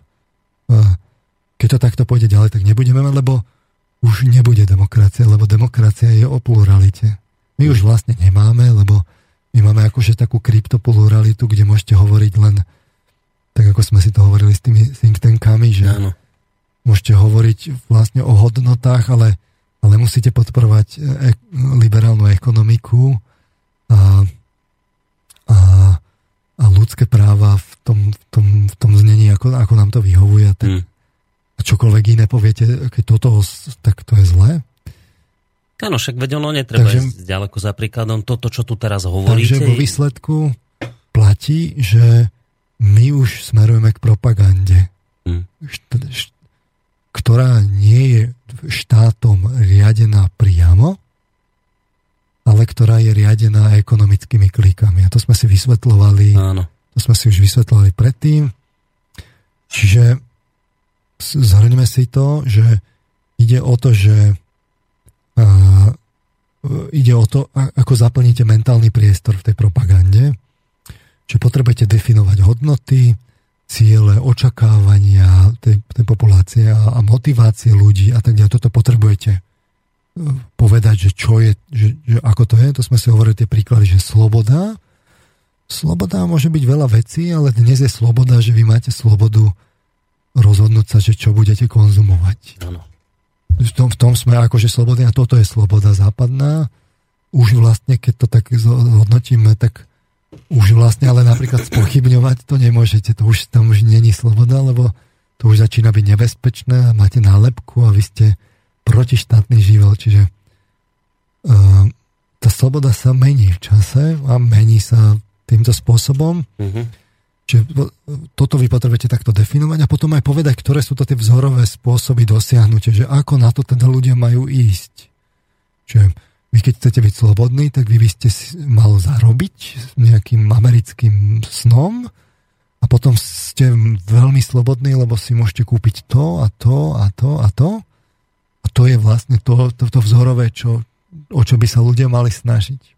keď to takto pôjde ďalej, tak nebudeme mať, lebo už nebude demokracia, lebo demokracia je o pluralite. My už vlastne nemáme, lebo my máme akože takú kryptopluralitu, kde môžete hovoriť len, tak ako sme si to hovorili s tými think tankami, že áno. Môžete hovoriť vlastne o hodnotách, ale, ale musíte podporovať e- liberálnu ekonomiku a, a, a ľudské práva v tom, v tom, v tom znení, ako, ako nám to vyhovuje. Tak hmm. čokoľvek iné poviete, keď toto, tak to je zlé. Áno, však veď ono netreba takže, ísť ďaleko za príkladom. Toto, čo tu teraz hovoríte... Takže vo výsledku platí, že my už smerujeme k propagande, hmm. št- št- ktorá nie je štátom riadená priamo, ale ktorá je riadená ekonomickými klikami. A to sme si vysvetľovali. Áno. To sme si už vysvetľovali predtým. Čiže zhrňme si to, že ide o to, že ide o to, ako zaplníte mentálny priestor v tej propagande. Čiže potrebujete definovať hodnoty, ciele, očakávania tej, tej populácie a motivácie ľudí a tak ďalej. Toto potrebujete povedať, že čo je, že, že ako to je. To sme si hovorili tie príklady, že sloboda. Sloboda môže byť veľa vecí, ale dnes je sloboda, že vy máte slobodu rozhodnúť sa, že čo budete konzumovať. Áno. V tom, v tom sme akože slobodní a toto je sloboda západná. Už vlastne, keď to tak hodnotíme, tak už vlastne, ale napríklad spochybňovať to nemôžete. To už tam už není sloboda, lebo to už začína byť nebezpečné a máte nálepku a vy ste protištátny živel. Čiže uh, tá sloboda sa mení v čase a mení sa týmto spôsobom. Mm-hmm. Čiže toto vy potrebujete takto definovať a potom aj povedať, ktoré sú to tie vzorové spôsoby dosiahnutia, že ako na to teda ľudia majú ísť. Čiže vy keď chcete byť slobodní, tak vy by ste mal zarobiť s nejakým americkým snom a potom ste veľmi slobodní, lebo si môžete kúpiť to a to a to a to. A to je vlastne to, to, to vzorové, čo, o čo by sa ľudia mali snažiť.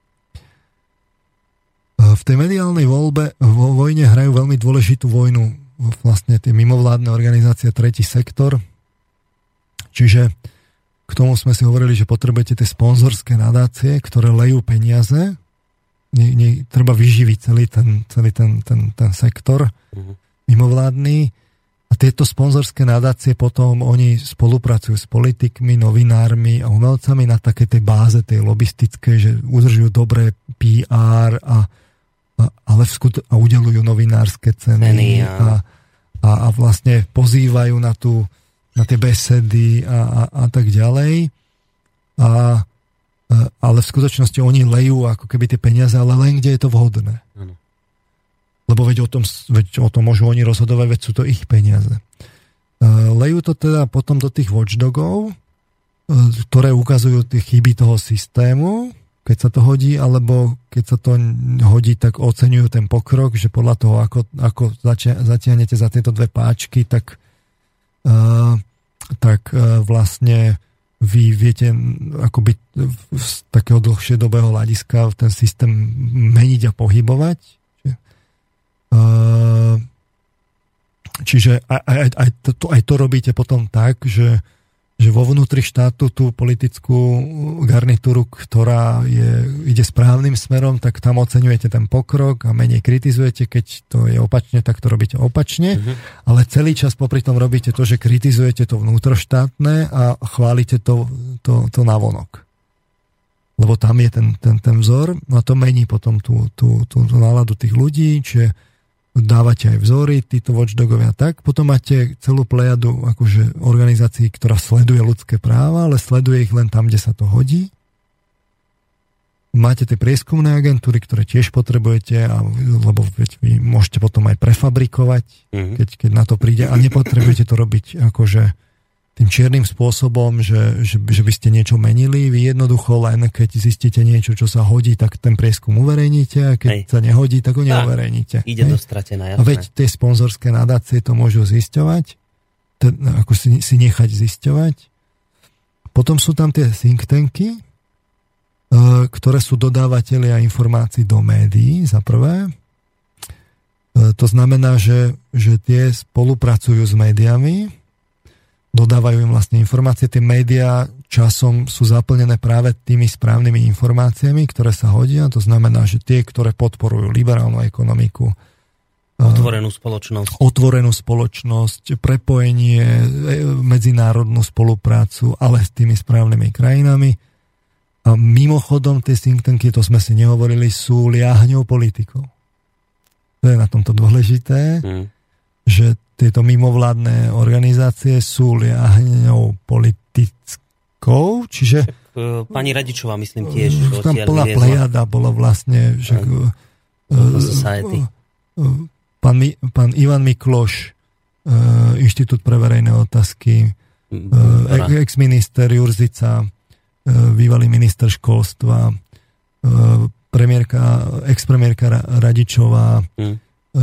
V tej mediálnej voľbe, vo vojne hrajú veľmi dôležitú vojnu vlastne tie mimovládne organizácie, tretí sektor. Čiže k tomu sme si hovorili, že potrebujete tie sponzorské nadácie, ktoré lejú peniaze. Nie, nie, treba vyživiť celý ten, celý ten, ten, ten sektor uh-huh. mimovládny. A tieto sponzorské nadácie potom oni spolupracujú s politikmi, novinármi a umelcami na takej tej báze, tej lobistickej, že udržujú dobré pé er a ale v skut- a udelujú novinárske ceny, ceny a, a, a vlastne pozývajú na, tú, na tie besedy a, a, a tak ďalej. A, a, ale v skutočnosti oni lejú ako keby tie peniaze, ale len kde je to vhodné. Ano. Lebo veď o tom, veď o tom môžu oni rozhodovať, veď sú to ich peniaze. Uh, lejú to teda potom do tých watchdogov, uh, ktoré ukazujú tie chyby toho systému, keď sa to hodí, alebo keď sa to hodí, tak oceňujú ten pokrok, že podľa toho, ako, ako zatia- zatiahnete za tieto dve páčky, tak, uh, tak uh, vlastne vy viete akoby z takého dlhšie dobého hľadiska ten systém meniť a pohybovať. Uh, čiže aj, aj, aj, to, aj to robíte potom tak, že že vo vnútri štátu tú politickú garnitúru, ktorá je, ide správnym smerom, tak tam oceňujete ten pokrok a menej kritizujete, keď to je opačne, tak to robíte opačne, mm-hmm. ale celý čas popri tom robíte to, že kritizujete to vnútroštátne a chválite to, to, to navonok. Lebo tam je ten, ten, ten vzor, no a to mení potom tú, tú, tú, tú náladu tých ľudí, čiže dávate aj vzory, títo watchdogovia tak. Potom máte celú plejadu akože organizácií, ktorá sleduje ľudské práva, ale sleduje ich len tam, kde sa to hodí. Máte tie prieskumné agentúry, ktoré tiež potrebujete, a, lebo veď vy môžete potom aj prefabrikovať, mm-hmm. keď, keď na to príde. A nepotrebujete to robiť akože tým čiernym spôsobom, že, že, že by ste niečo menili. Vy jednoducho len, keď zistíte niečo, čo sa hodí, tak ten prieskum uverejníte, a keď Hej. sa nehodí, tak ho neuverejníte. Ide Hej. do stratená, jasné. A veď tie sponzorské nadácie to môžu zisťovať, ten, ako si, si nechať zisťovať. Potom sú tam tie think tanky, ktoré sú dodávateľia informácií do médií, za prvé. To znamená, že, že tie spolupracujú s médiami, dodávajú im vlastne informácie. Tie médiá časom sú zaplnené práve tými správnymi informáciami, ktoré sa hodia. To znamená, že tie, ktoré podporujú liberálnu ekonomiku, otvorenú spoločnosť, otvorenú spoločnosť, prepojenie, medzinárodnú spoluprácu, ale s tými správnymi krajinami. A mimochodom tie think tanky, to sme si nehovorili, sú liahňou politikov. To je na tomto dôležité, mm. že tieto mimovládne organizácie sú liahňou politickou, čiže... Pani Radičová, myslím tiež. Tam plná plejada bola vlastne... Že, Society. Pán, pán Ivan Mikloš, Inštitút pre verejné otázky, ex-minister Jurzica, bývalý minister školstva, premiérka, ex-premiérka Radičová, hmm.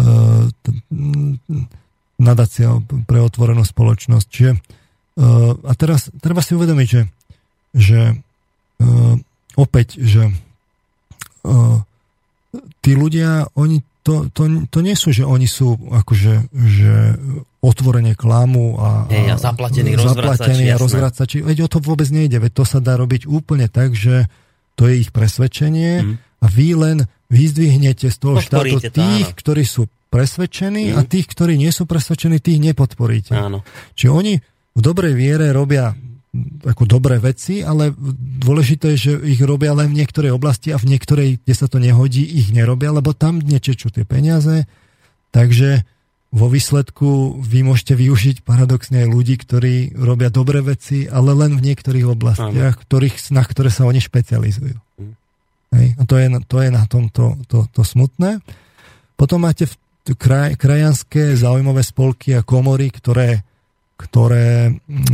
nadácia pre otvorenú spoločnosť. Čiže, a teraz treba si uvedomiť, že, že opäť, že uh, tí ľudia, oni to, to, to nie sú, že oni sú akože že otvorene klamu a, Hej, a zaplatení rozvracači. a rozvracači. Veď o to vôbec nejde, veď to sa dá robiť úplne tak, že to je ich presvedčenie mm. a vy len vyzdvihnete z toho štátu tých, to, ktorí sú presvedčení mm. a tých, ktorí nie sú presvedčení, tých nepodporíte. Áno. Čiže oni v dobrej viere robia ako dobré veci, ale dôležité je, že ich robia len v niektorej oblasti a v niektorej, kde sa to nehodí, ich nerobia, lebo tam nečečú tie peniaze. Takže vo výsledku vy môžete využiť paradoxne aj ľudí, ktorí robia dobré veci, ale len v niektorých oblastiach, ktorých, na ktoré sa oni špecializujú. Mm. Hej? A to je, to je na tom to, to, to smutné. Potom máte v kraj, krajanské záujmové spolky a komory, ktoré ktoré e,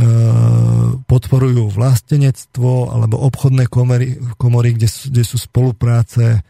podporujú vlastenectvo alebo obchodné komory, komory kde, sú, kde sú spolupráce e,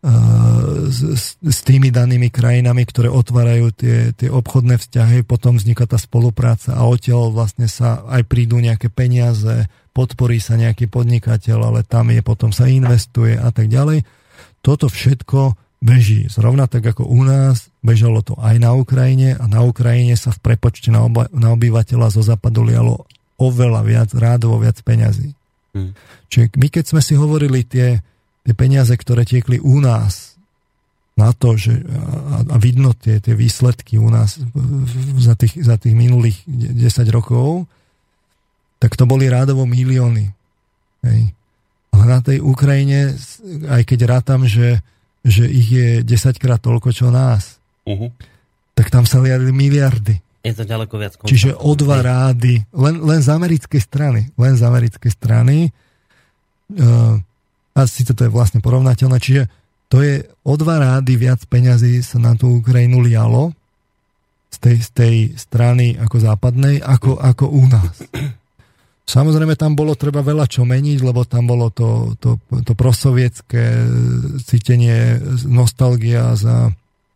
s, s tými danými krajinami, ktoré otvárajú tie, tie obchodné vzťahy, potom vzniká tá spolupráca a odtiaľ vlastne sa aj prídu nejaké peniaze, podporí sa nejaký podnikateľ, ale tam je potom sa investuje a tak ďalej. Toto všetko beží zrovna tak ako u nás, bežalo to aj na Ukrajine a na Ukrajine sa v prepočte na, oba, na obyvateľa zo západu lialo oveľa viac, rádovo viac peňazí. Hmm. Čiže my keď sme si hovorili tie, tie peniaze, ktoré tiekli u nás na to, že a, a vidno tie, tie výsledky u nás za tých, za tých minulých desať rokov, tak to boli rádovo milióny. Hej. Ale na tej Ukrajine, aj keď rátam, že že ich je desaťkrát toľko, čo nás. Uh-huh. Tak tam sa liali miliardy. Je to ďaleko viac kontaktov. Čiže o dva rády, len, len z americkej strany, len z americkej strany, uh, a síce to je vlastne porovnateľné, čiže to je o dva rády viac peňazí sa na tú Ukrajinu lialo z tej, z tej strany ako západnej, ako, ako u nás. Samozrejme, tam bolo treba veľa čo meniť, lebo tam bolo to, to, to prosovietské cítenie, nostalgia za,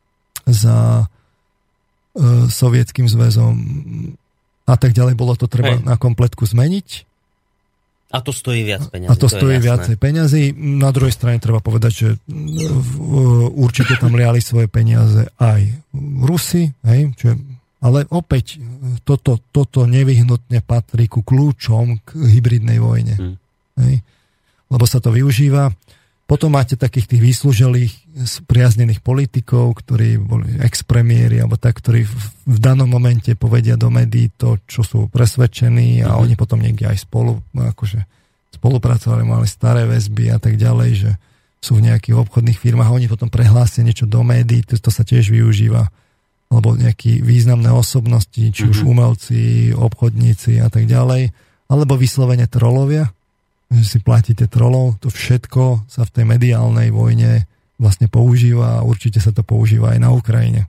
za e, sovietským zväzom a tak ďalej. Bolo to treba Hej. na kompletku zmeniť. A to stojí viac peňazí. A to, to stojí viacej peňazí. Na druhej strane treba povedať, že určite tam liali svoje peniaze aj Rusi, hej, čiže ale opäť toto, toto nevyhnutne patrí ku kľúčom k hybridnej vojne. Hmm. Hej? Lebo sa to využíva. Potom máte takých tých vyslúželých, spriaznených politikov, ktorí boli ex-premiéri, alebo tak, ktorí v, v danom momente povedia do médií to, čo sú presvedčení a hmm. oni potom niekde aj spolu, akože spolupracovali, mali staré väzby a tak ďalej, že sú v nejakých obchodných firmách a oni potom prehlásia niečo do médií, to, to sa tiež využíva. Alebo nejakí významné osobnosti, či mm-hmm. už umelci, obchodníci a tak ďalej, alebo vyslovene trolovia, že si platíte trolov, to všetko sa v tej mediálnej vojne vlastne používa a určite sa to používa aj na Ukrajine.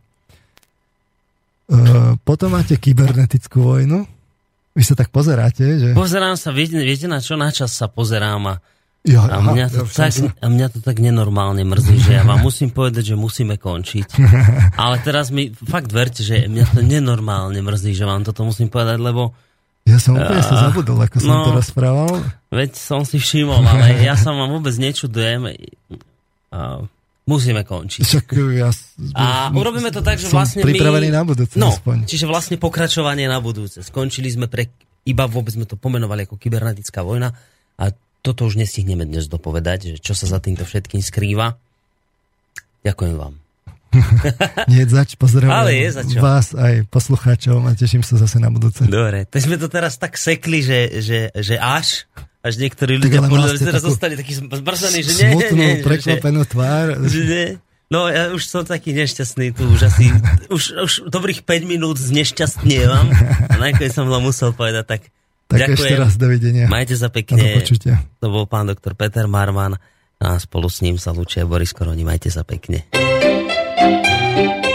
E, potom máte kybernetickú vojnu. Vy sa tak pozeráte, že... Pozerám sa, viete, viete na čo? Na čas sa pozerám a Ja, a, mňa to aha, tak, a mňa to tak nenormálne mrzí, že ja vám musím povedať, že musíme končiť. Ale teraz mi fakt verte, že mňa to nenormálne mrzí, že vám toto musím povedať, lebo... Ja som úplne uh, sa zabudol, ako som no, to rozprával. Veď som si všimol, ale ja sa vám vôbec nečudujem. Uh, musíme končiť. Však ja... A urobíme to tak, že vlastne pripravený my... na budúce. No, aspoň. Čiže vlastne pokračovanie na budúce. Skončili sme pre... Iba vôbec sme to pomenovali ako kybernetická vojna a toto už nestihneme dnes dopovedať, že čo sa za týmto všetkým skrýva. Ďakujem vám. Nie je zač, pozdravujem za vás aj poslucháčov a teším sa zase na budúce. Dobre, tak sme to teraz tak sekli, že, že, že až, až niektorí ľudia podľa, teraz zostali takí zmrzaní, že nie, smutnú, nie, prekvapenú tvár. Že nie. No ja už som taký nešťastný tu, už asi, už, už dobrých päť minút znešťastnievam a nakoniec som vám musel povedať, tak Tak ďakujem. Ešte raz dovidenia. Majte sa pekne. To bol pán doktor Peter Marman a spolu s ním sa lúčia Boris Koroni. Majte sa pekne.